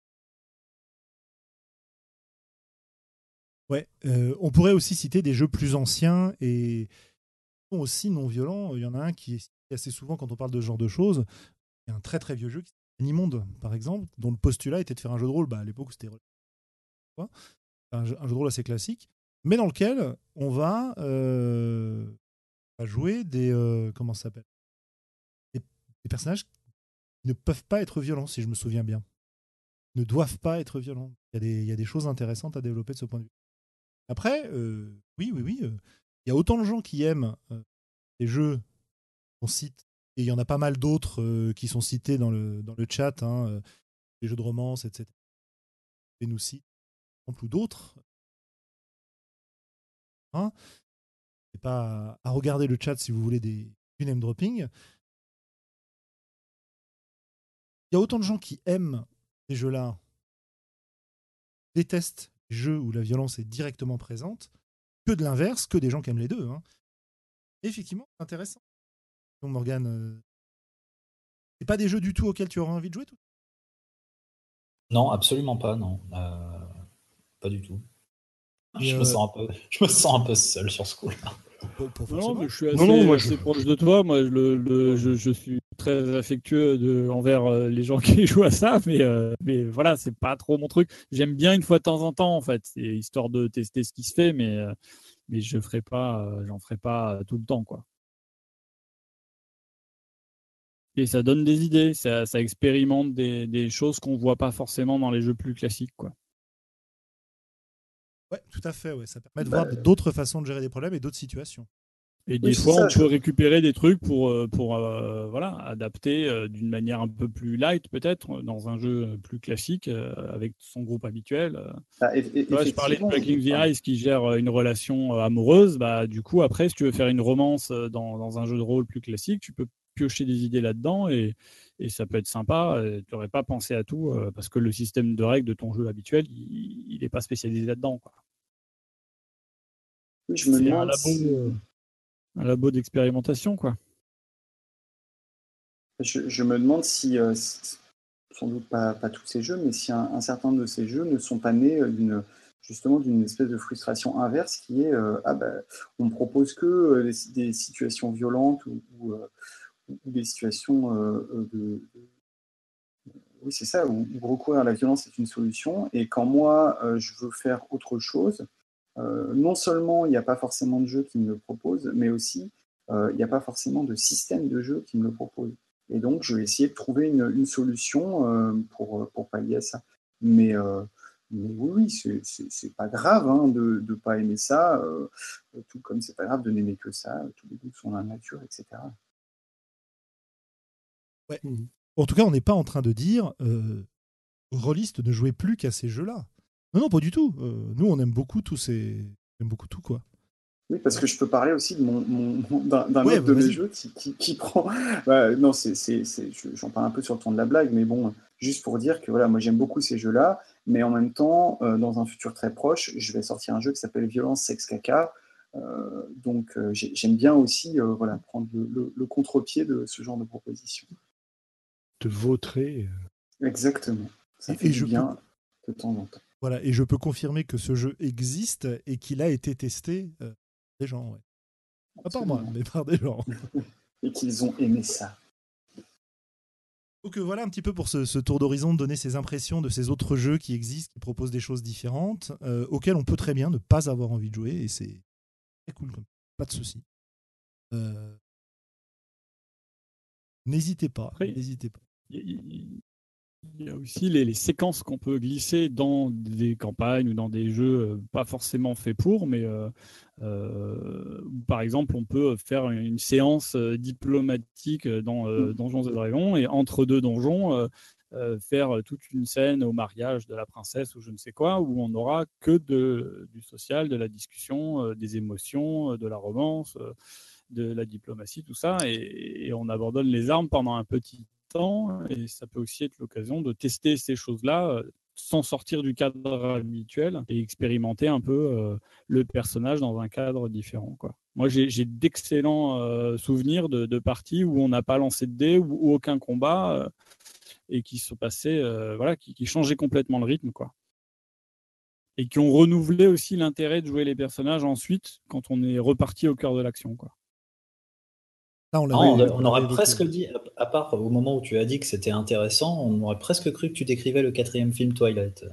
[SPEAKER 1] Ouais, euh, on pourrait aussi citer des jeux plus anciens et aussi non violents. Il y en a un qui est cité assez souvent quand on parle de ce genre de choses. Il y a un très très vieux jeu qui s'appelle Animonde, par exemple, dont le postulat était de faire un jeu de rôle. Bah, à l'époque, c'était un jeu, un jeu de rôle assez classique, mais dans lequel on va, euh, va jouer des euh, comment ça s'appelle des, des personnages qui ne peuvent pas être violents, si je me souviens bien, ne doivent pas être violents. Il y a des, il y a des choses intéressantes à développer de ce point de vue. Après, euh, oui, oui, oui, euh, il y a autant de gens qui aiment euh, les jeux qu'on cite, et il y en a pas mal d'autres euh, qui sont cités dans le, dans le chat, hein, euh, les jeux de romance, et cetera. Et nous citent, ou d'autres. Hein, et pas à, à regarder le chat si vous voulez des, du name dropping. Il y a autant de gens qui aiment ces jeux-là, détestent les jeux où la violence est directement présente, que de l'inverse, que des gens qui aiment les deux. Hein. Et effectivement, c'est intéressant. Donc, Morgane, euh, c'est pas des jeux du tout auxquels tu auras envie de jouer, toi?
[SPEAKER 4] Non, absolument pas, non. Euh, pas du tout.
[SPEAKER 1] Et
[SPEAKER 4] Je me
[SPEAKER 1] euh,
[SPEAKER 4] sens un peu, je me sens un peu seul sur ce coup-là.
[SPEAKER 1] pour, pour
[SPEAKER 6] Non,
[SPEAKER 1] forcément.
[SPEAKER 6] mais je suis assez,
[SPEAKER 3] Non, non, moi, je-
[SPEAKER 6] assez proche de toi. Moi, le, le- je, je suis très affectueux de, envers euh, les gens qui jouent à ça, mais, euh, mais voilà, c'est pas trop mon truc. J'aime bien une fois de temps en temps, en fait, c'est histoire de tester ce qui se fait, mais, euh, mais je ferai pas, euh, j'en ferai pas tout le temps, quoi. Et ça donne des idées, ça, ça expérimente des, des choses qu'on voit pas forcément dans les jeux plus classiques, quoi.
[SPEAKER 2] Ouais, tout à fait. Ouais. Ça permet de
[SPEAKER 5] Bah,
[SPEAKER 2] voir d'autres façons de gérer des problèmes et d'autres situations.
[SPEAKER 6] Et
[SPEAKER 5] Oui,
[SPEAKER 6] des
[SPEAKER 5] c'est
[SPEAKER 6] fois,
[SPEAKER 5] ça,
[SPEAKER 6] on
[SPEAKER 5] je-
[SPEAKER 6] peut récupérer des trucs pour, euh, pour euh, voilà, adapter euh, d'une manière un peu plus light, peut-être, dans un jeu plus classique, euh, avec son groupe habituel. euh.
[SPEAKER 5] bah, eff-
[SPEAKER 6] Tu vois, je parlais de
[SPEAKER 5] effectivement.
[SPEAKER 6] Breaking the
[SPEAKER 5] Enfin,
[SPEAKER 6] Ice qui gère euh, une relation euh, amoureuse. Bah, du coup, après, si tu veux faire une romance euh, dans, dans un jeu de rôle plus classique, tu peux piocher des idées là-dedans et, et ça peut être sympa. Tu n'aurais pas pensé à tout euh, parce que le système de règles de ton jeu habituel, il n'est pas spécialisé là-dedans, quoi.
[SPEAKER 5] oui, je me
[SPEAKER 6] C'est un
[SPEAKER 5] demande
[SPEAKER 6] labo,
[SPEAKER 5] si.
[SPEAKER 6] euh, un labo d'expérimentation, quoi.
[SPEAKER 5] Je, je me demande si, euh, si- sans doute pas, pas tous ces jeux, mais si un, un certain nombre de ces jeux ne sont pas nés euh, d'une justement d'une espèce de frustration inverse qui est euh, ah bah, on me propose que euh, des, des situations violentes ou, ou, euh, ou des situations euh, euh, de, de- oui c'est ça où, où recourir à la violence est une solution et quand moi euh, je veux faire autre chose euh, non seulement il n'y a pas forcément de jeu qui me le propose mais aussi euh, il n'y a pas forcément de système de jeu qui me le propose. Et donc, je vais essayer de trouver une, une solution euh, pour, pour pallier à ça. Mais, euh, mais oui, oui, c'est, c'est, c'est pas grave hein, de ne pas aimer ça, euh, tout comme c'est pas grave de n'aimer que ça, tous les goûts sont dans la nature, et cetera.
[SPEAKER 2] Ouais.
[SPEAKER 3] Mhm.
[SPEAKER 2] En tout cas, on n'est pas en train de dire euh, rôliste ne jouez plus qu'à ces jeux-là. Non, non, pas du tout. Euh, nous, on aime beaucoup tous ces, on aime beaucoup tout quoi.
[SPEAKER 5] Oui, parce que je peux parler aussi de mon, mon, mon- d'un, d'un
[SPEAKER 2] Ouais,
[SPEAKER 5] autre
[SPEAKER 2] bah,
[SPEAKER 5] de mes
[SPEAKER 2] vas-y.
[SPEAKER 5] jeux qui, qui, qui prend. Bah, non, c'est, c'est, c'est, je- j'en parle un peu sur le ton de la blague, mais bon, juste pour dire que voilà, moi j'aime beaucoup ces jeux-là, mais en même temps, euh, dans un futur très proche, je vais sortir un jeu qui s'appelle Violence, Sexe, Caca. Euh, donc euh, j'ai- j'aime bien aussi euh, voilà, prendre le, le, le contre-pied de ce genre de proposition.
[SPEAKER 3] De vautrer.
[SPEAKER 5] Exactement. Ça fait
[SPEAKER 2] Et, et
[SPEAKER 5] du
[SPEAKER 2] je peux,
[SPEAKER 5] bien de temps en temps.
[SPEAKER 2] voilà, et je peux confirmer que ce jeu existe et qu'il a été testé euh, par des gens. Ouais. Pas par moi,
[SPEAKER 5] Absolument.
[SPEAKER 2] mais par des gens.
[SPEAKER 5] Et qu'ils ont aimé ça.
[SPEAKER 2] Donc euh, voilà un petit peu pour ce, ce tour d'horizon, de donner ses impressions de ces autres jeux qui existent, qui proposent des choses différentes, euh, auxquelles on peut très bien ne pas avoir envie de jouer, et c'est très cool, comme pas de souci. Euh, N'hésitez pas,
[SPEAKER 6] Après,
[SPEAKER 2] n'hésitez pas.
[SPEAKER 6] il y a aussi les, les séquences qu'on peut glisser dans des campagnes ou dans des jeux euh, pas forcément faits pour, mais euh, euh, par exemple, on peut faire une séance euh, diplomatique dans euh, Donjons et Dragons et entre deux donjons, euh, euh, faire toute une scène au mariage de la princesse ou je ne sais quoi, où on n'aura que de, du social, de la discussion, euh, des émotions, euh, de la romance, euh, de la diplomatie, tout ça, et, et on abandonne les armes pendant un petit temps, et ça peut aussi être l'occasion de tester ces choses-là euh, sans sortir du cadre habituel et expérimenter un peu euh, le personnage dans un cadre différent, quoi. Moi, j'ai, j'ai d'excellents euh, souvenirs de, de parties où on n'a pas lancé de dés ou, ou aucun combat euh, et qui se passaient, euh, voilà, qui, qui changeaient complètement le rythme, quoi. Et qui ont renouvelé aussi l'intérêt de jouer les personnages ensuite quand on est reparti au cœur de l'action, quoi.
[SPEAKER 2] Là, on
[SPEAKER 4] Non,
[SPEAKER 2] l'avait,
[SPEAKER 4] on,
[SPEAKER 2] on
[SPEAKER 4] on
[SPEAKER 2] l'avait
[SPEAKER 4] aurait
[SPEAKER 2] évoqué.
[SPEAKER 4] presque dit, à part au moment où tu as dit que c'était intéressant, on aurait presque cru que tu décrivais le quatrième film Twilight.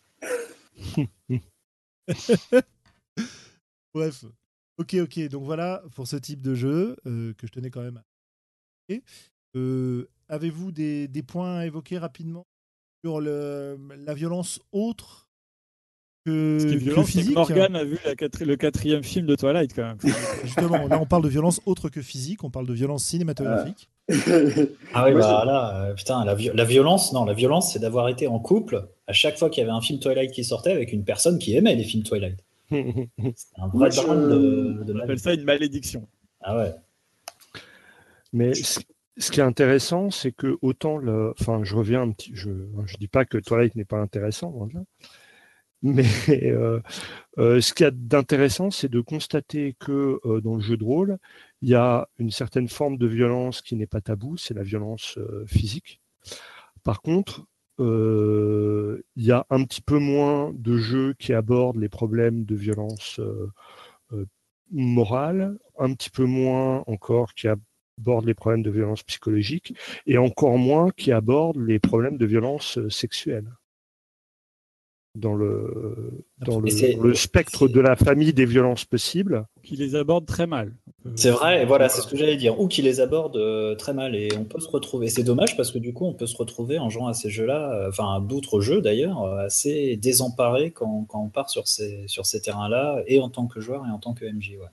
[SPEAKER 2] Bref. Ok, ok. Donc voilà pour ce type de jeu euh, que je tenais quand même à évoquer. Euh, Avez-vous des, des points à évoquer rapidement sur le, la violence autre
[SPEAKER 6] Ce qui est
[SPEAKER 2] que, que
[SPEAKER 6] violent, c'est que
[SPEAKER 2] physique?
[SPEAKER 6] Morgane a vu la quatri- le quatrième film de Twilight, quand même.
[SPEAKER 2] Justement, là on parle de violence autre que physique, on parle de violence
[SPEAKER 5] Euh,
[SPEAKER 2] cinématographique.
[SPEAKER 4] Ah oui,
[SPEAKER 5] Moi, je-
[SPEAKER 4] bah là, euh, putain, la, vi- la violence, non, la violence, c'est d'avoir été en couple à chaque fois qu'il y avait un film Twilight qui sortait avec une personne qui aimait les films Twilight. C'est un
[SPEAKER 5] moi,
[SPEAKER 4] vrai drame
[SPEAKER 5] je,
[SPEAKER 4] de, de
[SPEAKER 6] On
[SPEAKER 4] ma
[SPEAKER 6] appelle
[SPEAKER 4] vie.
[SPEAKER 6] ça une malédiction.
[SPEAKER 4] Ah ouais.
[SPEAKER 3] Mais ce, ce qui est intéressant, c'est que autant le, enfin, je reviens un petit, je, je dis pas que Twilight n'est pas intéressant, loin de là. Mais euh, euh, ce qu'il y a d'intéressant, c'est de constater que euh, dans le jeu de rôle, il y a une certaine forme de violence qui n'est pas taboue, c'est la violence euh, physique. Par contre, euh, il y a un petit peu moins de jeux qui abordent les problèmes de violence euh, euh, morale, un petit peu moins encore qui abordent les problèmes de violence psychologique, et encore moins qui abordent les problèmes de violence euh, sexuelle. Dans le, dans
[SPEAKER 4] Et
[SPEAKER 3] le,
[SPEAKER 4] c'est-
[SPEAKER 3] dans le spectre
[SPEAKER 4] c'est-
[SPEAKER 3] de la famille des violences possibles.
[SPEAKER 6] Qui les aborde très mal.
[SPEAKER 4] C'est vrai, et voilà, c'est ce que j'allais dire. Ou qui les aborde euh, très mal. Et on peut se retrouver. C'est dommage parce que du coup, on peut se retrouver en jouant à ces jeux-là, euh, enfin, d'autres jeux d'ailleurs, euh, assez désemparés quand, quand on part sur ces, sur ces terrains-là, et en tant que joueur et en tant que M J. Ouais.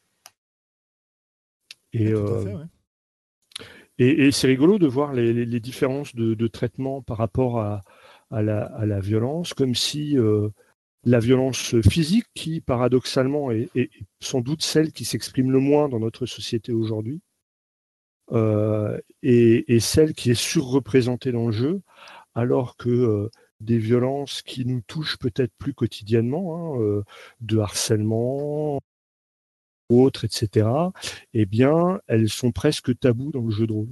[SPEAKER 3] Et,
[SPEAKER 2] Ouais, tout à
[SPEAKER 3] euh,
[SPEAKER 2] fait, ouais.
[SPEAKER 3] et, et c'est rigolo de voir les, les- les différences de, de traitement par rapport à, à la, à la violence, comme si euh, la violence physique, qui paradoxalement est, est sans doute celle qui s'exprime le moins dans notre société aujourd'hui, euh, et, et celle qui est surreprésentée dans le jeu, alors que euh, des violences qui nous touchent peut-être plus quotidiennement, hein, euh, de harcèlement, autres, et cetera, eh bien, elles sont presque tabous dans le jeu de rôle.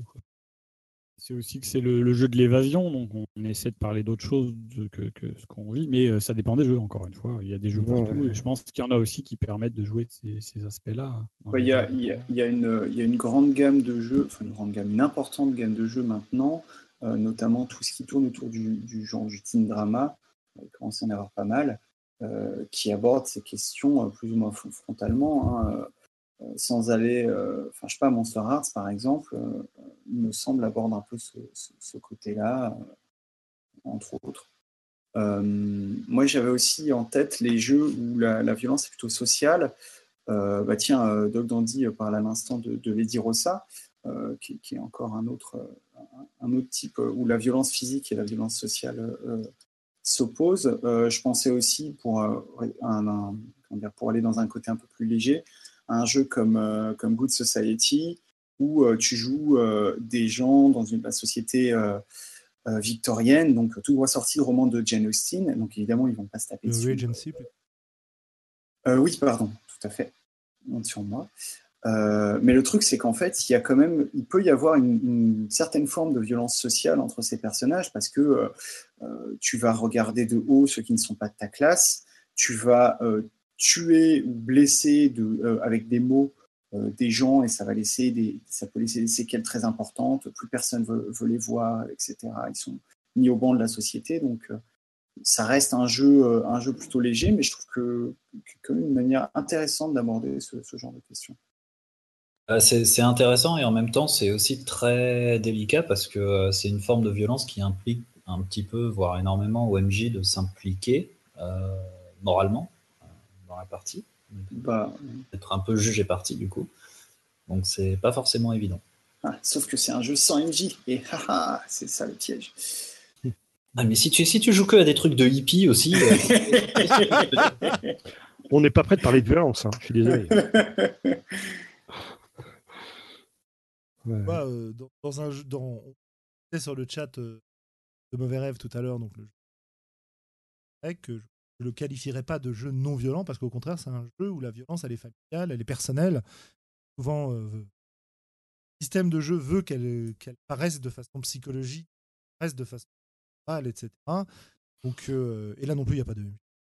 [SPEAKER 6] C'est aussi que c'est le, le jeu de l'évasion, donc on essaie de parler d'autre chose que, que ce qu'on vit, mais euh, ça dépend des jeux, encore une fois. Il y a des jeux pour
[SPEAKER 3] Ouais.
[SPEAKER 6] tout, et je pense qu'il y en a aussi qui permettent de jouer de ces, ces aspects-là.
[SPEAKER 5] Ouais, Il y, a, il y a- il y a une, il y a une grande gamme de jeux, enfin une grande gamme, une importante gamme de jeux maintenant, euh, notamment tout ce qui tourne autour du, du genre du teen drama, il commence à y en avoir pas mal, euh, qui abordent ces questions euh, plus ou moins fron- frontalement, hein, euh, sans aller, euh, enfin je sais pas, Monster Hearts par exemple, euh, il me semble aborde un peu ce, ce- ce côté-là, euh, entre autres. Euh, Moi j'avais aussi en tête les jeux où la, la violence est plutôt sociale. Euh, bah tiens, euh, Doc Dandy euh, parle à l'instant de, de Lady Rosa, euh, qui, qui est encore un autre, euh, un, un autre type euh, où la violence physique et la violence sociale euh, s'opposent. Euh, je pensais aussi, pour, euh, un, un, comment dire, pour aller dans un côté un peu plus léger, à un jeu comme, euh, comme Good Society, où euh, tu joues euh, des gens dans une, la société euh, euh, victorienne, donc tout doit sortir le roman de Jane Austen, donc évidemment ils vont pas se taper
[SPEAKER 2] Le
[SPEAKER 5] dessus.
[SPEAKER 2] Regency, plutôt.
[SPEAKER 5] Euh, oui, pardon, tout à fait. Monte sur moi. Euh, mais le truc, c'est qu'en fait, il y a quand même, il peut y avoir une, une certaine forme de violence sociale entre ces personnages parce que euh, euh, tu vas regarder de haut ceux qui ne sont pas de ta classe, tu vas euh, tuer ou blesser de, euh, avec des mots euh, des gens et ça va laisser des, ça peut laisser des séquelles très importantes. Plus personne veut, veut les voir, et cetera. Ils sont mis au banc de la société, donc euh, ça reste un jeu, euh, un jeu plutôt léger, mais je trouve que c'est quand même une manière intéressante d'aborder ce, ce genre de questions.
[SPEAKER 4] Euh, C'est c'est intéressant et en même temps c'est aussi très délicat parce que euh, c'est une forme de violence qui implique un petit peu, voire énormément au M J de s'impliquer euh, moralement euh, dans la partie,
[SPEAKER 5] Bah,
[SPEAKER 4] d'être un peu juge et partie du coup. Donc c'est pas forcément évident.
[SPEAKER 5] ah, sauf que c'est un jeu sans M J et haha, c'est ça le piège.
[SPEAKER 4] Ah mais si tu, si tu joues que à des trucs de hippie aussi, euh,
[SPEAKER 3] On n'est pas prêt de parler de violence, hein, je suis désolé. Ouais.
[SPEAKER 2] Moi, euh, dans, dans un jeu, dans, on était sur le chat euh, de Mauvais Rêve tout à l'heure, donc le jeu que je ne le qualifierais pas de jeu non violent parce qu'au contraire, c'est un jeu où la violence, elle est familiale, elle est personnelle. Souvent, euh, le système de jeu veut qu'elle qu'elle paraisse de façon psychologique, reste de façon morale, et cetera. Donc, euh, et là non plus, il n'y a pas de.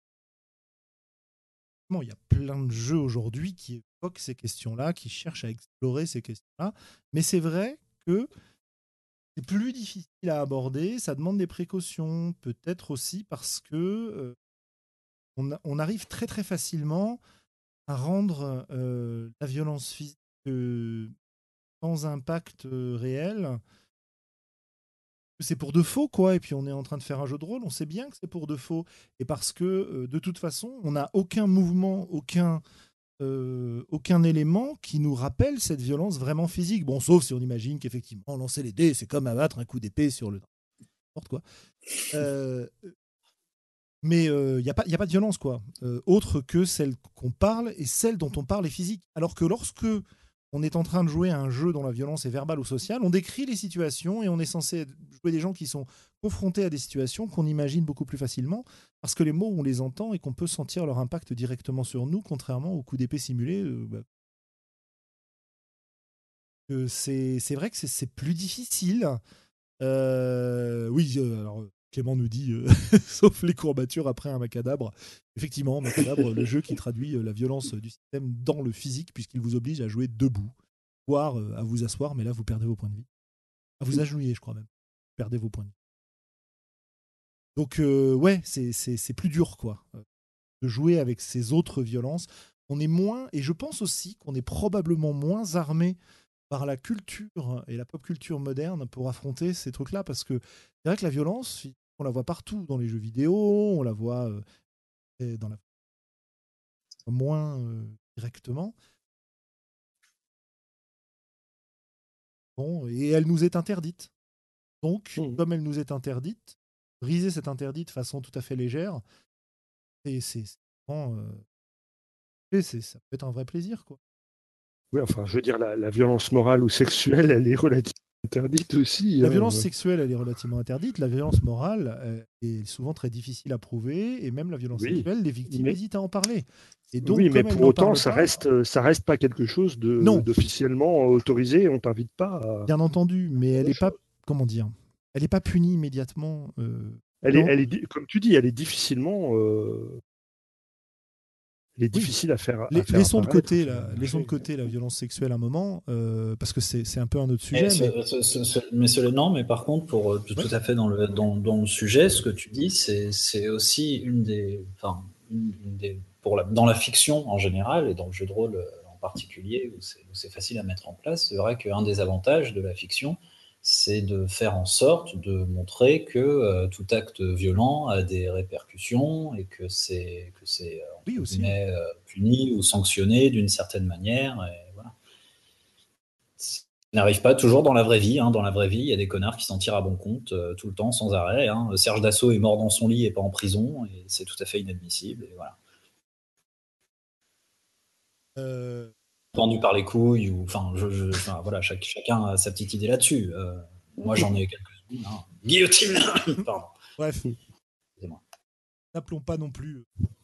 [SPEAKER 2] Bon, il y a plein de jeux aujourd'hui qui évoquent ces questions-là, qui cherchent à explorer ces questions-là. Mais c'est vrai que c'est plus difficile à aborder, ça demande des précautions, peut-être aussi parce que euh, on, a- on arrive très très facilement à rendre euh, la violence physique euh, sans impact euh, réel. C'est pour de faux, quoi. Et puis on est en train de faire un jeu de rôle, on sait bien que c'est pour de faux. Et parce que euh, de toute façon, on n'a aucun mouvement, aucun, euh, aucun élément qui nous rappelle cette violence vraiment physique. Bon, sauf si on imagine qu'effectivement, lancer les dés, c'est comme abattre un coup d'épée sur le. N'importe quoi. Euh, mais il euh, n'y a, a pas de violence, quoi. Euh, autre que celle qu'on parle et celle dont on parle est physique. Alors que lorsque on est en train de jouer à un jeu dont la violence est verbale ou sociale, on décrit les situations et on est censé jouer des gens qui sont confrontés à des situations qu'on imagine beaucoup plus facilement parce que les mots, on les entend et qu'on peut sentir leur impact directement sur nous, contrairement aux coups d'épée simulés. Euh, bah, euh, c'est, c'est vrai que c'est, c'est plus difficile. Euh, oui, euh, alors Clément nous dit, euh, sauf les courbatures après un macadabre. Effectivement, macadabre, le jeu qui traduit euh, la violence du système dans le physique, puisqu'il vous oblige à jouer debout, voire euh, à vous asseoir, mais là vous perdez vos points de vie. À vous agenouiller, je crois même. Vous perdez vos points de vie. Donc, euh, ouais, c'est, c'est, c'est plus dur, quoi, euh, de jouer avec ces autres violences.
[SPEAKER 1] on est moins, et je pense aussi qu'on est probablement moins armé par la culture et la pop culture moderne pour affronter ces trucs-là, parce que c'est vrai que la violence, on la voit partout, dans les jeux vidéo, on la voit euh, dans la moins euh, directement. Bon, et elle nous est interdite. Donc, mmh. comme elle nous est interdite, briser cet interdit de façon tout à fait légère, et c'est, c'est, euh, c'est, ça peut être un vrai plaisir, quoi.
[SPEAKER 3] Oui, enfin, je veux dire, la, la violence morale ou sexuelle, elle est relativement interdite aussi.
[SPEAKER 1] La
[SPEAKER 3] hein.
[SPEAKER 1] violence sexuelle, elle est relativement interdite. La violence morale euh, est souvent très difficile à prouver, et même la violence oui, sexuelle, les victimes mais... hésitent à en parler. Et donc,
[SPEAKER 3] oui, mais pour autant, ça
[SPEAKER 1] pas,
[SPEAKER 3] reste, ça reste pas quelque chose de,
[SPEAKER 1] non.
[SPEAKER 3] d'officiellement autorisé. On t'invite pas. À...
[SPEAKER 1] Bien entendu, mais elle n'est pas, comment dire, elle n'est pas punie immédiatement. Euh,
[SPEAKER 3] elle, est, elle est, comme tu dis, elle est difficilement. Euh... Il est difficile
[SPEAKER 1] oui.
[SPEAKER 3] à faire. À
[SPEAKER 1] les,
[SPEAKER 3] faire
[SPEAKER 1] laissons, de côté la, laissons de côté la violence sexuelle un moment, euh, parce que c'est, c'est un peu un autre sujet.
[SPEAKER 4] Mais,
[SPEAKER 1] mais...
[SPEAKER 4] Ce, ce, ce, mais ce, non, mais par contre, pour tout, ouais. tout à fait dans le, dans, dans le sujet, ce que tu dis, c'est, c'est aussi une des. Enfin, une, une des pour la, dans la fiction en général, et dans le jeu de rôle en particulier, où c'est, où c'est facile à mettre en place, c'est vrai qu'un des avantages de la fiction, c'est de faire en sorte de montrer que euh, tout acte violent a des répercussions et que c'est, que c'est
[SPEAKER 1] oui, aussi,
[SPEAKER 4] guillemets, euh, puni ou sanctionné d'une certaine manière. Et voilà. Ça n'arrive pas toujours dans la vraie vie. Hein. Dans la vraie vie, il y a des connards qui s'en tirent à bon compte euh, tout le temps, sans arrêt. Hein. Serge Dassault est mort dans son lit et pas en prison, et c'est tout à fait inadmissible. Et voilà.
[SPEAKER 1] Euh...
[SPEAKER 4] Pendu par les couilles, ou enfin, je, je, enfin voilà, chaque, chacun a sa petite idée là-dessus. Euh, moi, j'en ai quelques-unes. Hein. Guillotine. Pardon.
[SPEAKER 1] Bref. Excusez-moi. N'appelons pas non plus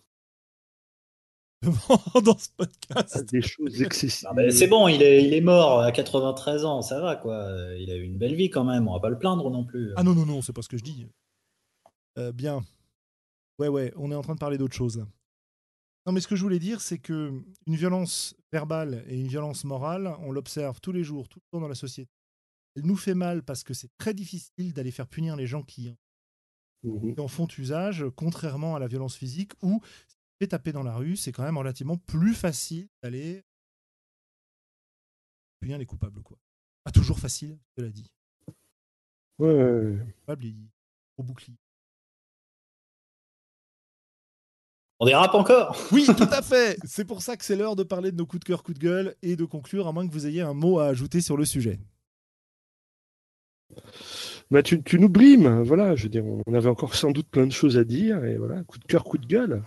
[SPEAKER 1] dans ce podcast
[SPEAKER 3] des choses excessives.
[SPEAKER 4] Ah ben, c'est bon, il est, il est mort à quatre-vingt-treize ans, ça va quoi. Il a eu une belle vie quand même, on va pas le plaindre non plus.
[SPEAKER 1] Ah non, non, non, c'est pas ce que je dis. Euh, bien. Ouais, ouais, on est en train de parler d'autre chose là. Non, mais ce que je voulais dire, c'est que une violence verbale et une violence morale, on l'observe tous les jours, tout le temps dans la société. Elle nous fait mal parce que c'est très difficile d'aller faire punir les gens qui, mmh. qui en font usage, contrairement à la violence physique, où si tu fais taper dans la rue, c'est quand même relativement plus facile d'aller punir les coupables, quoi. Pas toujours facile, je l'ai dit.
[SPEAKER 3] Ouais, ouais, ouais.
[SPEAKER 1] Coupable, il... au bouclier.
[SPEAKER 4] On dérape encore.
[SPEAKER 1] Oui, tout à fait. C'est pour ça que c'est l'heure de parler de nos coups de cœur, coups de gueule et de conclure, à moins que vous ayez un mot à ajouter sur le sujet.
[SPEAKER 3] Bah, tu, tu nous brimes, voilà. Je veux dire, on avait encore sans doute plein de choses à dire, et voilà, coup de cœur, coup de gueule.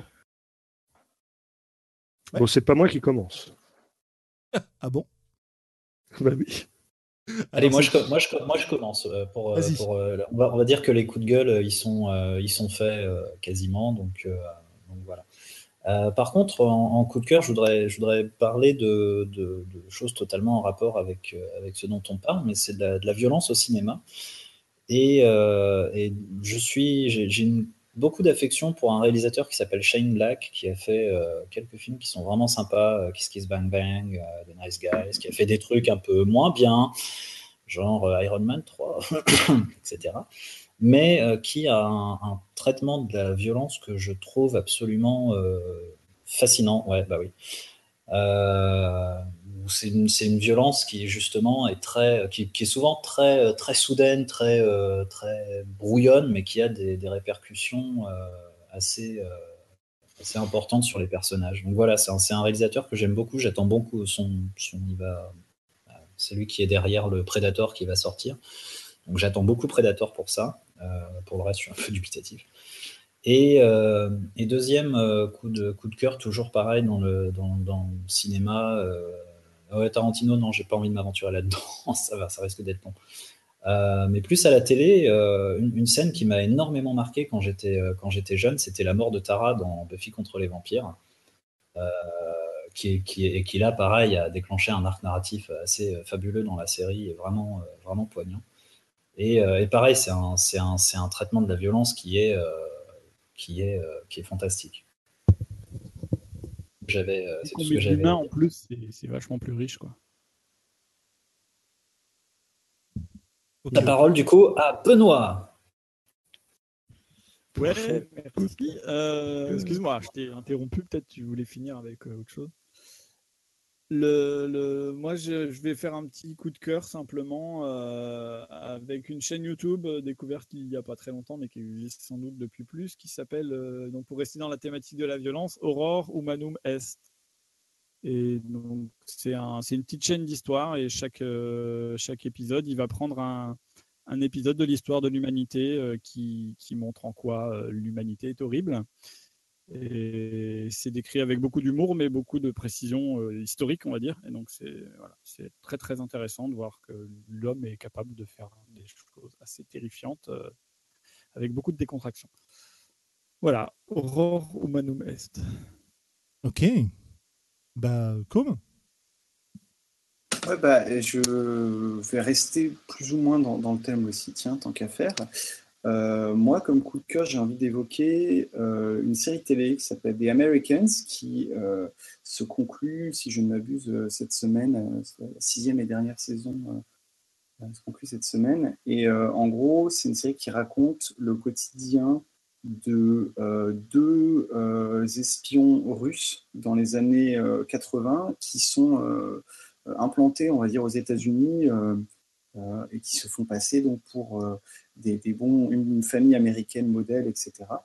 [SPEAKER 3] Ouais. Bon, c'est pas moi qui commence.
[SPEAKER 1] Ah bon?
[SPEAKER 3] Bah oui.
[SPEAKER 4] Allez, moi je, moi, je, moi je commence. Pour, pour, euh, on, va, on va dire que les coups de gueule, ils sont, euh, ils sont faits euh, quasiment. Donc, euh, donc voilà. Euh, par contre, en, en coup de cœur, je voudrais, je voudrais parler de, de, de choses totalement en rapport avec, euh, avec ce dont on parle, mais c'est de la, de la violence au cinéma. Et, euh, et je suis, j'ai, j'ai une, beaucoup d'affection pour un réalisateur qui s'appelle Shane Black, qui a fait euh, quelques films qui sont vraiment sympas, euh, Kiss Kiss Bang Bang, euh, The Nice Guys, qui a fait des trucs un peu moins bien, genre euh, Iron Man trois, et cetera. Mais euh, qui a un, un traitement de la violence que je trouve absolument euh, fascinant. Ouais, bah oui. Euh, c'est, une, c'est une violence qui justement est très, qui, qui est souvent très, très soudaine, très, euh, très brouillonne, mais qui a des, des répercussions euh, assez, euh, assez importantes sur les personnages. Donc voilà, c'est un, c'est un réalisateur que j'aime beaucoup. J'attends beaucoup son, son il va, c'est lui qui est derrière le Predator qui va sortir. Donc j'attends beaucoup Predator pour ça. Euh, pour le reste, je suis un peu dubitatif. Et, euh, et deuxième euh, coup de coup de cœur, toujours pareil dans le dans, dans le cinéma. Euh, ouais, Tarantino, non, j'ai pas envie de m'aventurer là-dedans. ça va, ça risque d'être long. Euh, mais plus à la télé, euh, une, une scène qui m'a énormément marqué quand j'étais euh, quand j'étais jeune, c'était la mort de Tara dans Buffy contre les vampires. Euh, qui, qui, et qui là, pareil, a déclenché un arc narratif assez fabuleux dans la série, et vraiment, vraiment poignant. Et, euh, et pareil, c'est un, c'est, un, c'est un traitement de la violence qui est, euh, qui est, euh, qui est fantastique. J'avais, euh, c'est tout ce que j'avais.
[SPEAKER 6] L'humain, en plus, c'est, c'est vachement plus riche, quoi.
[SPEAKER 4] Okay. La parole, du coup, à Benoît.
[SPEAKER 6] Ouais, merci. Euh, excuse-moi, je t'ai interrompu. Peut-être tu voulais finir avec euh, autre chose. Le, le, moi, je, je vais faire un petit coup de cœur simplement euh, avec une chaîne YouTube euh, découverte il n'y a pas très longtemps, mais qui existe sans doute depuis plus, qui s'appelle, euh, donc pour rester dans la thématique de la violence, Aurore Humanum Est. Et donc, c'est un, c'est une petite chaîne d'histoire et chaque, euh, chaque épisode, il va prendre un, un épisode de l'histoire de l'humanité euh, qui, qui montre en quoi euh, l'humanité est horrible. Et c'est décrit avec beaucoup d'humour, mais beaucoup de précision euh, historique, on va dire. Et donc, c'est, voilà, c'est très, très intéressant de voir que l'homme est capable de faire des choses assez terrifiantes euh, avec beaucoup de décontraction. Voilà, Aurore Humanum Est.
[SPEAKER 2] Ok. Bah, comme
[SPEAKER 5] Ouais, bah, je vais rester plus ou moins dans, dans le thème aussi, tiens, tant qu'à faire. Euh, moi, comme coup de cœur, j'ai envie d'évoquer euh, une série télé qui s'appelle The Americans, qui euh, se conclut, si je ne m'abuse, euh, cette semaine, euh, c'est la sixième et dernière saison euh, se conclut cette semaine. Et euh, en gros, c'est une série qui raconte le quotidien de euh, deux euh, espions russes dans les années euh, quatre-vingts qui sont euh, implantés, on va dire, aux États-Unis euh, euh, et qui se font passer donc pour euh, des, des bons, une, une famille américaine modèle, et cetera.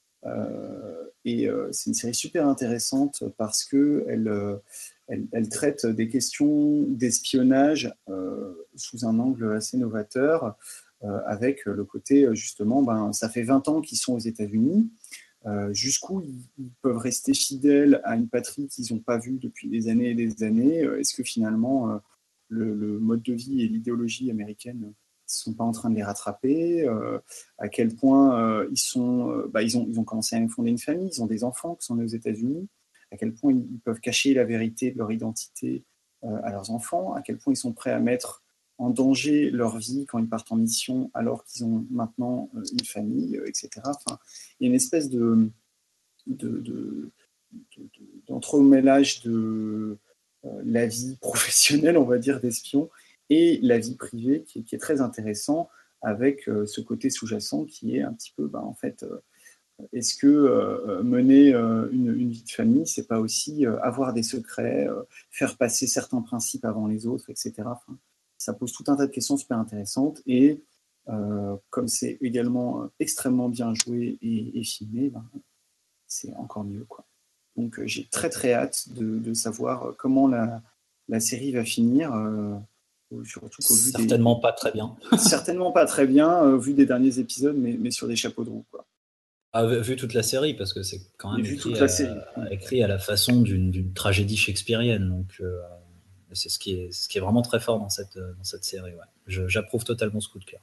[SPEAKER 5] Euh, et euh, c'est une série super intéressante parce que elle, euh, elle, elle traite des questions d'espionnage euh, sous un angle assez novateur, euh, avec le côté justement, ben, ça fait vingt ans qu'ils sont aux États-Unis. Euh, jusqu'où ils, ils peuvent rester fidèles à une patrie qu'ils n'ont pas vue depuis des années et des années. Est-ce que finalement euh, le, le mode de vie et l'idéologie américaine ne sont pas en train de les rattraper, euh, à quel point euh, ils, sont, euh, bah, ils, ont, ils ont commencé à fonder une famille, ils ont des enfants qui sont nés aux États-Unis, à quel point ils, ils peuvent cacher la vérité de leur identité euh, à leurs enfants, à quel point ils sont prêts à mettre en danger leur vie quand ils partent en mission alors qu'ils ont maintenant euh, une famille, euh, et cetera. Enfin, il y a une espèce de, de, de, de, d'entremêlage de euh, la vie professionnelle, on va dire, d'espion et la vie privée qui est, qui est très intéressant avec euh, ce côté sous-jacent qui est un petit peu, bah, en fait, euh, est-ce que euh, mener euh, une, une vie de famille, c'est pas aussi euh, avoir des secrets, euh, faire passer certains principes avant les autres, et cetera. Enfin, ça pose tout un tas de questions super intéressantes et euh, comme c'est également extrêmement bien joué et, et filmé, ben, c'est encore mieux, quoi. Donc euh, j'ai très très hâte de, de savoir comment la, la série va finir, euh, surtout qu'au vu des,
[SPEAKER 4] Certainement pas très bien.
[SPEAKER 5] certainement pas très bien, euh, vu des derniers épisodes, mais, mais sur des chapeaux de roue, quoi.
[SPEAKER 4] Ah, vu toute la série, parce que c'est quand même
[SPEAKER 5] Et vu
[SPEAKER 4] écrit
[SPEAKER 5] toute la
[SPEAKER 4] à,
[SPEAKER 5] série.
[SPEAKER 4] écrit à la façon d'une, d'une tragédie shakespearienne. Donc, euh, c'est ce qui, est, ce qui est vraiment très fort dans cette, dans cette série. Ouais. Je, j'approuve totalement ce coup de cœur.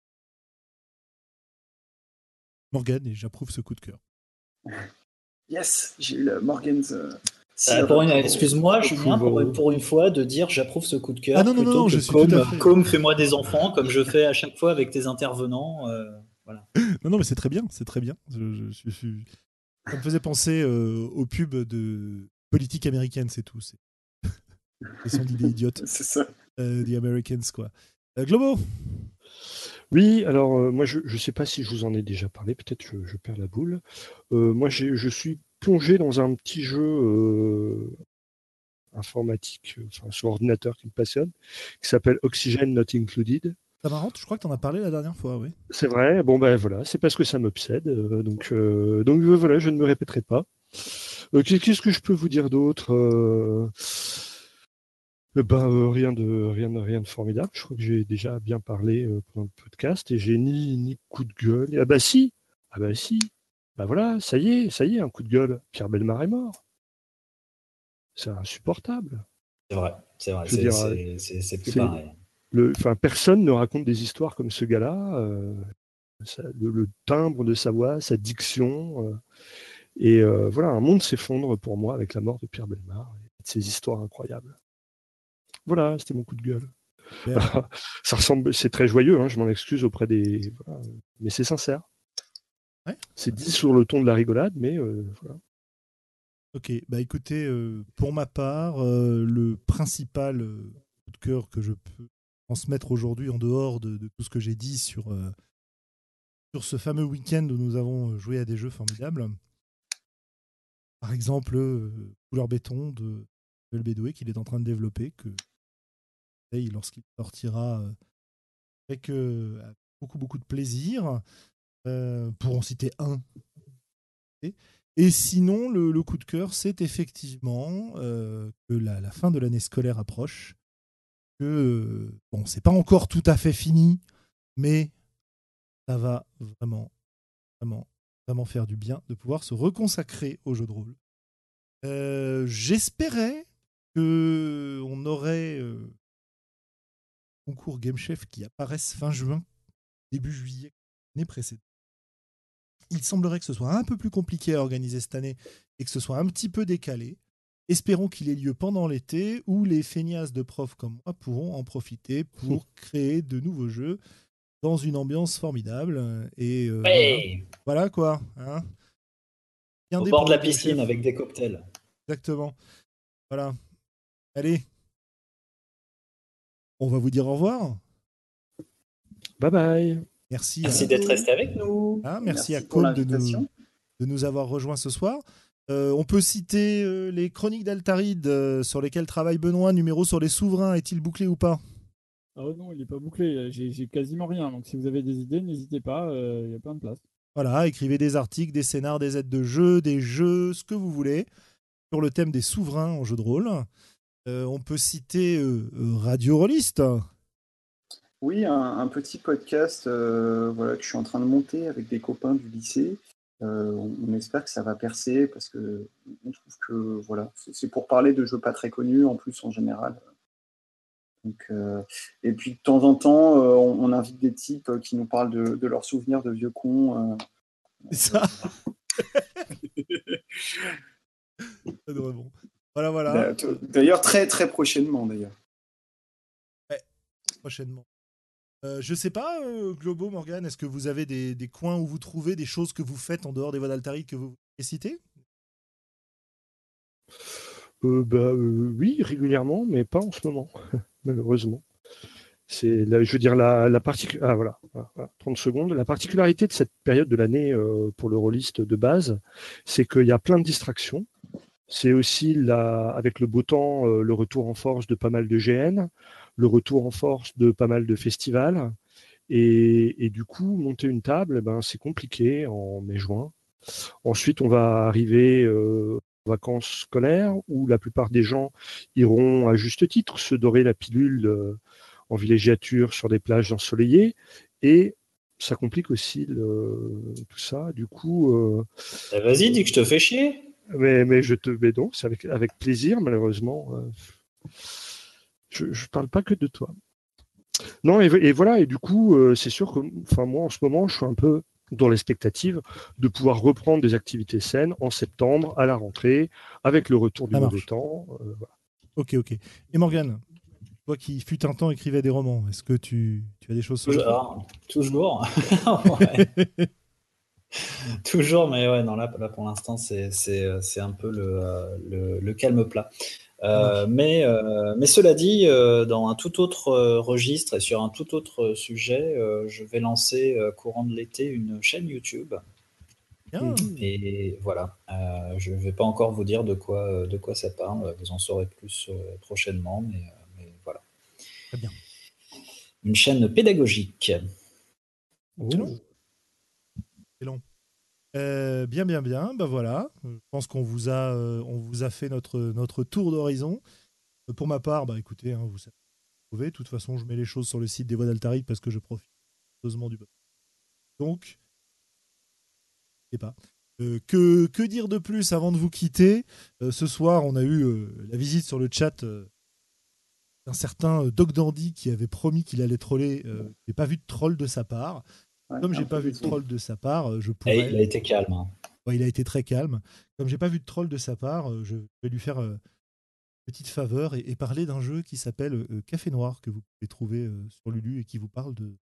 [SPEAKER 2] Morgane, et j'approuve ce coup de cœur.
[SPEAKER 5] Yes, j'ai eu le Morgan's. Euh,
[SPEAKER 4] Euh, pour une,
[SPEAKER 5] pour...
[SPEAKER 4] excuse-moi, Julien, pour, pour une fois, de dire j'approuve ce coup de cœur
[SPEAKER 2] Ah non, non,
[SPEAKER 4] plutôt
[SPEAKER 2] non,
[SPEAKER 4] que
[SPEAKER 2] je suis
[SPEAKER 4] comme,
[SPEAKER 2] tout à fait.
[SPEAKER 4] comme fais-moi des enfants, comme je fais à chaque fois avec tes intervenants. Euh, voilà.
[SPEAKER 2] Non, non, mais c'est très bien, c'est très bien. Je, je, je, je... Ça me faisait penser euh, aux pubs de politique américaine, c'est tout. C'est question d'idées idiotes.
[SPEAKER 5] C'est ça.
[SPEAKER 2] Euh, The Americans, quoi. Euh, Globo.
[SPEAKER 3] Oui, alors euh, moi je ne sais pas si je vous en ai déjà parlé, peut-être je, je perds la boule. Euh, moi j'ai, je suis plongé dans un petit jeu euh, informatique, enfin sur ordinateur qui me passionne, qui s'appelle Oxygen Not Included.
[SPEAKER 2] C'est marrant, je crois que tu en as parlé la dernière fois, oui.
[SPEAKER 3] C'est vrai, bon ben voilà, c'est parce que ça m'obsède, euh, donc, euh, donc euh, voilà, je ne me répéterai pas. Euh, qu'est-ce que je peux vous dire d'autre euh... Ben, euh, rien de rien de rien de formidable. Je crois que j'ai déjà bien parlé euh, pendant le podcast et j'ai ni ni coup de gueule. Ah bah si, ah bah si, bah voilà, ça y est, ça y est, un coup de gueule. Pierre Bellemare est mort. C'est insupportable.
[SPEAKER 4] C'est vrai, c'est vrai,
[SPEAKER 3] Je veux
[SPEAKER 4] c'est,
[SPEAKER 3] dire,
[SPEAKER 4] c'est, c'est, c'est plus
[SPEAKER 3] c'est
[SPEAKER 4] pareil.
[SPEAKER 3] le, enfin personne ne raconte des histoires comme ce gars-là. Euh, ça, le, le timbre de sa voix, sa diction, euh, et euh, voilà, un monde s'effondre pour moi avec la mort de Pierre Bellemare et de ses histoires incroyables. Voilà, c'était mon coup de gueule. Ça ressemble, c'est très joyeux, hein, je m'en excuse auprès des. Voilà, mais c'est sincère.
[SPEAKER 2] Ouais.
[SPEAKER 3] C'est dit sur le ton de la rigolade, mais euh, voilà.
[SPEAKER 2] Ok, bah écoutez, euh, pour ma part, euh, le principal euh, coup de cœur que je peux transmettre aujourd'hui, en dehors de, de tout ce que j'ai dit sur, euh, sur ce fameux week-end où nous avons joué à des jeux formidables. Par exemple, euh, Couleur Béton de Joël Bédoué qu'il est en train de développer, que lorsqu'il sortira euh, avec, euh, avec beaucoup beaucoup de plaisir, euh, pour en citer un. Et, et sinon, le, le coup de cœur, c'est effectivement euh, que la, la fin de l'année scolaire approche, que euh, bon, c'est pas encore tout à fait fini, mais ça va vraiment, vraiment, vraiment faire du bien de pouvoir se reconsacrer au jeu de rôle. Euh, j'espérais qu'on aurait euh, concours Game Chef qui apparaisse fin juin, début juillet, l'année précédente. Il semblerait que ce soit un peu plus compliqué à organiser cette année et que ce soit un petit peu décalé. Espérons qu'il ait lieu pendant l'été où les feignasses de profs comme moi pourront en profiter pour créer de nouveaux jeux dans une ambiance formidable. Et euh,
[SPEAKER 4] Ouais.
[SPEAKER 2] voilà. Voilà quoi. Hein.
[SPEAKER 4] Au bord de la piscine avec des cocktails.
[SPEAKER 2] Exactement. Voilà. Allez. On va vous dire au revoir.
[SPEAKER 3] Bye bye.
[SPEAKER 2] Merci.
[SPEAKER 4] Merci
[SPEAKER 2] à...
[SPEAKER 4] d'être resté avec nous.
[SPEAKER 2] Ah, merci,
[SPEAKER 5] merci
[SPEAKER 2] à
[SPEAKER 5] pour
[SPEAKER 2] Côme de nous,
[SPEAKER 5] l'invitation.
[SPEAKER 2] de nous avoir rejoints ce soir. Euh, on peut citer euh, les chroniques d'Altaride euh, sur lesquelles travaille Benoît, numéro sur les souverains. Est-il bouclé ou pas?
[SPEAKER 6] Ah non, il n'est pas bouclé. J'ai, j'ai quasiment rien. Donc si vous avez des idées, n'hésitez pas. Euh, Il y a plein de place.
[SPEAKER 2] Voilà, écrivez des articles, des scénars, des aides de jeu, des jeux, ce que vous voulez, sur le thème des souverains en jeu de rôle. Euh, on peut citer euh, Radio Rolliste.
[SPEAKER 5] Oui, un, un petit podcast euh, voilà, que je suis en train de monter avec des copains du lycée. Euh, on, on espère que ça va percer parce que on trouve que voilà, c'est, c'est pour parler de jeux pas très connus en plus en général. Donc, euh, et puis de temps en temps, euh, on, on invite des types qui nous parlent de, de leurs souvenirs de vieux cons. Euh,
[SPEAKER 2] C'est ça. Bon. Voilà, voilà.
[SPEAKER 5] D'ailleurs, très très prochainement d'ailleurs.
[SPEAKER 2] Ouais, prochainement. Euh, je sais pas, euh, Globo, Morgane, est-ce que vous avez des, des coins où vous trouvez des choses que vous faites en dehors des voies d'Altaride que vous voulez citer?
[SPEAKER 3] Euh, bah, euh, oui, régulièrement, mais pas en ce moment, malheureusement. C'est, la, je veux dire, la, la partic- ah, voilà, voilà, trente secondes. La particularité de cette période de l'année euh, pour le rôliste de base, c'est qu'il y a plein de distractions. C'est aussi, la, avec le beau temps, euh, le retour en force de pas mal de G N, le retour en force de pas mal de festivals. Et, et du coup, monter une table, ben, c'est compliqué en mai-juin. Ensuite, on va arriver euh, aux vacances scolaires où la plupart des gens iront à juste titre se dorer la pilule euh, en villégiature sur des plages ensoleillées. Et ça complique aussi le, tout ça. Du coup. Euh,
[SPEAKER 4] bah vas-y, dis que je te fais chier.
[SPEAKER 3] Mais, mais je te mets donc, c'est avec, avec plaisir, malheureusement. Euh, je ne parle pas que de toi. Non, et, et voilà, et du coup, euh, c'est sûr que enfin, moi, en ce moment, je suis un peu dans l'expectative de pouvoir reprendre des activités saines en septembre, à la rentrée, avec le retour du
[SPEAKER 2] Ça
[SPEAKER 3] mauvais
[SPEAKER 2] marche.
[SPEAKER 3] temps. Euh, voilà.
[SPEAKER 2] Ok, ok. Et Morgane, toi qui fut un temps écrivais des romans, est-ce que tu, tu as des choses sur le feu?
[SPEAKER 4] Alors, toujours. Ouais. Toujours, mais ouais, non, là, là pour l'instant, c'est, c'est, c'est un peu le, euh, le, le calme plat. Euh, mais, euh, mais cela dit, euh, dans un tout autre euh, registre et sur un tout autre sujet, euh, je vais lancer euh, courant de l'été une chaîne YouTube.
[SPEAKER 2] Bien.
[SPEAKER 4] Et voilà, euh, je ne vais pas encore vous dire de quoi, de quoi ça parle, vous en saurez plus euh, prochainement, mais, euh, mais voilà.
[SPEAKER 2] Très bien.
[SPEAKER 4] Une chaîne pédagogique.
[SPEAKER 2] Excellent. Excellent. Euh, bien, bien, bien. Ben voilà. Je pense qu'on vous a, euh, on vous a fait notre, notre tour d'horizon. Euh, pour ma part, bah écoutez, hein, vous savez. De toute façon, je mets les choses sur le site des Voix d'Altaride parce que je profite heureusement du bot. Donc, je sais pas. Euh, que, que dire de plus avant de vous quitter? Euh, Ce soir, on a eu euh, la visite sur le chat euh, d'un certain euh, Doc Dandy qui avait promis qu'il allait troller. Euh, j'ai pas vu de troll de sa part.
[SPEAKER 5] Ouais,
[SPEAKER 2] Comme
[SPEAKER 5] un
[SPEAKER 2] j'ai
[SPEAKER 5] peu
[SPEAKER 2] pas vu de
[SPEAKER 5] déçu.
[SPEAKER 2] troll de sa part, euh, je
[SPEAKER 4] Et
[SPEAKER 2] pourrais.
[SPEAKER 4] il a été calme. Hein.
[SPEAKER 2] Ouais, il a été très calme. Comme j'ai pas vu de troll de sa part, euh, je vais lui faire euh, une petite faveur et, et parler d'un jeu qui s'appelle euh, Café Noir que vous pouvez trouver euh, sur Lulu et qui vous parle de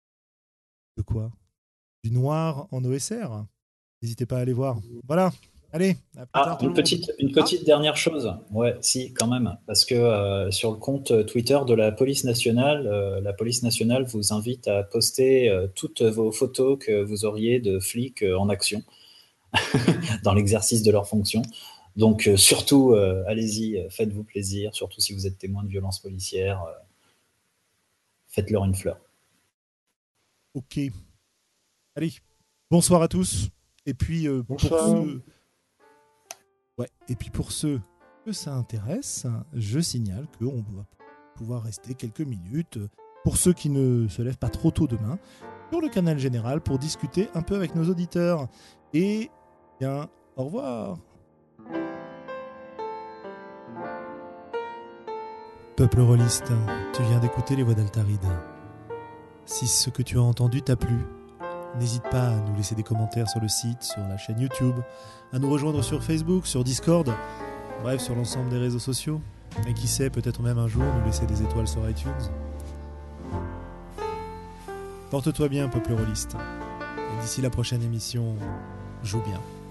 [SPEAKER 2] de quoi? Du noir en O S R. N'hésitez pas à aller voir. Voilà.
[SPEAKER 1] Allez, à plus
[SPEAKER 4] Ah,
[SPEAKER 1] tard tout
[SPEAKER 4] une
[SPEAKER 1] le monde.
[SPEAKER 4] petite, une petite dernière chose. Ouais, si, quand même. Parce que euh, sur le compte Twitter de la police nationale, euh, la police nationale vous invite à poster euh, toutes vos photos que vous auriez de flics euh, en action dans l'exercice de leur fonction. Donc, euh, surtout, euh, allez-y, euh, faites-vous plaisir. Surtout si vous êtes témoin de violences policières, euh, faites-leur une fleur.
[SPEAKER 1] Ok. Allez, bonsoir à tous. Et puis, euh, pour
[SPEAKER 3] Bonsoir.
[SPEAKER 1] ceux... Ouais. Et puis pour ceux que ça intéresse, je signale qu'on va pouvoir rester quelques minutes, pour ceux qui ne se lèvent pas trop tôt demain, sur le canal général pour discuter un peu avec nos auditeurs. Et bien, au revoir. Peuple rôliste, tu viens d'écouter les voix d'Altaride. Si ce que tu as entendu t'a plu, n'hésite pas à nous laisser des commentaires sur le site, sur la chaîne YouTube, à nous rejoindre sur Facebook, sur Discord, bref, sur l'ensemble des réseaux sociaux. Et qui sait, peut-être même un jour nous laisser des étoiles sur iTunes. Porte-toi bien, peuple rôliste. Et d'ici la prochaine émission, joue bien.